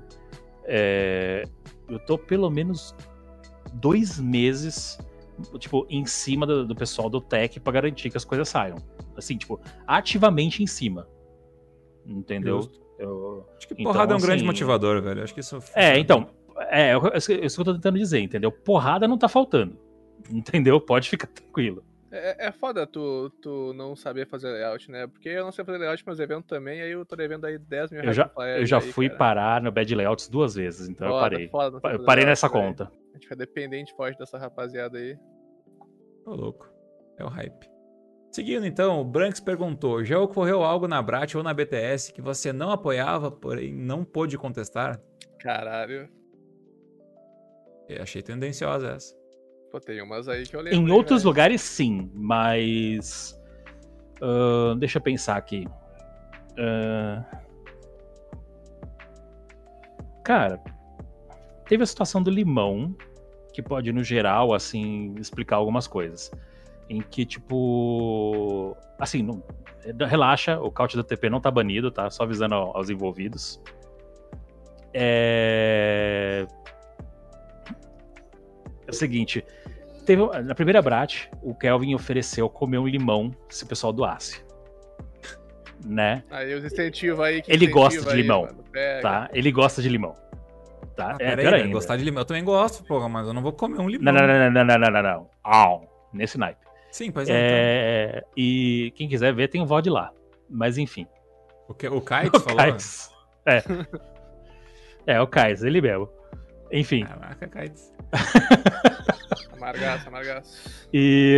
eu tô pelo menos 2 meses, tipo, em cima do pessoal do tech pra garantir que as coisas saiam. Assim, tipo, ativamente em cima. Entendeu? Acho que porrada então, é um grande assim, motivador, velho. Acho que isso... isso que eu tô tentando dizer, entendeu? Porrada não tá faltando. Entendeu? Pode ficar tranquilo. É foda tu não saber fazer layout, né? Porque eu não sei fazer layout meus eventos também, aí eu tô devendo aí 10 mil reais. Eu já fui parar no Bad Layouts 2 vezes, então eu parei. Eu parei nessa conta. A gente fica dependente forte dessa rapaziada aí. Ô, louco. É o hype. Seguindo, então, o Branks perguntou: já ocorreu algo na Brat ou na BTS que você não apoiava, porém não pôde contestar? Caralho. Eu achei tendenciosa essa. Pô, tem umas aí que eu lembro. Em outros lugares, sim, mas... deixa eu pensar aqui. Cara, Teve a situação do limão, que pode, no geral, assim, explicar algumas coisas. Em que, tipo... Assim, relaxa, o couch do TP não tá banido, tá? Só avisando aos envolvidos. É o seguinte, na primeira Brat, o Kelvin ofereceu comer um limão se o pessoal doasse. Né? Aí os incentivos aí que ele gosta de aí, limão, mano, tá? Ele gosta de limão. Tá? Pior ainda. Gostar de limão. Eu também gosto, porra, mas eu não vou comer um limão. Não. Nesse naipe. Sim, pois é. Então. E quem quiser ver, tem o VOD lá. Mas enfim. O Kites falou? Kites. O Kites, ele mesmo. Enfim. Caraca, Kites. Amargaço.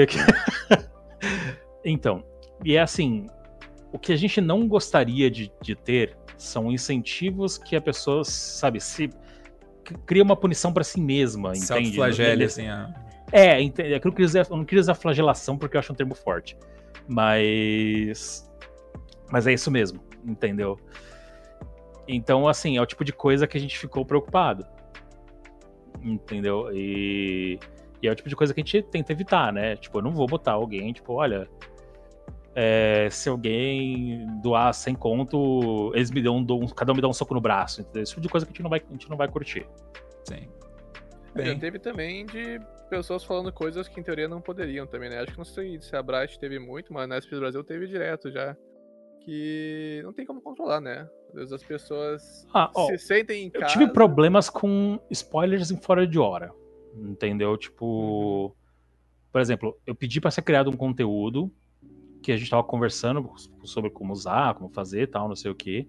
Então, e é assim, o que a gente não gostaria de ter são incentivos que a pessoa, sabe, se cria uma punição pra si mesma, entende? Self-flagele, assim, eu não queria usar flagelação porque eu acho um termo forte, mas é isso mesmo, entendeu? Então, assim, é o tipo de coisa que a gente ficou preocupado, entendeu? E é o tipo de coisa que a gente tenta evitar, né? Tipo, eu não vou botar alguém, tipo, olha, se alguém doar 100 conto, eles me dão cada um me dá um soco no braço, entendeu? Esse tipo de coisa que a gente não vai curtir. Sim. Já teve também de pessoas falando coisas que em teoria não poderiam também, né? Acho que não sei se a Brat teve muito, mas na SP do Brasil teve direto já. Que não tem como controlar, né? Às vezes as pessoas se sentem em casa. Eu tive problemas com spoilers em fora de hora, entendeu? Tipo, por exemplo, eu pedi pra ser criado um conteúdo que a gente tava conversando sobre como usar, como fazer e tal, não sei o quê.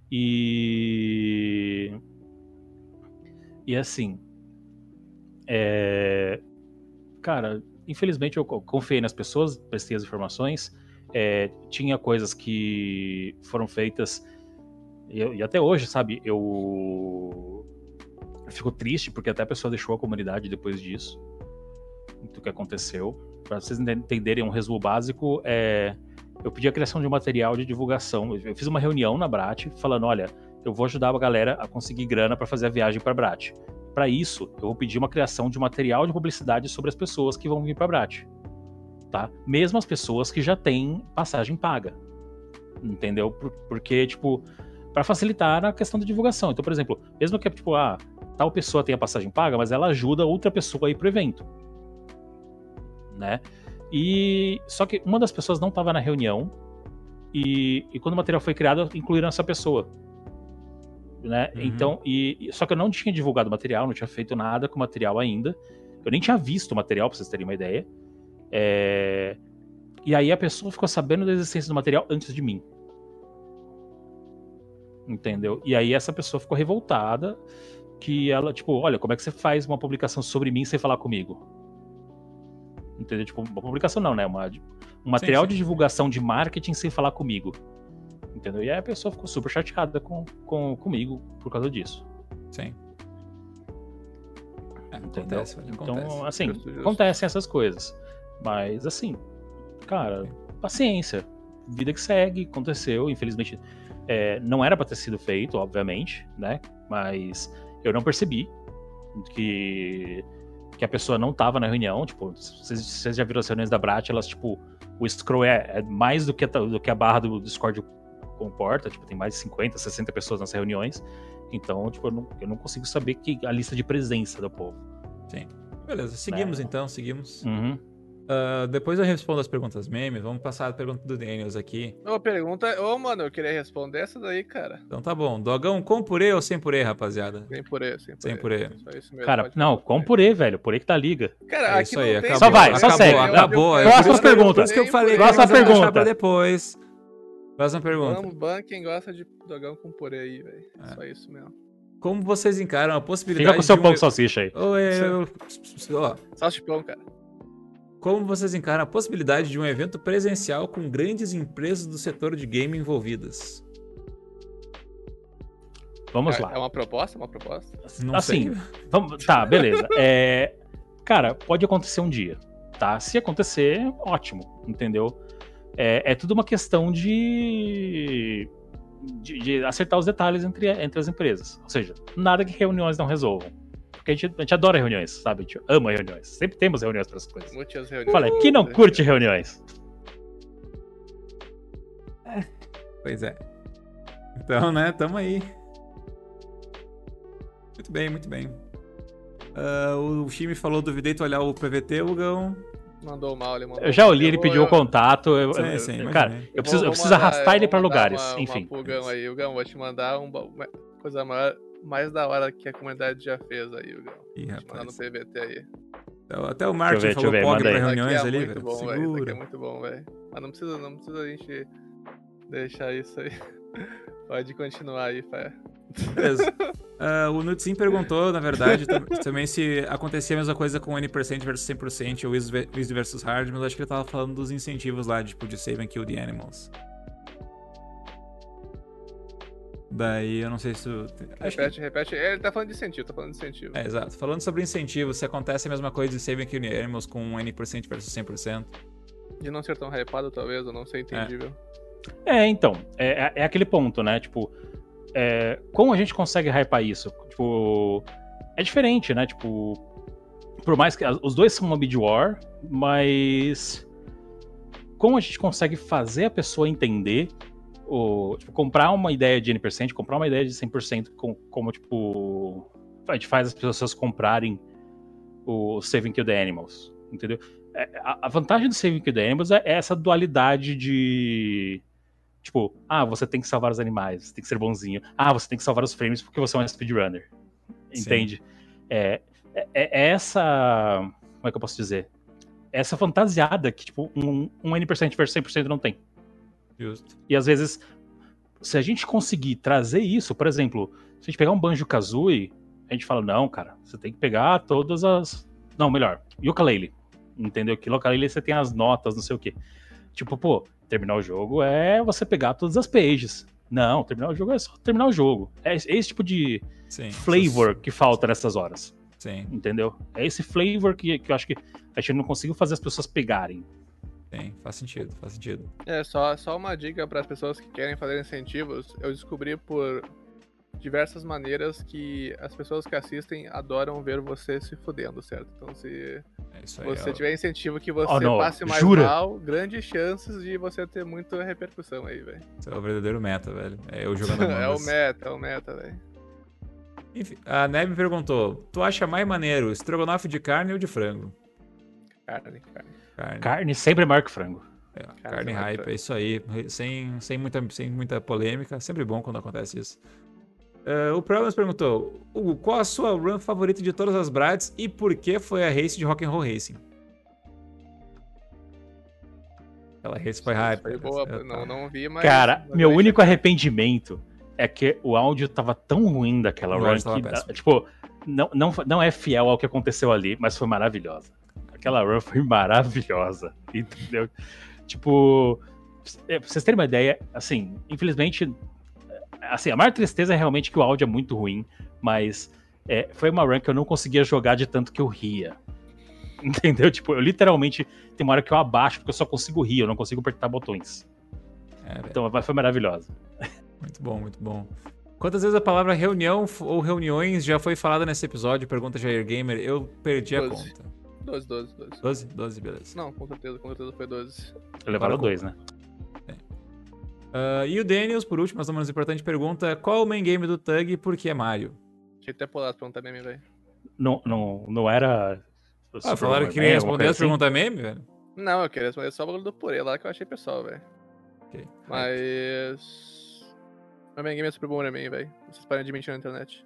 E assim, cara, infelizmente eu confiei nas pessoas, prestei as informações, tinha coisas que foram feitas e até hoje, sabe, eu fico triste porque até a pessoa deixou a comunidade depois disso, do que aconteceu. Para vocês entenderem um resumo básico, eu pedi a criação de um material de divulgação. Eu fiz uma reunião na Brat falando, olha, eu vou ajudar a galera a conseguir grana para fazer a viagem para Brat. Para isso, eu vou pedir uma criação de material de publicidade sobre as pessoas que vão vir para Brat, tá? Mesmo as pessoas que já têm passagem paga, entendeu? Porque, tipo, para facilitar a questão da divulgação. Então, por exemplo, mesmo que, tipo, tal pessoa tenha passagem paga, mas ela ajuda outra pessoa a ir pro evento, né? E só que uma das pessoas não estava na reunião e quando o material foi criado, incluíram essa pessoa, né? Então, só que eu não tinha divulgado o material, não tinha feito nada com o material ainda. Eu nem tinha visto o material, pra vocês terem uma ideia. E aí a pessoa ficou sabendo da existência do material antes de mim. Entendeu? E aí essa pessoa ficou revoltada, que ela, tipo, olha, como é que você faz uma publicação sobre mim sem falar comigo? Entendeu? Tipo, uma publicação não, né? Um material de divulgação de marketing sem falar comigo. Entendeu? E aí a pessoa ficou super chateada comigo por causa disso. Sim. Acontece. Então, acontece. assim, acontecem essas coisas. Mas, assim, cara, paciência. Vida que segue, aconteceu, infelizmente. Não era pra ter sido feito, obviamente, né? Mas eu não percebi que a pessoa não tava na reunião. Tipo, vocês já viram as reuniões da Brat, elas, tipo, o scroll é mais do que a barra do Discord comporta, tipo, tem mais de 50, 60 pessoas nas reuniões. Então, tipo, eu não consigo saber a lista de presença do povo. Sim. Beleza, seguimos então, seguimos. Depois eu respondo as perguntas memes, vamos passar a pergunta do Daniels aqui. Mano, eu queria responder essa daí, cara. Então tá bom. Dogão com purê ou sem purê, rapaziada? Sem purê. Sem purê. Só isso mesmo, cara, não, com purê, velho. Purê que tá liga. Cara, isso aí, acabou. Só vai, só segue. Acabou. Próxima pergunta. Por isso que eu falei que próxima pergunta pra depois. Próxima pergunta. Vamos, quem gosta de dogão com purê aí, velho. Só isso mesmo. Como vocês encaram a possibilidade Fica com o seu pão de salsicha aí. Salchipão, cara. Como vocês encaram a possibilidade de um evento presencial com grandes empresas do setor de game envolvidas? Vamos lá. É uma proposta? Não assim, sei. Tá, beleza. Cara, pode acontecer um dia, tá? Se acontecer, ótimo, entendeu? É tudo uma questão de acertar os detalhes entre as empresas. Ou seja, nada que reuniões não resolvam, Porque a gente adora reuniões, sabe? A gente ama reuniões. Sempre temos reuniões para essas coisas. Muitas reuniões. Fala, quem não curte reuniões? Pois é. Então, né, tamo aí. Muito bem, muito bem. O time falou, duvidei tu olhar o PVT, Hugão. Mandou mal, ele mandou. Eu já olhei, ele pediu o contato. Sim, cara, eu preciso arrastar ele pra lugares. Enfim. Hugão aí, Hugão, vou te mandar uma coisa mais da hora que a comunidade já fez aí, Hugão. Ih, vou te mandar no PVT aí. Então, até o Martin falou POG pra reuniões ali, velho. Isso aqui é muito bom, velho. Mas não precisa a gente deixar isso aí. Pode continuar aí, Fé. Beleza. O Nutsim perguntou, na verdade, também se acontecia a mesma coisa com N% versus 100% ou Easy versus Hard, mas acho que ele tava falando dos incentivos lá, tipo, de Save and Kill the Animals. Daí, eu não sei se tu... Repete. Ele tá falando de incentivo, É, exato. Falando sobre incentivo, se acontece a mesma coisa de Save and Kill the Animals com N% versus 100%. De não ser tão hypado, talvez, ou não ser entendível. Então, é aquele ponto, né? Tipo, como a gente consegue hypar isso? Tipo, é diferente, né? Tipo, por mais que os dois são uma mid war, mas como a gente consegue fazer a pessoa entender, tipo, comprar uma ideia de N%, comprar uma ideia de 100%, como, tipo, a gente faz as pessoas comprarem o Save and Kill the Animals, entendeu? A vantagem do Save and Kill the Animals é essa dualidade de... Tipo, você tem que salvar os animais, você tem que ser bonzinho. Você tem que salvar os frames porque você é um speedrunner. Entende? É essa... Como é que eu posso dizer? Essa fantasiada que, tipo, um N% versus 100% não tem. Justo. E, às vezes, se a gente conseguir trazer isso, por exemplo, se a gente pegar um Banjo-Kazooie, a gente fala, não, cara, você tem que pegar todas as... Não, melhor, Yooka-Laylee. Entendeu? Que Yooka-Laylee você tem as notas, não sei o quê. Tipo, terminar o jogo é você pegar todas as pages. Não, terminar o jogo é só terminar o jogo. É esse tipo de flavor que falta nessas horas. Sim. Entendeu? É esse flavor que eu acho que a gente não conseguiu fazer as pessoas pegarem. Sim, faz sentido. Só uma dica para as pessoas que querem fazer incentivos. Eu descobri por diversas maneiras que as pessoas que assistem adoram ver você se fudendo, certo? Então, se você tiver incentivo que você passe mais mal, grandes chances de você ter muita repercussão aí, velho. Isso é o verdadeiro meta, velho. É eu jogando a É o meta, velho. Enfim, a Neb perguntou, tu acha mais maneiro estrogonofe de carne ou de frango? Carne sempre é maior que frango. Carne hype, é isso aí. Sem muita polêmica. Sempre bom quando acontece isso. O Problems perguntou, Hugo, qual a sua run favorita de todas as Brats e por que foi a race de Rock'n'Roll Racing? Aquela race foi hype. Foi boa, não vi, mas... Cara, meu único arrependimento é que o áudio tava tão ruim daquela run que, tipo, não é fiel ao que aconteceu ali, mas foi maravilhosa. Aquela run foi maravilhosa, entendeu? Tipo, pra vocês terem uma ideia, assim, infelizmente... Assim, a maior tristeza é realmente que o áudio é muito ruim, mas foi uma run que eu não conseguia jogar de tanto que eu ria. Entendeu? Tipo, eu literalmente tem uma hora que eu abaixo porque eu só consigo rir, eu não consigo apertar botões. Então foi maravilhosa. Muito bom, muito bom. Quantas vezes a palavra reunião ou reuniões já foi falada nesse episódio? Pergunta Jair Gamer. Eu perdi a conta. 12, beleza. Não, com certeza foi 12. Levaram 2, né? E o Daniels, por último, mas não menos importante, pergunta qual o main game do Tug e por que é Mario? Tinha até pulado as perguntas meme, velho. Não era... Falaram que queria responder as perguntas meme, velho? Não, eu queria responder só o bagulho do purê lá que eu achei pessoal, velho. Okay. Mas... Meu main game é super bom também, velho. Vocês podem admitir na internet.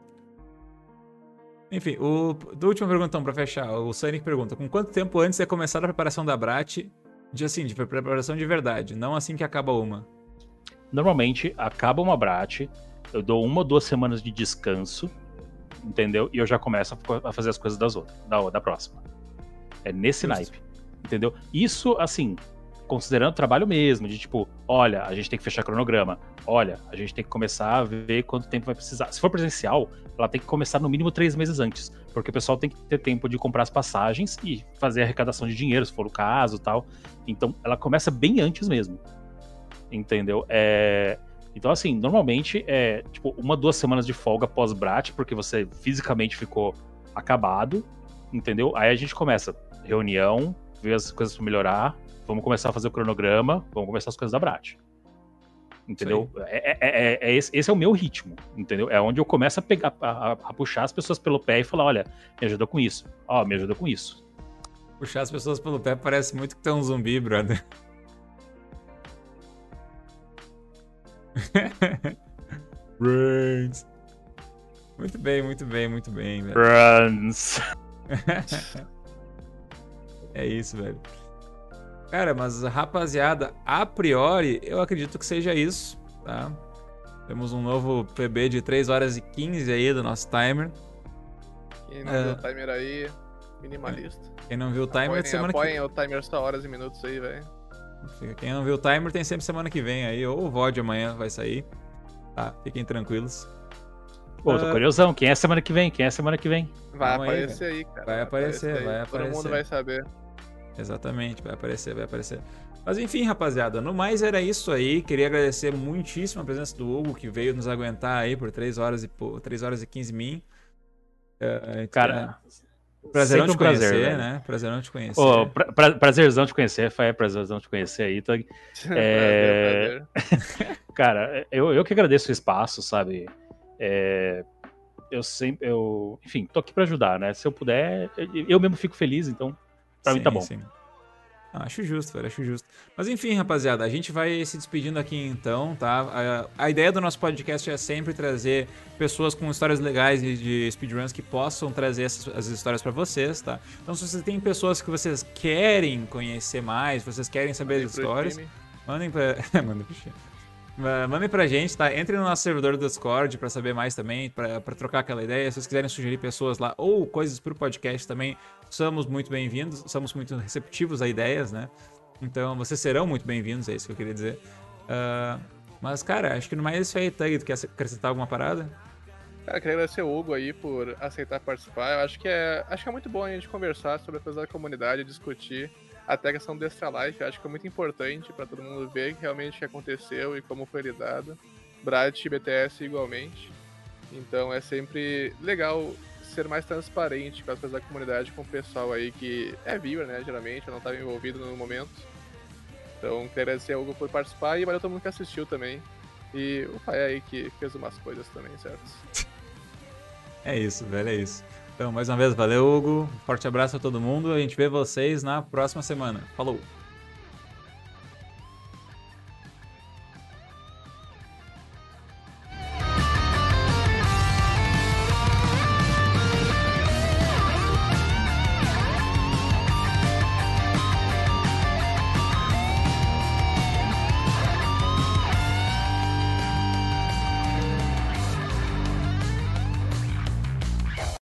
Enfim, do último perguntão pra fechar, o Sonic pergunta, com quanto tempo antes é começar a preparação da Brat? De preparação de verdade, não assim que acaba uma. Normalmente, acaba uma Brat, eu dou 1 ou 2 semanas de descanso, entendeu? E eu já começo a fazer as coisas da próxima. É nesse naipe, entendeu? Isso, assim, considerando o trabalho mesmo, de tipo, olha, a gente tem que fechar cronograma, olha, a gente tem que começar a ver quanto tempo vai precisar. Se for presencial, ela tem que começar no mínimo 3 meses antes, porque o pessoal tem que ter tempo de comprar as passagens e fazer a arrecadação de dinheiro, se for o caso e tal. Então, ela começa bem antes mesmo, entendeu? Então, assim, normalmente é tipo 1 ou 2 semanas de folga pós-Brat, porque você fisicamente ficou acabado, entendeu? Aí a gente começa reunião, ver as coisas pra melhorar, vamos começar a fazer o cronograma, vamos começar as coisas da Brat. Entendeu? Esse é o meu ritmo, entendeu? É onde eu começo a pegar, a puxar as pessoas pelo pé e falar, olha, me ajuda com isso. Ó, me ajuda com isso. Puxar as pessoas pelo pé parece muito que tem um zumbi, brother. Brains. Muito bem, muito bem, muito bem, velho. Runs. É isso, velho. Cara, mas rapaziada, a priori, eu acredito que seja isso, tá? Temos um novo PB de 3 horas e 15 aí do nosso timer. Quem não viu o timer aí, minimalista. Quem não viu o timer, semana que vem. Apoiem o timer só horas e minutos aí, velho. Quem não viu o timer tem sempre semana que vem aí, ou o VOD amanhã vai sair. Tá, fiquem tranquilos. Pô, tô curiosão. Quem é semana que vem? Quem é semana que vem? Vai Calma aparecer aí, cara. Vai aparecer. Todo mundo vai saber. Exatamente, vai aparecer. Mas enfim, rapaziada, no mais era isso aí. Queria agradecer muitíssimo a presença do Hugo, que veio nos aguentar aí por 3 horas e 15 min. Cara, prazerão te conhecer, prazer, né? Prazerão te conhecer. Oh, prazerzão te conhecer, prazerzão te conhecer aí. Prazer. Cara, eu que agradeço o espaço, sabe? Enfim, tô aqui pra ajudar, né? Se eu puder, eu mesmo fico feliz, então pra mim tá bom. Sim. Acho justo, velho, acho justo. Mas enfim, rapaziada, a gente vai se despedindo aqui então, tá? A ideia do nosso podcast é sempre trazer pessoas com histórias legais de speedruns que possam trazer as histórias pra vocês, tá? Então se vocês têm pessoas que vocês querem conhecer mais, vocês querem saber as histórias, mandem pra... Mandem pra gente, tá? Entrem no nosso servidor do Discord pra saber mais também, pra trocar aquela ideia. Se vocês quiserem sugerir pessoas lá ou coisas pro podcast também, somos muito bem-vindos, somos muito receptivos a ideias, né? Então, vocês serão muito bem-vindos, é isso que eu queria dizer. Mas, cara, acho que no mais é isso aí, Tug. Tu quer acrescentar alguma parada? Cara, queria agradecer o Hugo aí por aceitar participar. Eu acho que é muito bom a gente conversar sobre a coisa da comunidade, discutir até a questão do Extra Life. Eu acho que é muito importante pra todo mundo ver realmente o que aconteceu e como foi lidado. Brat e BTS igualmente. Então é sempre legal ser mais transparente com as coisas da comunidade, com o pessoal aí que é viewer, né, geralmente, eu não estava envolvido no momento. Então queria agradecer ao Hugo por participar e valeu todo mundo que assistiu também. E o pai aí que fez umas coisas também, certo? É isso, velho, é isso. Então, mais uma vez, valeu, Hugo. Forte abraço a todo mundo. A gente vê vocês na próxima semana. Falou!